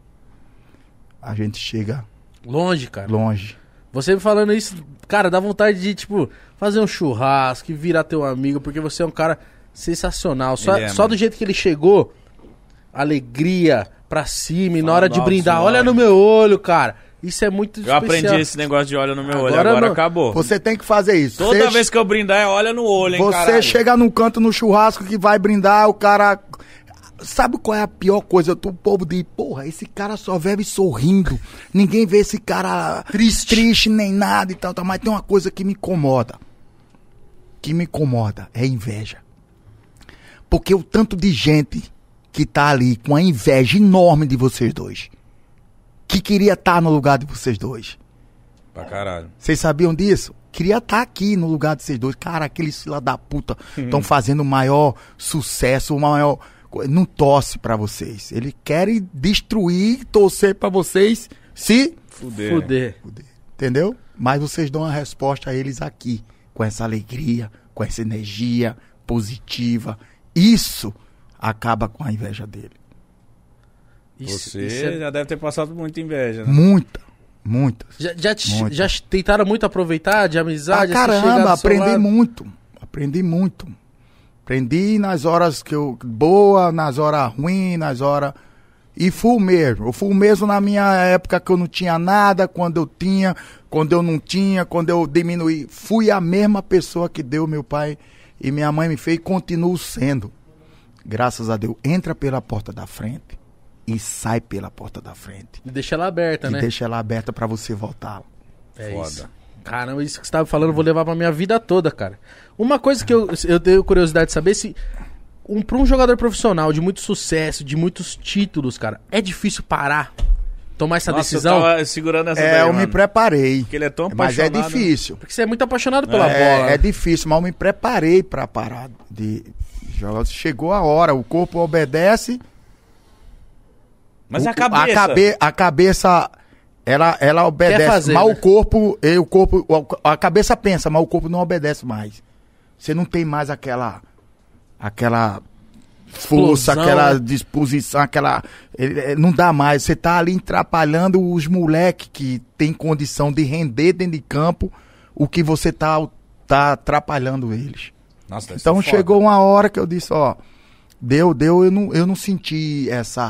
A gente chega Longe, cara. longe. Você falando isso, cara, dá vontade de, tipo, fazer um churrasco e virar teu amigo, porque você é um cara sensacional. Só, Ele é, só mano. do jeito que ele chegou, alegria pra cima, e na Fala hora de alto, brindar, senhora. olha no meu olho, cara. Isso é muito Eu especial. aprendi esse negócio de olho no meu olho, Agora agora não. acabou. Você tem que fazer isso. Toda Você- vez que eu brindar é olha no olho, hein, Você caralho. chega num canto no churrasco que vai brindar, o cara. Sabe qual é a pior coisa? O povo diz, porra, esse cara só vive sorrindo. Ninguém vê esse cara triste nem nada e tal, tal. Mas tem uma coisa que me incomoda. Que me incomoda, é inveja. Porque o tanto de gente que tá ali com a inveja enorme de vocês dois. Que queria estar no lugar de vocês dois. Pra caralho. Vocês sabiam disso? Queria estar aqui no lugar de vocês dois. Cara, aqueles filha da puta estão fazendo o maior sucesso, o maior... Não torce pra vocês. Eles querem destruir, torcer pra vocês se... Fuder. Entendeu? Mas vocês dão uma resposta a eles aqui. Com essa alegria, com essa energia positiva. Isso acaba com a inveja dele. Você isso é- já deve ter passado muita inveja, né? Muita. Muitas. Já tentaram muito aproveitar de Pra amizade? assim, chegar caramba, do seu aprendi lado? muito. Aprendi muito. Aprendi nas horas que eu... Boa, nas horas ruins, nas horas... E fui mesmo. Eu fui mesmo na minha época que eu não tinha nada, quando eu tinha, quando eu não tinha, quando eu diminuí. Fui a mesma pessoa que deu meu pai e minha mãe me fez e continuo sendo. Graças a Deus. Entra pela porta da frente e sai pela porta da frente. E deixa ela aberta, E né? deixa ela aberta pra você voltar. É Foda. isso. Caramba, isso que você tava falando eu vou levar pra minha vida toda, cara. Uma coisa que eu tenho curiosidade de saber se... pra um jogador profissional de muito sucesso, de muitos títulos, cara, é difícil parar, tomar essa Nossa, decisão? eu tava segurando essa daí, Eu me mano. preparei. Porque ele é tão Mas é apaixonado. difícil. Porque você é muito apaixonado pela bola. É difícil, mas eu me preparei pra parar de jogar. Chegou a hora, o corpo obedece. Mas a cabeça... A cabeça, ela obedece. fazer, mas né? o corpo, a cabeça pensa, mas o corpo não obedece mais. Você não tem mais aquela força, Explosão, aquela né? disposição, não dá mais. Você tá ali atrapalhando os moleques que tem condição de render dentro de campo o que você tá atrapalhando eles. Nossa, deve Então ser foda. chegou uma hora que eu disse, ó, deu, eu não senti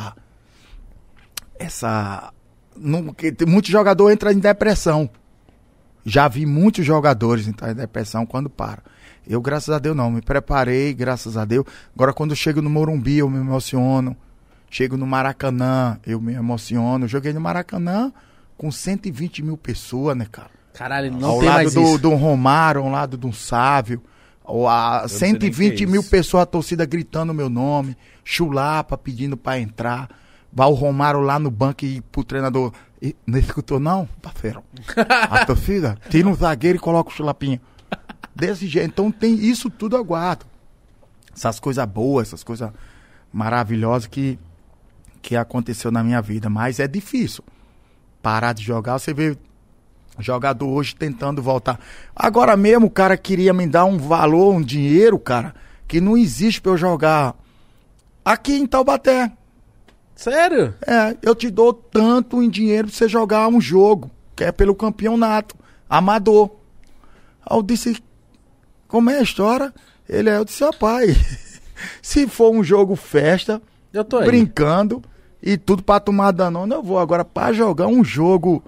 porque muitos jogadores entram em depressão. Já vi muitos jogadores entrar em depressão quando param. Eu, graças a Deus, não. Me preparei, graças a Deus. Agora, quando eu chego no Morumbi, eu me emociono. Chego no Maracanã, eu me emociono. Joguei no Maracanã com 120 mil pessoas, né, cara? Caralho, não Ao tem lado mais isso. do Romário, ao lado do Sávio. não sei nem 120 que é mil isso. pessoas, a torcida gritando meu nome. Chulapa pedindo pra entrar. Vai o Romário lá no banco e pro treinador. Não escutou, não, parceiro? A torcida tira um zagueiro e coloca o chulapinho. Desse jeito. Então tem isso tudo, eu guardo. Essas coisas boas, essas coisas maravilhosas que aconteceu na minha vida. Mas é difícil parar de jogar. Você vê jogador hoje tentando voltar. Agora mesmo o cara queria me dar um valor, um dinheiro, cara, que não existe pra eu jogar aqui em Taubaté. Sério? Eu te dou tanto em dinheiro pra você jogar um jogo, que é pelo campeonato amador. Aí eu disse, como é a história? Eu disse, pai, se for um jogo festa, Eu tô aí. brincando, e tudo pra tomar Danone, eu vou. Agora, pra jogar um jogo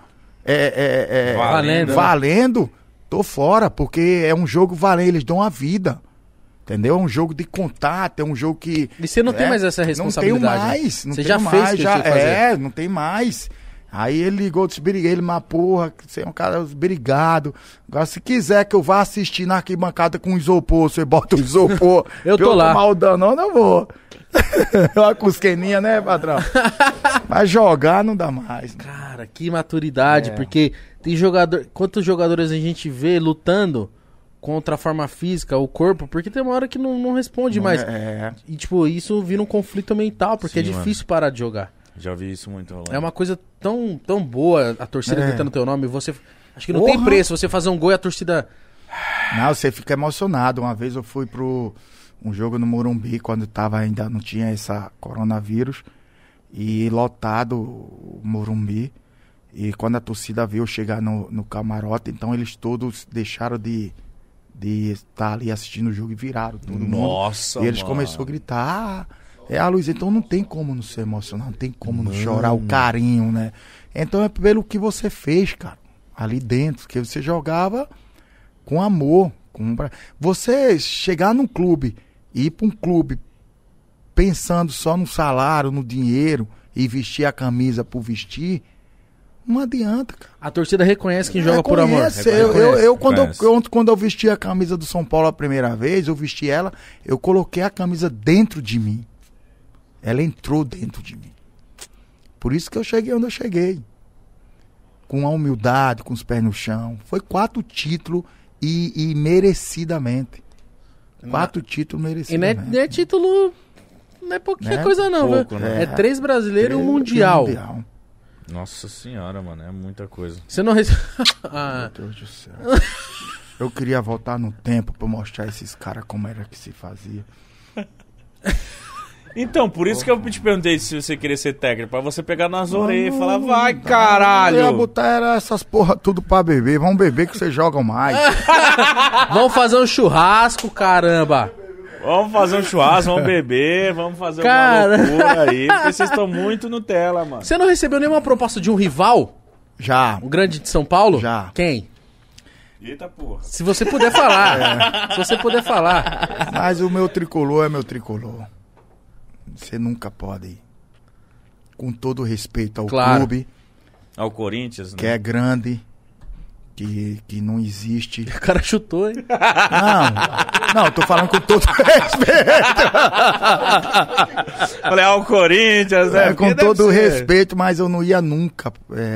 valendo, tô fora, porque é um jogo valendo, eles dão a vida. Entendeu? É um jogo de contato, é um jogo que... E você não tem mais essa responsabilidade. Não tenho mais. Não você tenho já mais, fez o que tinha que fazer. não tem mais. Aí ele ligou, disse, ele, mas porra, você é um cara obrigado. Agora, se quiser que eu vá assistir na arquibancada com isopor, você bota o isopor, eu tô lá. Tomar o Danone, eu vou. Uma cusqueninha, né, patrão? Mas jogar não dá mais. Né? Cara, que maturidade, porque tem jogador... Quantos jogadores a gente vê lutando contra a forma física, o corpo, porque tem uma hora que não responde mais. E, tipo, isso vira um conflito mental, porque Sim, é difícil parar de jogar. Já vi isso muito rolando. É uma coisa tão boa a torcida gritando teu nome. Você, acho que não tem preço você fazer um gol e a torcida... Não, você fica emocionado. Uma vez eu fui pro um jogo no Morumbi, quando ainda não tinha essa coronavírus, e lotado o Morumbi. E quando a torcida viu eu chegar no camarote, então eles todos deixaram de estar ali assistindo o jogo e viraram todo mundo. Nossa, E eles começaram a gritar, a Luiz, então não tem como não ser emocionado, não tem como não chorar, o carinho, né? Então é pelo que você fez, cara, ali dentro, que você jogava com amor. Você chegar num clube e ir pra um clube pensando só no salário, no dinheiro e vestir a camisa por vestir, não adianta, cara. A torcida reconhece quem joga por amor. Quando eu vesti a camisa do São Paulo a primeira vez, eu vesti ela, eu coloquei a camisa dentro de mim. Ela entrou dentro de mim. Por isso que eu cheguei onde eu cheguei. Com a humildade, com os pés no chão. Foi 4 títulos e merecidamente. 4 títulos merecidamente. E não é título... Não é pouquinha coisa não, pouco, viu? né? É 3 brasileiros e um mundial. Nossa senhora, mano, é muita coisa. Você não recebeu... Meu Deus do céu. Eu queria voltar no tempo pra mostrar esses caras como era que se fazia. Então, por isso que eu te perguntei se você queria ser técnico, pra você pegar nas orelhas e falar, vai caralho! Eu ia botar essas porra tudo pra beber, vamos beber que vocês jogam mais. Vamos fazer um churrasco, caramba! Vamos fazer um churrasco, vamos beber, vamos fazer uma loucura aí, porque vocês estão muito Nutella, mano. Você não recebeu nenhuma proposta de um rival? Já. Um grande de São Paulo? Já. Quem? Eita porra. Se você puder falar. Se você puder falar. Mas o meu tricolor é meu tricolor. Você nunca pode. Com todo respeito ao clube. Ao Corinthians, né? Que é grande. Que não existe. O cara chutou, hein? Não, tô falando com todo respeito. Falei, ao Corinthians, né? Com todo respeito, mas eu não ia nunca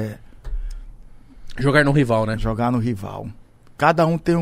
jogar no rival, né? Jogar no rival. Cada um tem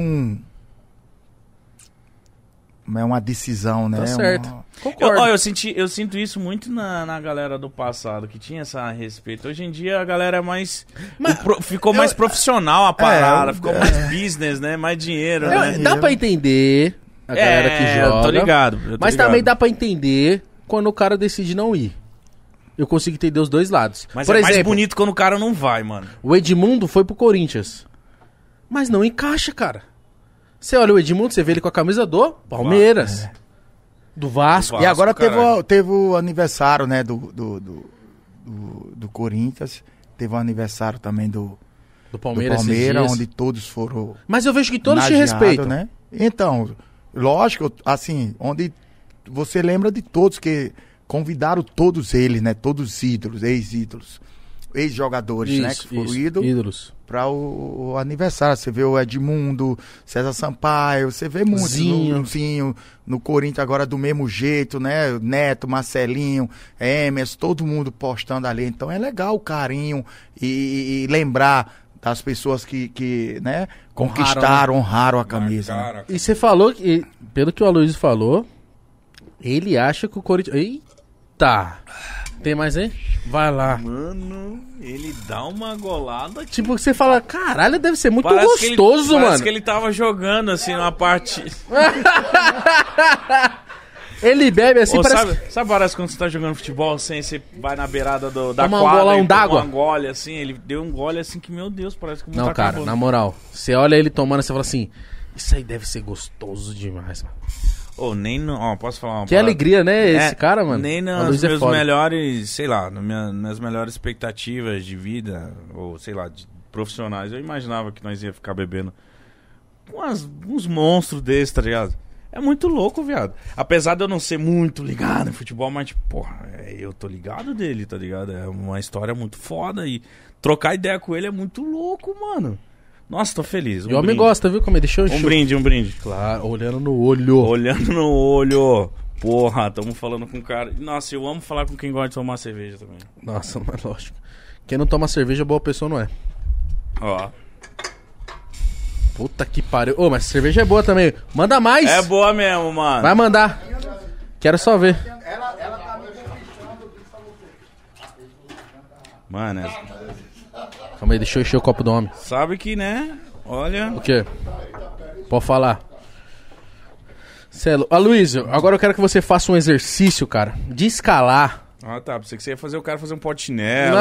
uma decisão, né? Tá certo. Concordo. Eu sinto isso muito na galera do passado, que tinha essa respeito. Hoje em dia a galera é mais... ficou mais profissional a parada, ficou mais business, né? Mais dinheiro, né? Dá pra entender a galera que joga. Eu tô ligado. Mas também dá pra entender quando o cara decide não ir. Eu consigo entender os dois lados. Mas por exemplo, mais bonito quando o cara não vai, mano. O Edmundo foi pro Corinthians. Mas não encaixa, cara. Você olha o Edmundo, você vê ele com a camisa do Palmeiras. Do Vasco. E agora teve o aniversário, né, do Corinthians. Teve o aniversário também do Palmeiras, onde todos foram... Mas eu vejo que todos te respeitam. Né? Então, lógico, assim, onde você lembra de todos que convidaram todos eles, né, todos os ídolos, ex-ídolos, ex-jogadores, né, que foram ídolos. Para o aniversário, você vê o Edmundo, César Sampaio, você vê muitos, Zinho, no Corinthians agora do mesmo jeito, né, Neto, Marcelinho, Emerson, todo mundo postando ali, então é legal o carinho e lembrar das pessoas que né, conquistaram, honraram a camisa. Né? E você falou, pelo que o Aloysio falou, ele acha que o Corinthians... Eita! Tem mais aí? Vai lá. Mano, ele dá uma golada. Tipo, você fala, caralho, deve ser muito gostoso, mano. Parece que ele tava jogando, assim, numa parte... Ele bebe assim, Sabe, parece quando você tá jogando futebol, assim, você vai na beirada da toma quadra um d'água. Um gole, assim, ele deu um gole, assim, que, meu Deus, parece que o mundo não, tá cara, acabando. Na moral, você olha ele tomando, você fala assim, isso aí deve ser gostoso demais, mano. Posso falar uma Que parada? alegria, né, esse cara, mano? Nem A nas Luiz é meus foda. melhores, sei lá, nas melhores expectativas de vida, ou sei lá, de profissionais, eu imaginava que nós ia ficar bebendo uns monstros desses, tá ligado? É muito louco, viado. Apesar de eu não ser muito ligado em futebol, mas, tipo, porra, eu tô ligado dele, tá ligado? É uma história muito foda e trocar ideia com ele é muito louco, mano. Nossa, tô feliz. E o homem gosta, viu? Como deixou Um brinde. Claro, olhando no olho. Olhando no olho. Porra, tamo falando com um cara. Nossa, eu amo falar com quem gosta de tomar cerveja também. Nossa, mas lógico. Quem não toma cerveja, boa pessoa não é. Ó. Puta que pariu. Ô, mas cerveja é boa também. Manda mais. É boa mesmo, mano. Vai mandar. Quero só ver. Mano, Calma aí, deixa eu encher o copo do homem. sabe que, né? Olha. O quê? Pode falar. Celo. Aloysio, agora eu quero que você faça um exercício, cara, de escalar. Ah, tá. Pensei que você ia fazer o cara fazer um potinelo.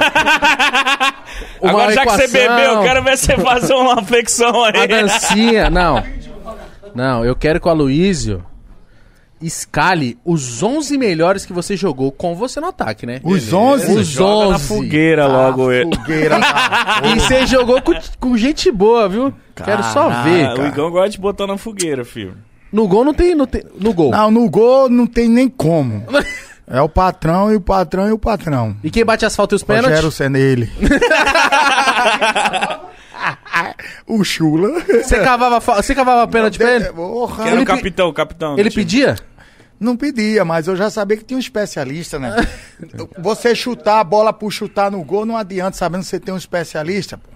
Uma Agora, já que você equação. bebeu, eu quero ver você fazer uma flexão aí. A dancinha. Não. Não, eu quero que o Aloysio escale os 11 melhores que você jogou com você no ataque, né? Os 11? Os Joga na 11. fogueira logo ele. Fogueira. E você jogou com gente boa, viu? Quero só ver. O Igão gosta de botar na fogueira, filho. No gol não tem no gol. Não, no gol não tem nem como. É o patrão e o patrão e o patrão. E quem bate as faltas e os pênaltis? Rogério Senele. O Chula. Você cavava pênalti pra ele? Porra. Quero Ele o capitão. do Ele time. pedia? Não pedia, mas eu já sabia que tinha um especialista, né? Você chutar a bola por chutar no gol não adianta, sabendo que você tem um especialista. Pô.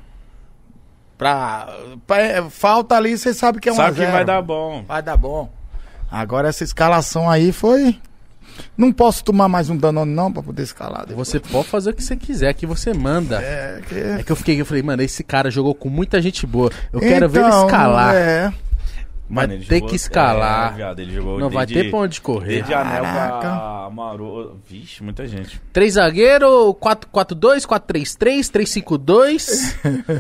Falta ali, você sabe que é 1 a 0. Sabe que vai dar bom. Vai dar bom. Agora essa escalação aí foi... Não posso tomar mais um Danone não pra poder escalar. Você pode fazer o que você quiser, que você manda. É que eu falei, mano, esse cara jogou com muita gente boa. Eu quero ver ele escalar. Mas Mano, ele tem jogou- que escalar. viado, ele jogou Não vai ter pra onde correr. Desde Anel Caraca. pra Amaru. Vixe, muita gente. 3 zagueiro, 4-4-2, 4-3-3, 3-5-2.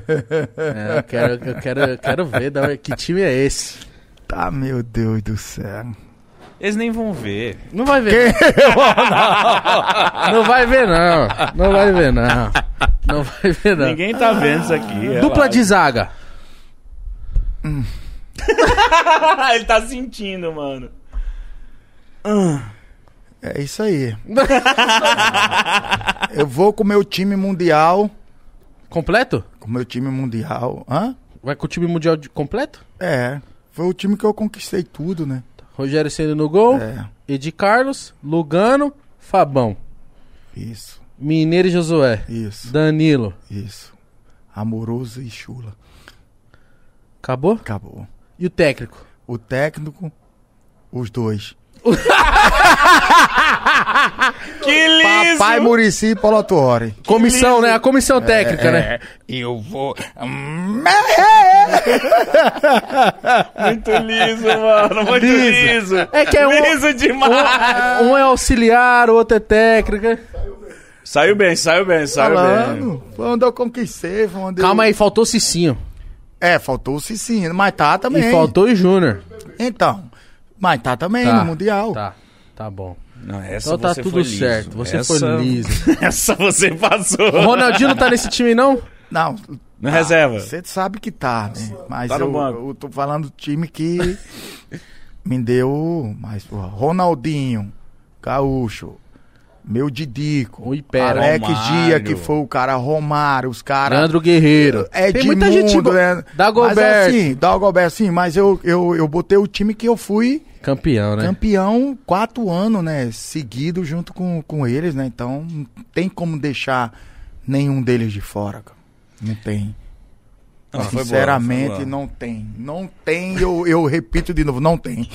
Eu quero ver que time é esse. Tá, meu Deus do céu. Eles nem vão ver. Não vai ver. Não vai ver, não. Não vai ver, não. Não vai ver, não. Ninguém tá vendo isso aqui. Dupla de zaga. Ele tá sentindo, mano. É isso aí. Eu vou com o meu time mundial. Completo? Com o meu time mundial. Hã? Vai com o time mundial completo? É. Foi o time que eu conquistei tudo, né? Rogério Ceni no gol. É. Edi Carlos, Lugano, Fabão. Isso. Mineiro e Josué. Isso. Danilo. Isso. Amoroso e Chula. Acabou? Acabou. E o técnico? O técnico, os dois. Que liso! Papai Muricy e Paulo Tuori. Comissão, né? A comissão técnica, né? Eu vou... Muito liso, mano. Muito liso. É que é liso demais. um é auxiliar, o outro é técnica. Saiu bem. Falando. Foi onde eu conquistei. Foi onde Calma eu... aí, faltou o Cicinho. É, faltou o Cicinho, mas tá também. E faltou o Júnior. Então, mas tá também no Mundial. Tá bom. Não, essa Então tá você tudo foi liso. certo. Você Essa- foi liso. Essa você passou. O Ronaldinho não tá nesse time, não? Não, Na reserva. você sabe que tá, né? Mas Tá no eu, banco. eu tô falando do time que me deu mais, porra. Ronaldinho, Gaúcho, meu Didico, O Impera. Alex Romário. Dia, que foi o cara, Romário, os caras... Leandro Guerreiro. É Tem de muita gente mundo, boa. né? Dagobert. Mas assim, Dagobert, sim, mas eu botei o time que eu fui Campeão, né? campeão 4 anos, né? Seguido junto com eles, né? Então não tem como deixar nenhum deles de fora, cara. Não tem. Não, foi boa, Sinceramente, foi boa. não tem. Não tem, eu repito de novo, não tem.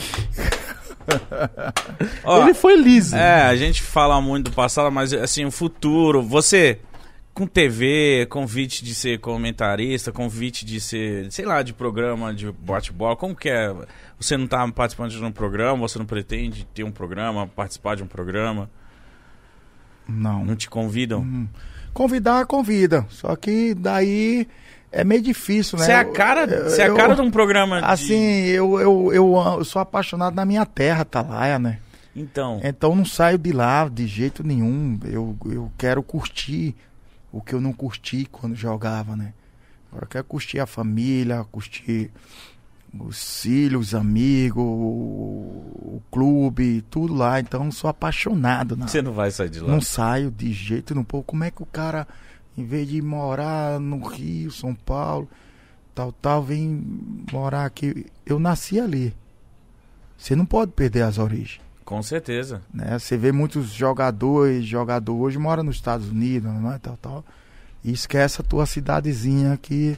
Ó, Ele foi liso. a gente fala muito do passado, mas assim, o futuro, você com TV, convite de ser comentarista, convite de ser, sei lá, de programa de bate-bola, como que é? Você não tá participando de um programa, você não pretende ter um programa, participar de um programa? Não. Não te convidam? Convidar, convida. Só que daí é meio difícil, né? Você é a cara, de um programa assim, eu sou apaixonado na minha terra, Atalaia, né? Então não saio de lá de jeito nenhum. Eu quero curtir o que eu não curti quando jogava, né? Agora eu quero curtir a família, curtir os filhos, os amigos, o clube, tudo lá. Então eu sou apaixonado. Você não vai sair de lá? Não saio de jeito nenhum. Pô, como é que o cara, em vez de morar no Rio, São Paulo, tal, vem morar aqui? Eu nasci ali. Você não pode perder as origens. Com certeza. Né? Você vê muitos jogadores hoje moram nos Estados Unidos, não é? Tal. E esquece a tua cidadezinha que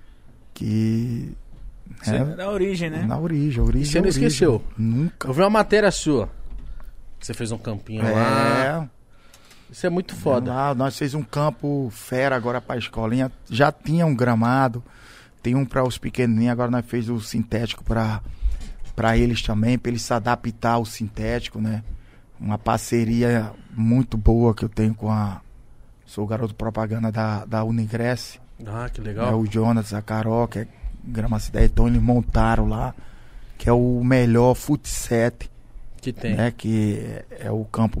Você é da origem, né? Na origem. E você não esqueceu? Nunca. Eu vi uma matéria sua. Você fez um campinho lá. Isso é muito foda. Lá, nós fez um campo fera agora pra escolinha. Já tinha um gramado. Tem um para os pequenininhos. Agora nós fez o sintético para eles também, para eles se adaptar ao sintético, né? Uma parceria muito boa que eu tenho com sou o garoto propaganda da Unigress. Ah, que legal. O Jonas, a Carol, que é Grama Cidade. Então eles montaram lá, que é o melhor futset que tem. Né? Que é o campo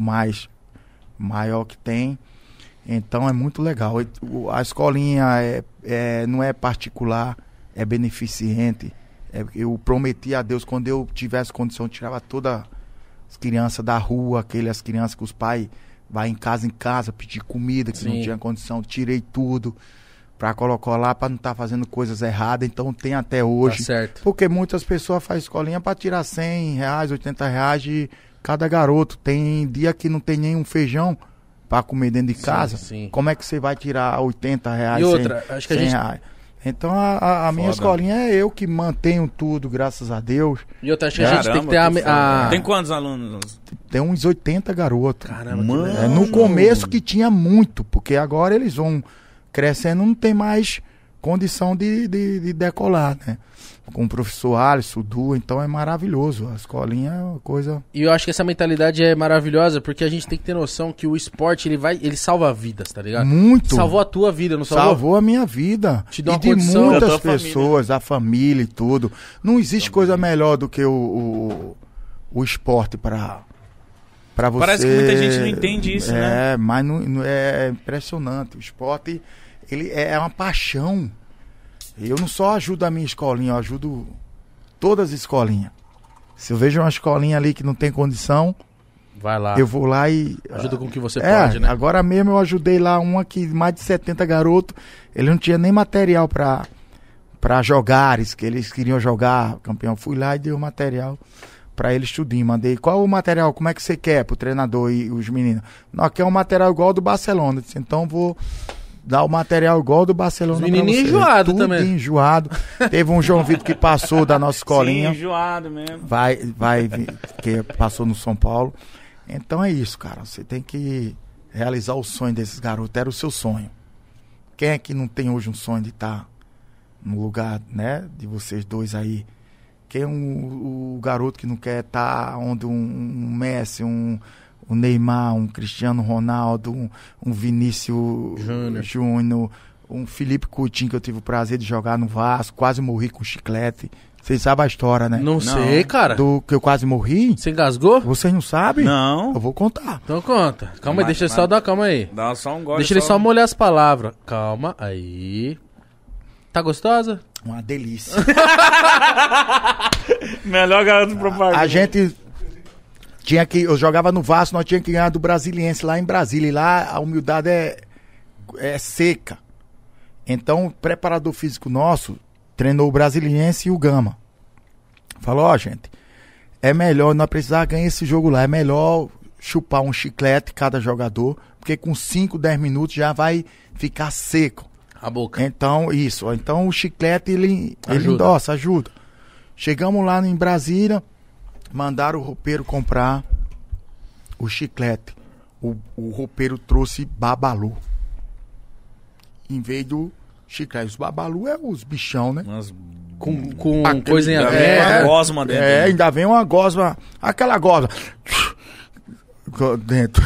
maior que tem. Então é muito legal. A escolinha não é particular, é beneficente. Eu prometi a Deus, quando eu tivesse condição, eu tirava todas as crianças da rua, aquelas crianças que os pais vão em casa pedir comida, que não tinha condição. Tirei tudo para colocar lá, para não estar fazendo coisas erradas. Então tem até hoje. Tá certo. Porque muitas pessoas fazem escolinha para tirar R$100, R$80 de cada garoto. Tem dia que não tem nenhum feijão para comer dentro de casa. Sim. Como é que você vai tirar R$80? E outra, acho que a gente... R$100? Então a minha escolinha é eu que mantenho tudo, graças a Deus. E outra, acho que a gente tem que ter Tem quantos alunos? Tem uns 80 garotos. Caramba, mano. No começo que tinha muito, porque agora eles vão crescendo, não tem mais condição de decolar, né? Com o professor Alisson, Du, então é maravilhoso. A escolinha é uma coisa... E eu acho que essa mentalidade é maravilhosa, porque a gente tem que ter noção que o esporte, ele salva vidas, tá ligado? Muito. Salvou a tua vida, não salvou? Salvou a minha vida. Te dá uma e de condição muitas pessoas, a família e tudo. Não existe coisa melhor do que o esporte para você. Parece que muita gente não entende isso, né? Mas é impressionante. O esporte, ele é uma paixão. Eu não só ajudo a minha escolinha, eu ajudo todas as escolinhas. Se eu vejo uma escolinha ali que não tem condição, vai lá. Eu vou lá e... Ajuda com o que você pode, né? Agora mesmo eu ajudei lá uma que mais de 70 garotos, ele não tinha nem material pra jogares, que eles queriam jogar, campeão. Fui lá e dei o material pra eles tudinho. Mandei, qual o material, como é que você quer pro treinador e os meninos? Não, aqui é um material igual ao do Barcelona. Eu disse, então vou... Dá o material igual do Barcelona. Os menininhos enjoados também. Enjoado. Teve um João Vitor que passou da nossa escolinha. Sim, enjoado mesmo. Vai, que passou no São Paulo. Então é isso, cara. Você tem que realizar o sonho desses garotos. Era o seu sonho. Quem é que não tem hoje um sonho de estar no lugar, né? De vocês dois aí. Quem é o garoto que não quer estar onde um Messi, um Neymar, um Cristiano Ronaldo, um Vinícius Júnior, um Felipe Coutinho, que eu tive o prazer de jogar no Vasco, quase morri com chiclete. Vocês sabem a história, né? Não sei, cara. Do que eu quase morri? Você engasgou? Vocês não sabem? Não. Eu vou contar. Então conta. Calma aí, deixa ele só dar, calma aí. Dá só um gole. Deixa ele só molhar as palavras. Calma, aí. Tá gostosa? Uma delícia. Melhor garoto propaganda. A gente... eu jogava no Vasco, nós tínhamos que ganhar do Brasiliense lá em Brasília. E lá a humildade é seca. Então o preparador físico nosso treinou o Brasiliense e o Gama. Falou, gente, é melhor, não precisar ganhar esse jogo lá, é melhor chupar um chiclete cada jogador, porque com 5, 10 minutos já vai ficar seco. A boca. Então, isso. Então o chiclete, ele endossa, ajuda. Chegamos lá em Brasília, mandaram o roupeiro comprar o chiclete. O roupeiro trouxe babalu. Em vez do chiclete. Os babalu é os bichão, né? Com coisa em aberto. Uma gosma dentro. Ainda vem uma gosma. Aquela gosma. Dentro.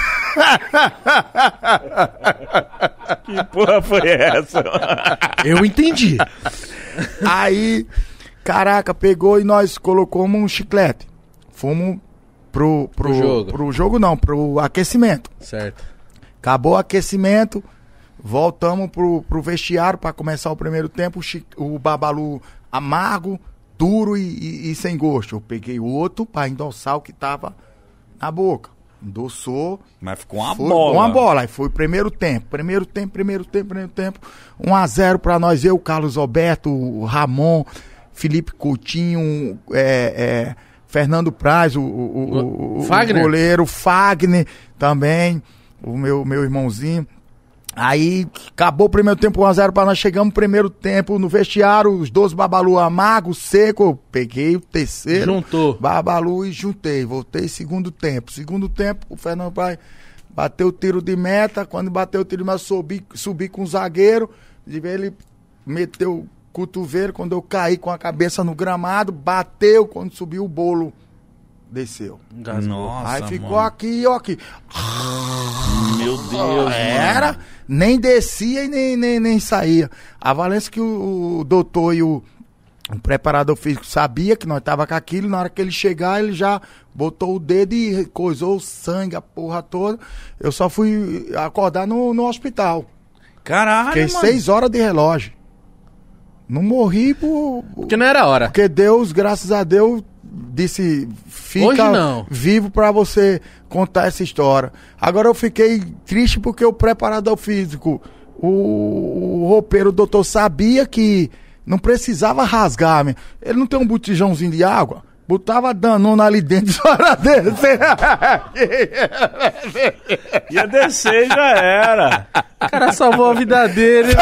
Que porra foi essa? Eu entendi. Aí, caraca, pegou e nós colocamos um chiclete. Fomos pro jogo. Pro jogo não, pro aquecimento. Certo. Acabou o aquecimento, voltamos pro vestiário para começar o primeiro tempo. O babalu amargo, duro e sem gosto. Eu peguei outro para endossar o que tava na boca. Endossou. Mas ficou uma Foi bola. uma bola. Aí foi primeiro tempo. 1-0 pra nós. Eu, Carlos Alberto, o Ramon, Felipe Coutinho, Fernando Praz, o Fagner. goleiro, Fagner também, o meu irmãozinho. Aí acabou o primeiro tempo 1-0 pra nós. Chegamos no primeiro tempo no vestiário, os 12 babalu amargo, seco. Eu peguei o terceiro. Juntou. Babalu e juntei. Voltei segundo tempo. Segundo tempo, o Fernando Praz bateu o tiro de meta. Quando bateu o tiro de meta, subi com o zagueiro. Ele meteu o cotovelo. Quando eu caí com a cabeça no gramado, bateu. Quando subiu o bolo, desceu. Nossa, Aí ficou mano. aqui, ó, aqui. Meu Deus, Era, nem descia e nem saía. A Valência que o doutor e o preparador físico sabia que nós tava com aquilo. Na hora que ele chegar, ele já botou o dedo e coisou o sangue, a porra toda. Eu só fui acordar no hospital. Caralho, Fiquei mano. 6 horas de relógio. Não morri Porque não era hora. porque Deus, graças a Deus, disse, Hoje fica não. vivo pra você contar essa história. Agora eu fiquei triste porque o preparador físico, o roupeiro, o doutor, sabia que não precisava rasgar. Ele não tem um botijãozinho de água? Botava Danone ali dentro, só era descer. Ia descer e já era. O cara salvou a vida dele.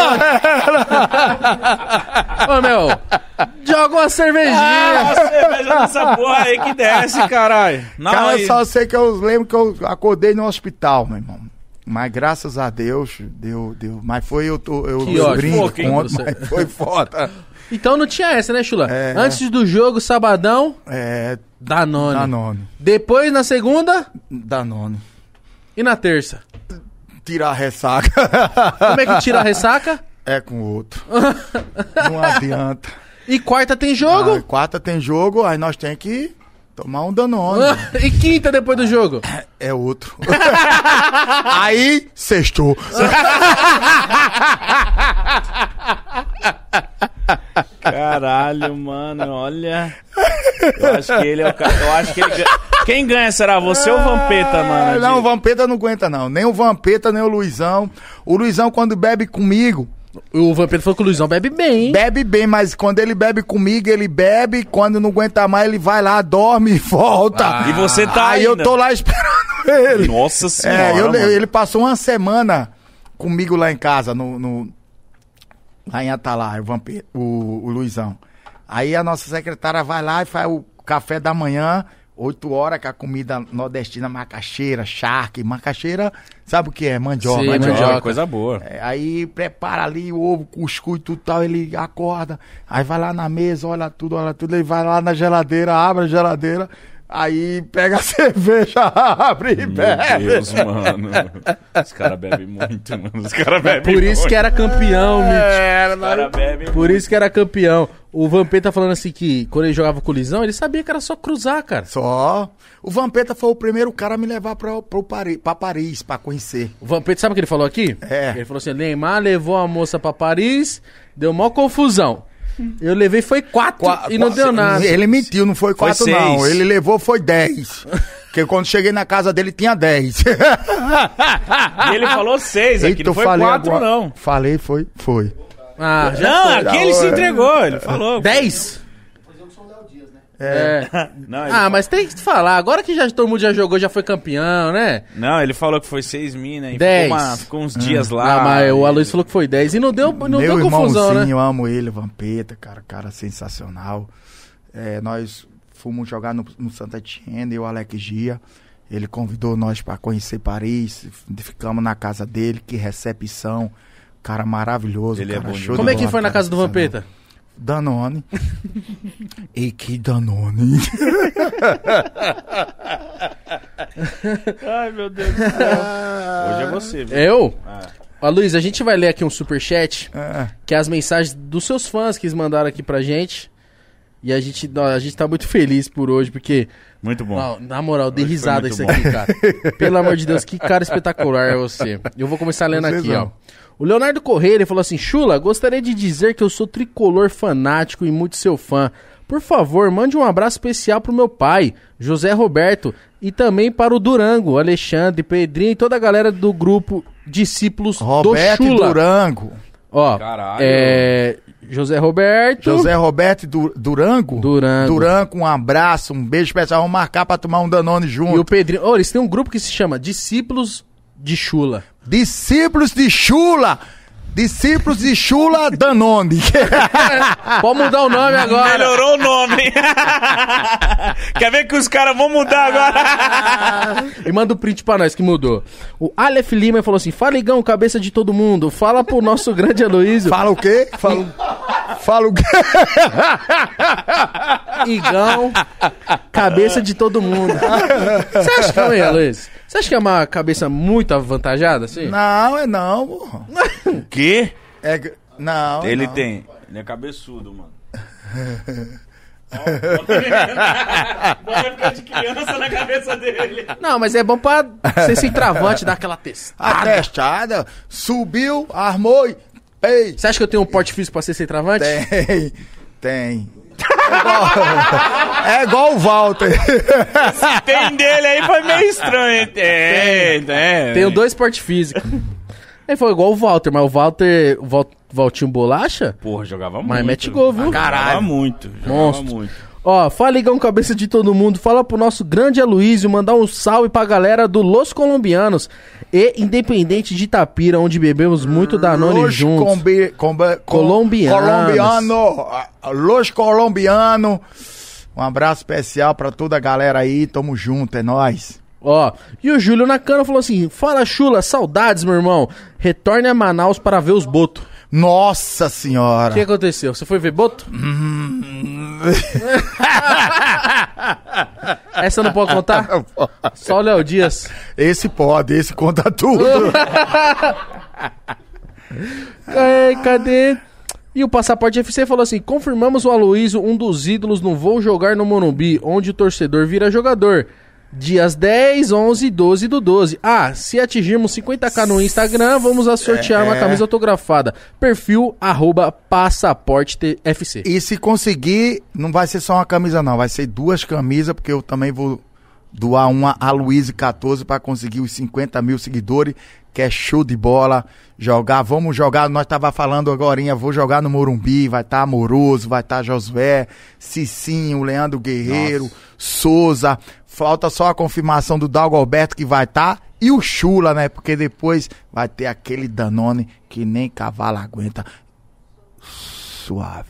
Ô, meu, joga uma cervejinha. Cerveja nessa porra aí que desce, caralho. Não, Cara, aí- só sei que eu lembro que eu acordei no hospital, meu irmão. Mas graças a Deus, deu. Mas foi, eu Que ótimo. brinco, Pô, quem conto, você- mas foi foda. Então não tinha essa, né, Chula? É. Antes do jogo, sabadão, É, Danone. Danone. Depois, na segunda Danone. e na terça. Tirar a ressaca. Como é que tira a ressaca? É com o outro. Não adianta. E quarta tem jogo? Ah, quarta tem jogo, aí nós tem que tomar um Danone. E quinta depois do jogo? É outro. Aí, sextou. Caralho, mano, olha. Eu acho que ele é o cara. Eu acho que ele ganha. Quem ganha será você ou o Vampeta, mano? Não, o Vampeta não aguenta, não. Nem o Vampeta, nem o Luizão. O Luizão, quando bebe comigo, O Vampiro falou que o Luizão bebe bem, hein? bebe bem, mas quando ele bebe comigo, ele bebe. Quando não aguenta mais, ele vai lá, dorme e volta. E você tá Aí ainda. eu tô lá esperando ele. Nossa senhora. É, mano. ele passou uma semana comigo lá em casa, lá em Atalaia, o Luizão. Aí a nossa secretária vai lá e faz o café da manhã, 8 horas, com a comida nordestina, macaxeira, charque. Macaxeira, sabe o que é? Mandioca. Sim, Mandioca. mandioca. Coisa boa. É, aí prepara ali o ovo, cuscuz e tudo tal, ele acorda, aí vai lá na mesa, olha tudo, ele vai lá na geladeira, abre a geladeira, aí pega a cerveja, abre e Meu bebe. Deus, mano. Os caras bebem muito, mano. Os caras bebem Por isso muito. que era campeão, Mitch. Os caras bebem Por isso que era campeão. O Vampeta tá falando assim que quando ele jogava com o Luizão, ele sabia que era só cruzar, cara. Só. O Vampeta foi o primeiro cara a me levar pra Paris, pra conhecer. O Vampeta, sabe o que ele falou aqui? É. Ele falou assim, Neymar levou a moça pra Paris, deu mó confusão. Eu levei foi 4 e não deu nada. Ele mentiu, não foi 4 Foi não. 6. Ele levou foi 10. Porque quando cheguei na casa dele tinha 10. E ele falou 6 aqui, Eita, não eu foi falei 4 agora. não. Falei, foi. Ah, já Não, foi, aqui ele se entregou, ele falou. 10? É. Não, ele Ah, mas tem que falar. Agora que já todo mundo já jogou, já foi campeão, né? Não, ele falou que foi 6 mina e 10. ficou uns dias lá. Ah, mas o e- Aloysio falou que foi 10 e não deu Meu confusão, né? irmãozinho, eu amo ele, Vampeta, cara sensacional. É, nós fomos jogar no Santa Etienne, eu e o Alex Gia. Ele convidou nós para conhecer Paris, ficamos na casa dele, que recepção. Cara maravilhoso, Ele é cara bom show demais. de Como é que bola, foi na cara, casa do Vampeta? Danone. E que Danone. Ai, meu Deus do céu. Hoje é você, viu? Eu? Ó, Luiz, a gente vai ler aqui um superchat, Ah, que é as mensagens dos seus fãs que eles mandaram aqui pra gente. E a gente tá muito feliz por hoje, porque... Muito bom. Ó, na moral, dei Hoje foi risada muito isso bom. aqui, cara. Pelo amor de Deus, que cara espetacular é você. Eu vou começar lendo Vocês aqui, não. ó. O Leonardo Correia, ele falou assim: Chula, gostaria de dizer que eu sou tricolor fanático e muito seu fã. Por favor, mande um abraço especial pro meu pai, José Roberto, e também para o Durango, Alexandre, Pedrinho e toda a galera do grupo Discípulos Roberto do e Chula. Durango. Ó, Caralho. José Roberto. José Roberto e Durango? Durango. Durango, um abraço, um beijo especial. Vamos marcar pra tomar um Danone junto. E o Pedrinho. Ó, eles têm um grupo que se chama Discípulos de Chula. Discípulos de Chula. Discípulos de Chula Danone. Pode mudar o nome agora. Melhorou o nome. Quer ver que os caras vão mudar agora? E manda o print pra nós que mudou. O Aleph Lima falou assim: fala, Igão, cabeça de todo mundo. Fala pro nosso grande Aloysio. Fala o quê? Fala o quê? Igão, cabeça de todo mundo. Você acha que é, Aloysio? Você acha que é uma cabeça muito avantajada, assim? Não, é não, porra. O quê? Não. Ele não. tem. Ele é cabeçudo, mano. Bota ficar de criança na cabeça dele. Não, mas é bom pra ser centroavante, dar aquela A testada. testada subiu, armou e... Ei, Você acha que eu tenho um porte físico pra ser centroavante? tem. É igual o Walter. Tem dele aí, foi meio estranho. Tem. Tenho 2 porte físicos. Ele foi igual o Walter, mas o Valtinho Bolacha? Porra, jogava muito. Mas mete gol, viu? Jogava muito. Jogava Monstro. muito. Ó, fala, Igão, cabeça de todo mundo. Fala pro nosso grande Aloysio mandar um salve pra galera do Los Colombianos e Independente de Itapira, onde bebemos muito Danone Los juntos. Colombiano. Los Colombiano. Um abraço especial pra toda a galera aí. Tamo junto, é nóis. Ó, e o Júlio Nakano falou assim: fala, Chula, saudades, meu irmão. Retorne a Manaus para ver os Boto. Nossa O senhora. que aconteceu? Você foi ver Boto? Essa não pode contar? Só o Léo Dias. Esse pode, esse conta tudo. Cadê? E o Passaporte FC falou assim: confirmamos o Aloysio, um dos ídolos no Vou Jogar no Morumbi, onde o torcedor vira jogador. Dias 10, 11 e 12 do 12. Ah, se atingirmos 50k no Instagram, vamos a sortear uma camisa autografada. Perfil @passaportefc. E se conseguir, não vai ser só uma camisa não, vai ser 2 camisas, porque eu também vou doar uma a Luiz 14 para conseguir os 50 mil seguidores, que é show de bola. Vamos jogar, nós tava falando agorinha, vou jogar no Morumbi, vai estar Amoroso, vai estar Josué, Cicinho, Leandro Guerreiro, Souza. Falta só a confirmação do Dagoberto que vai estar e o Chula, né? Porque depois vai ter aquele Danone que nem cavalo aguenta. Suave.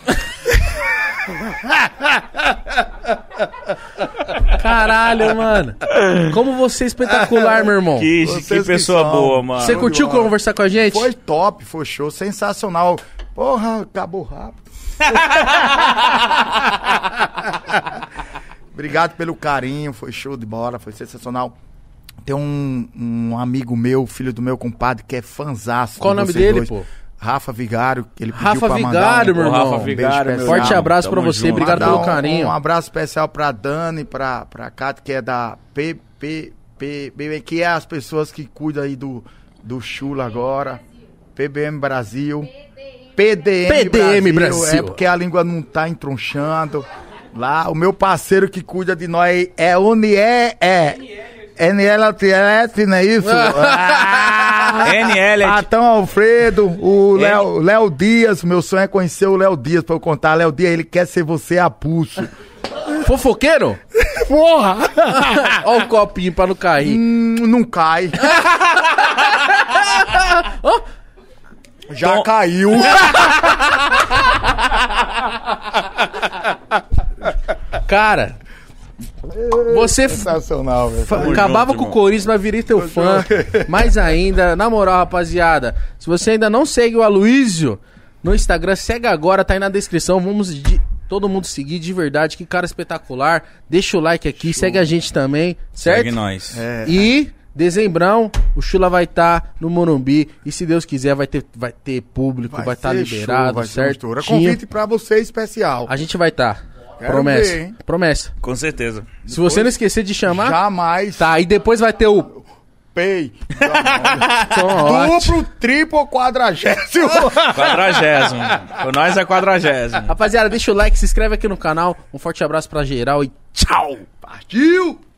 Caralho, mano. Como você é espetacular, meu irmão. Que Vocês pessoa que são. boa, mano. Você curtiu conversar com a gente? Foi top, foi show, sensacional. Porra, acabou rápido. Obrigado pelo carinho, foi show de bola, foi sensacional. Tem um amigo meu, filho do meu compadre, que é fanzaço. Qual o nome dele, pô? Rafa Vigário, que ele pediu Rafa pra Vigário, mandar meu irmão. Rafa Vigário, meu Forte irmão. abraço pra Tamo você, junto. obrigado Mandar pelo carinho. Um abraço especial pra Dani, pra Cátia, que é da que é as pessoas que cuidam aí do Chula agora. PBM Brasil. PDM Brasil. É porque a língua não tá entronchando. Lá, o meu parceiro que cuida de nós é NLTS, não é isso? NL. Atão Alfredo, o Léo Dias. Meu sonho é conhecer o Léo Dias pra eu contar. Léo Dias, ele quer ser você a pulso. Fofoqueiro? Porra! Olha o copinho pra não cair. Não cai. Já caiu. Cara, você Sensacional, velho. acabava junto, com o irmão. Corinthians, mas virei teu fã. Mais ainda, na moral, rapaziada, se você ainda não segue o Aloysio no Instagram, segue agora, tá aí na descrição. Vamos todo mundo seguir de verdade, que cara espetacular. Deixa o like aqui, segue a gente também, certo? Segue nós. E dezembrão, o Chula vai estar no Morumbi. E se Deus quiser, vai ter público, vai estar liberado, vai certo? ser convite pra você especial. A gente vai estar. Quero Promessa. ver, hein? Promessa. Com certeza. Se você não esquecer de chamar. Jamais. Tá, e depois vai ter o. Pay. Então, ótimo. Duplo, triplo, 40º. 40º. O nós é 40º. Rapaziada, deixa o like, se inscreve aqui no canal. Um forte abraço pra geral e tchau! Partiu!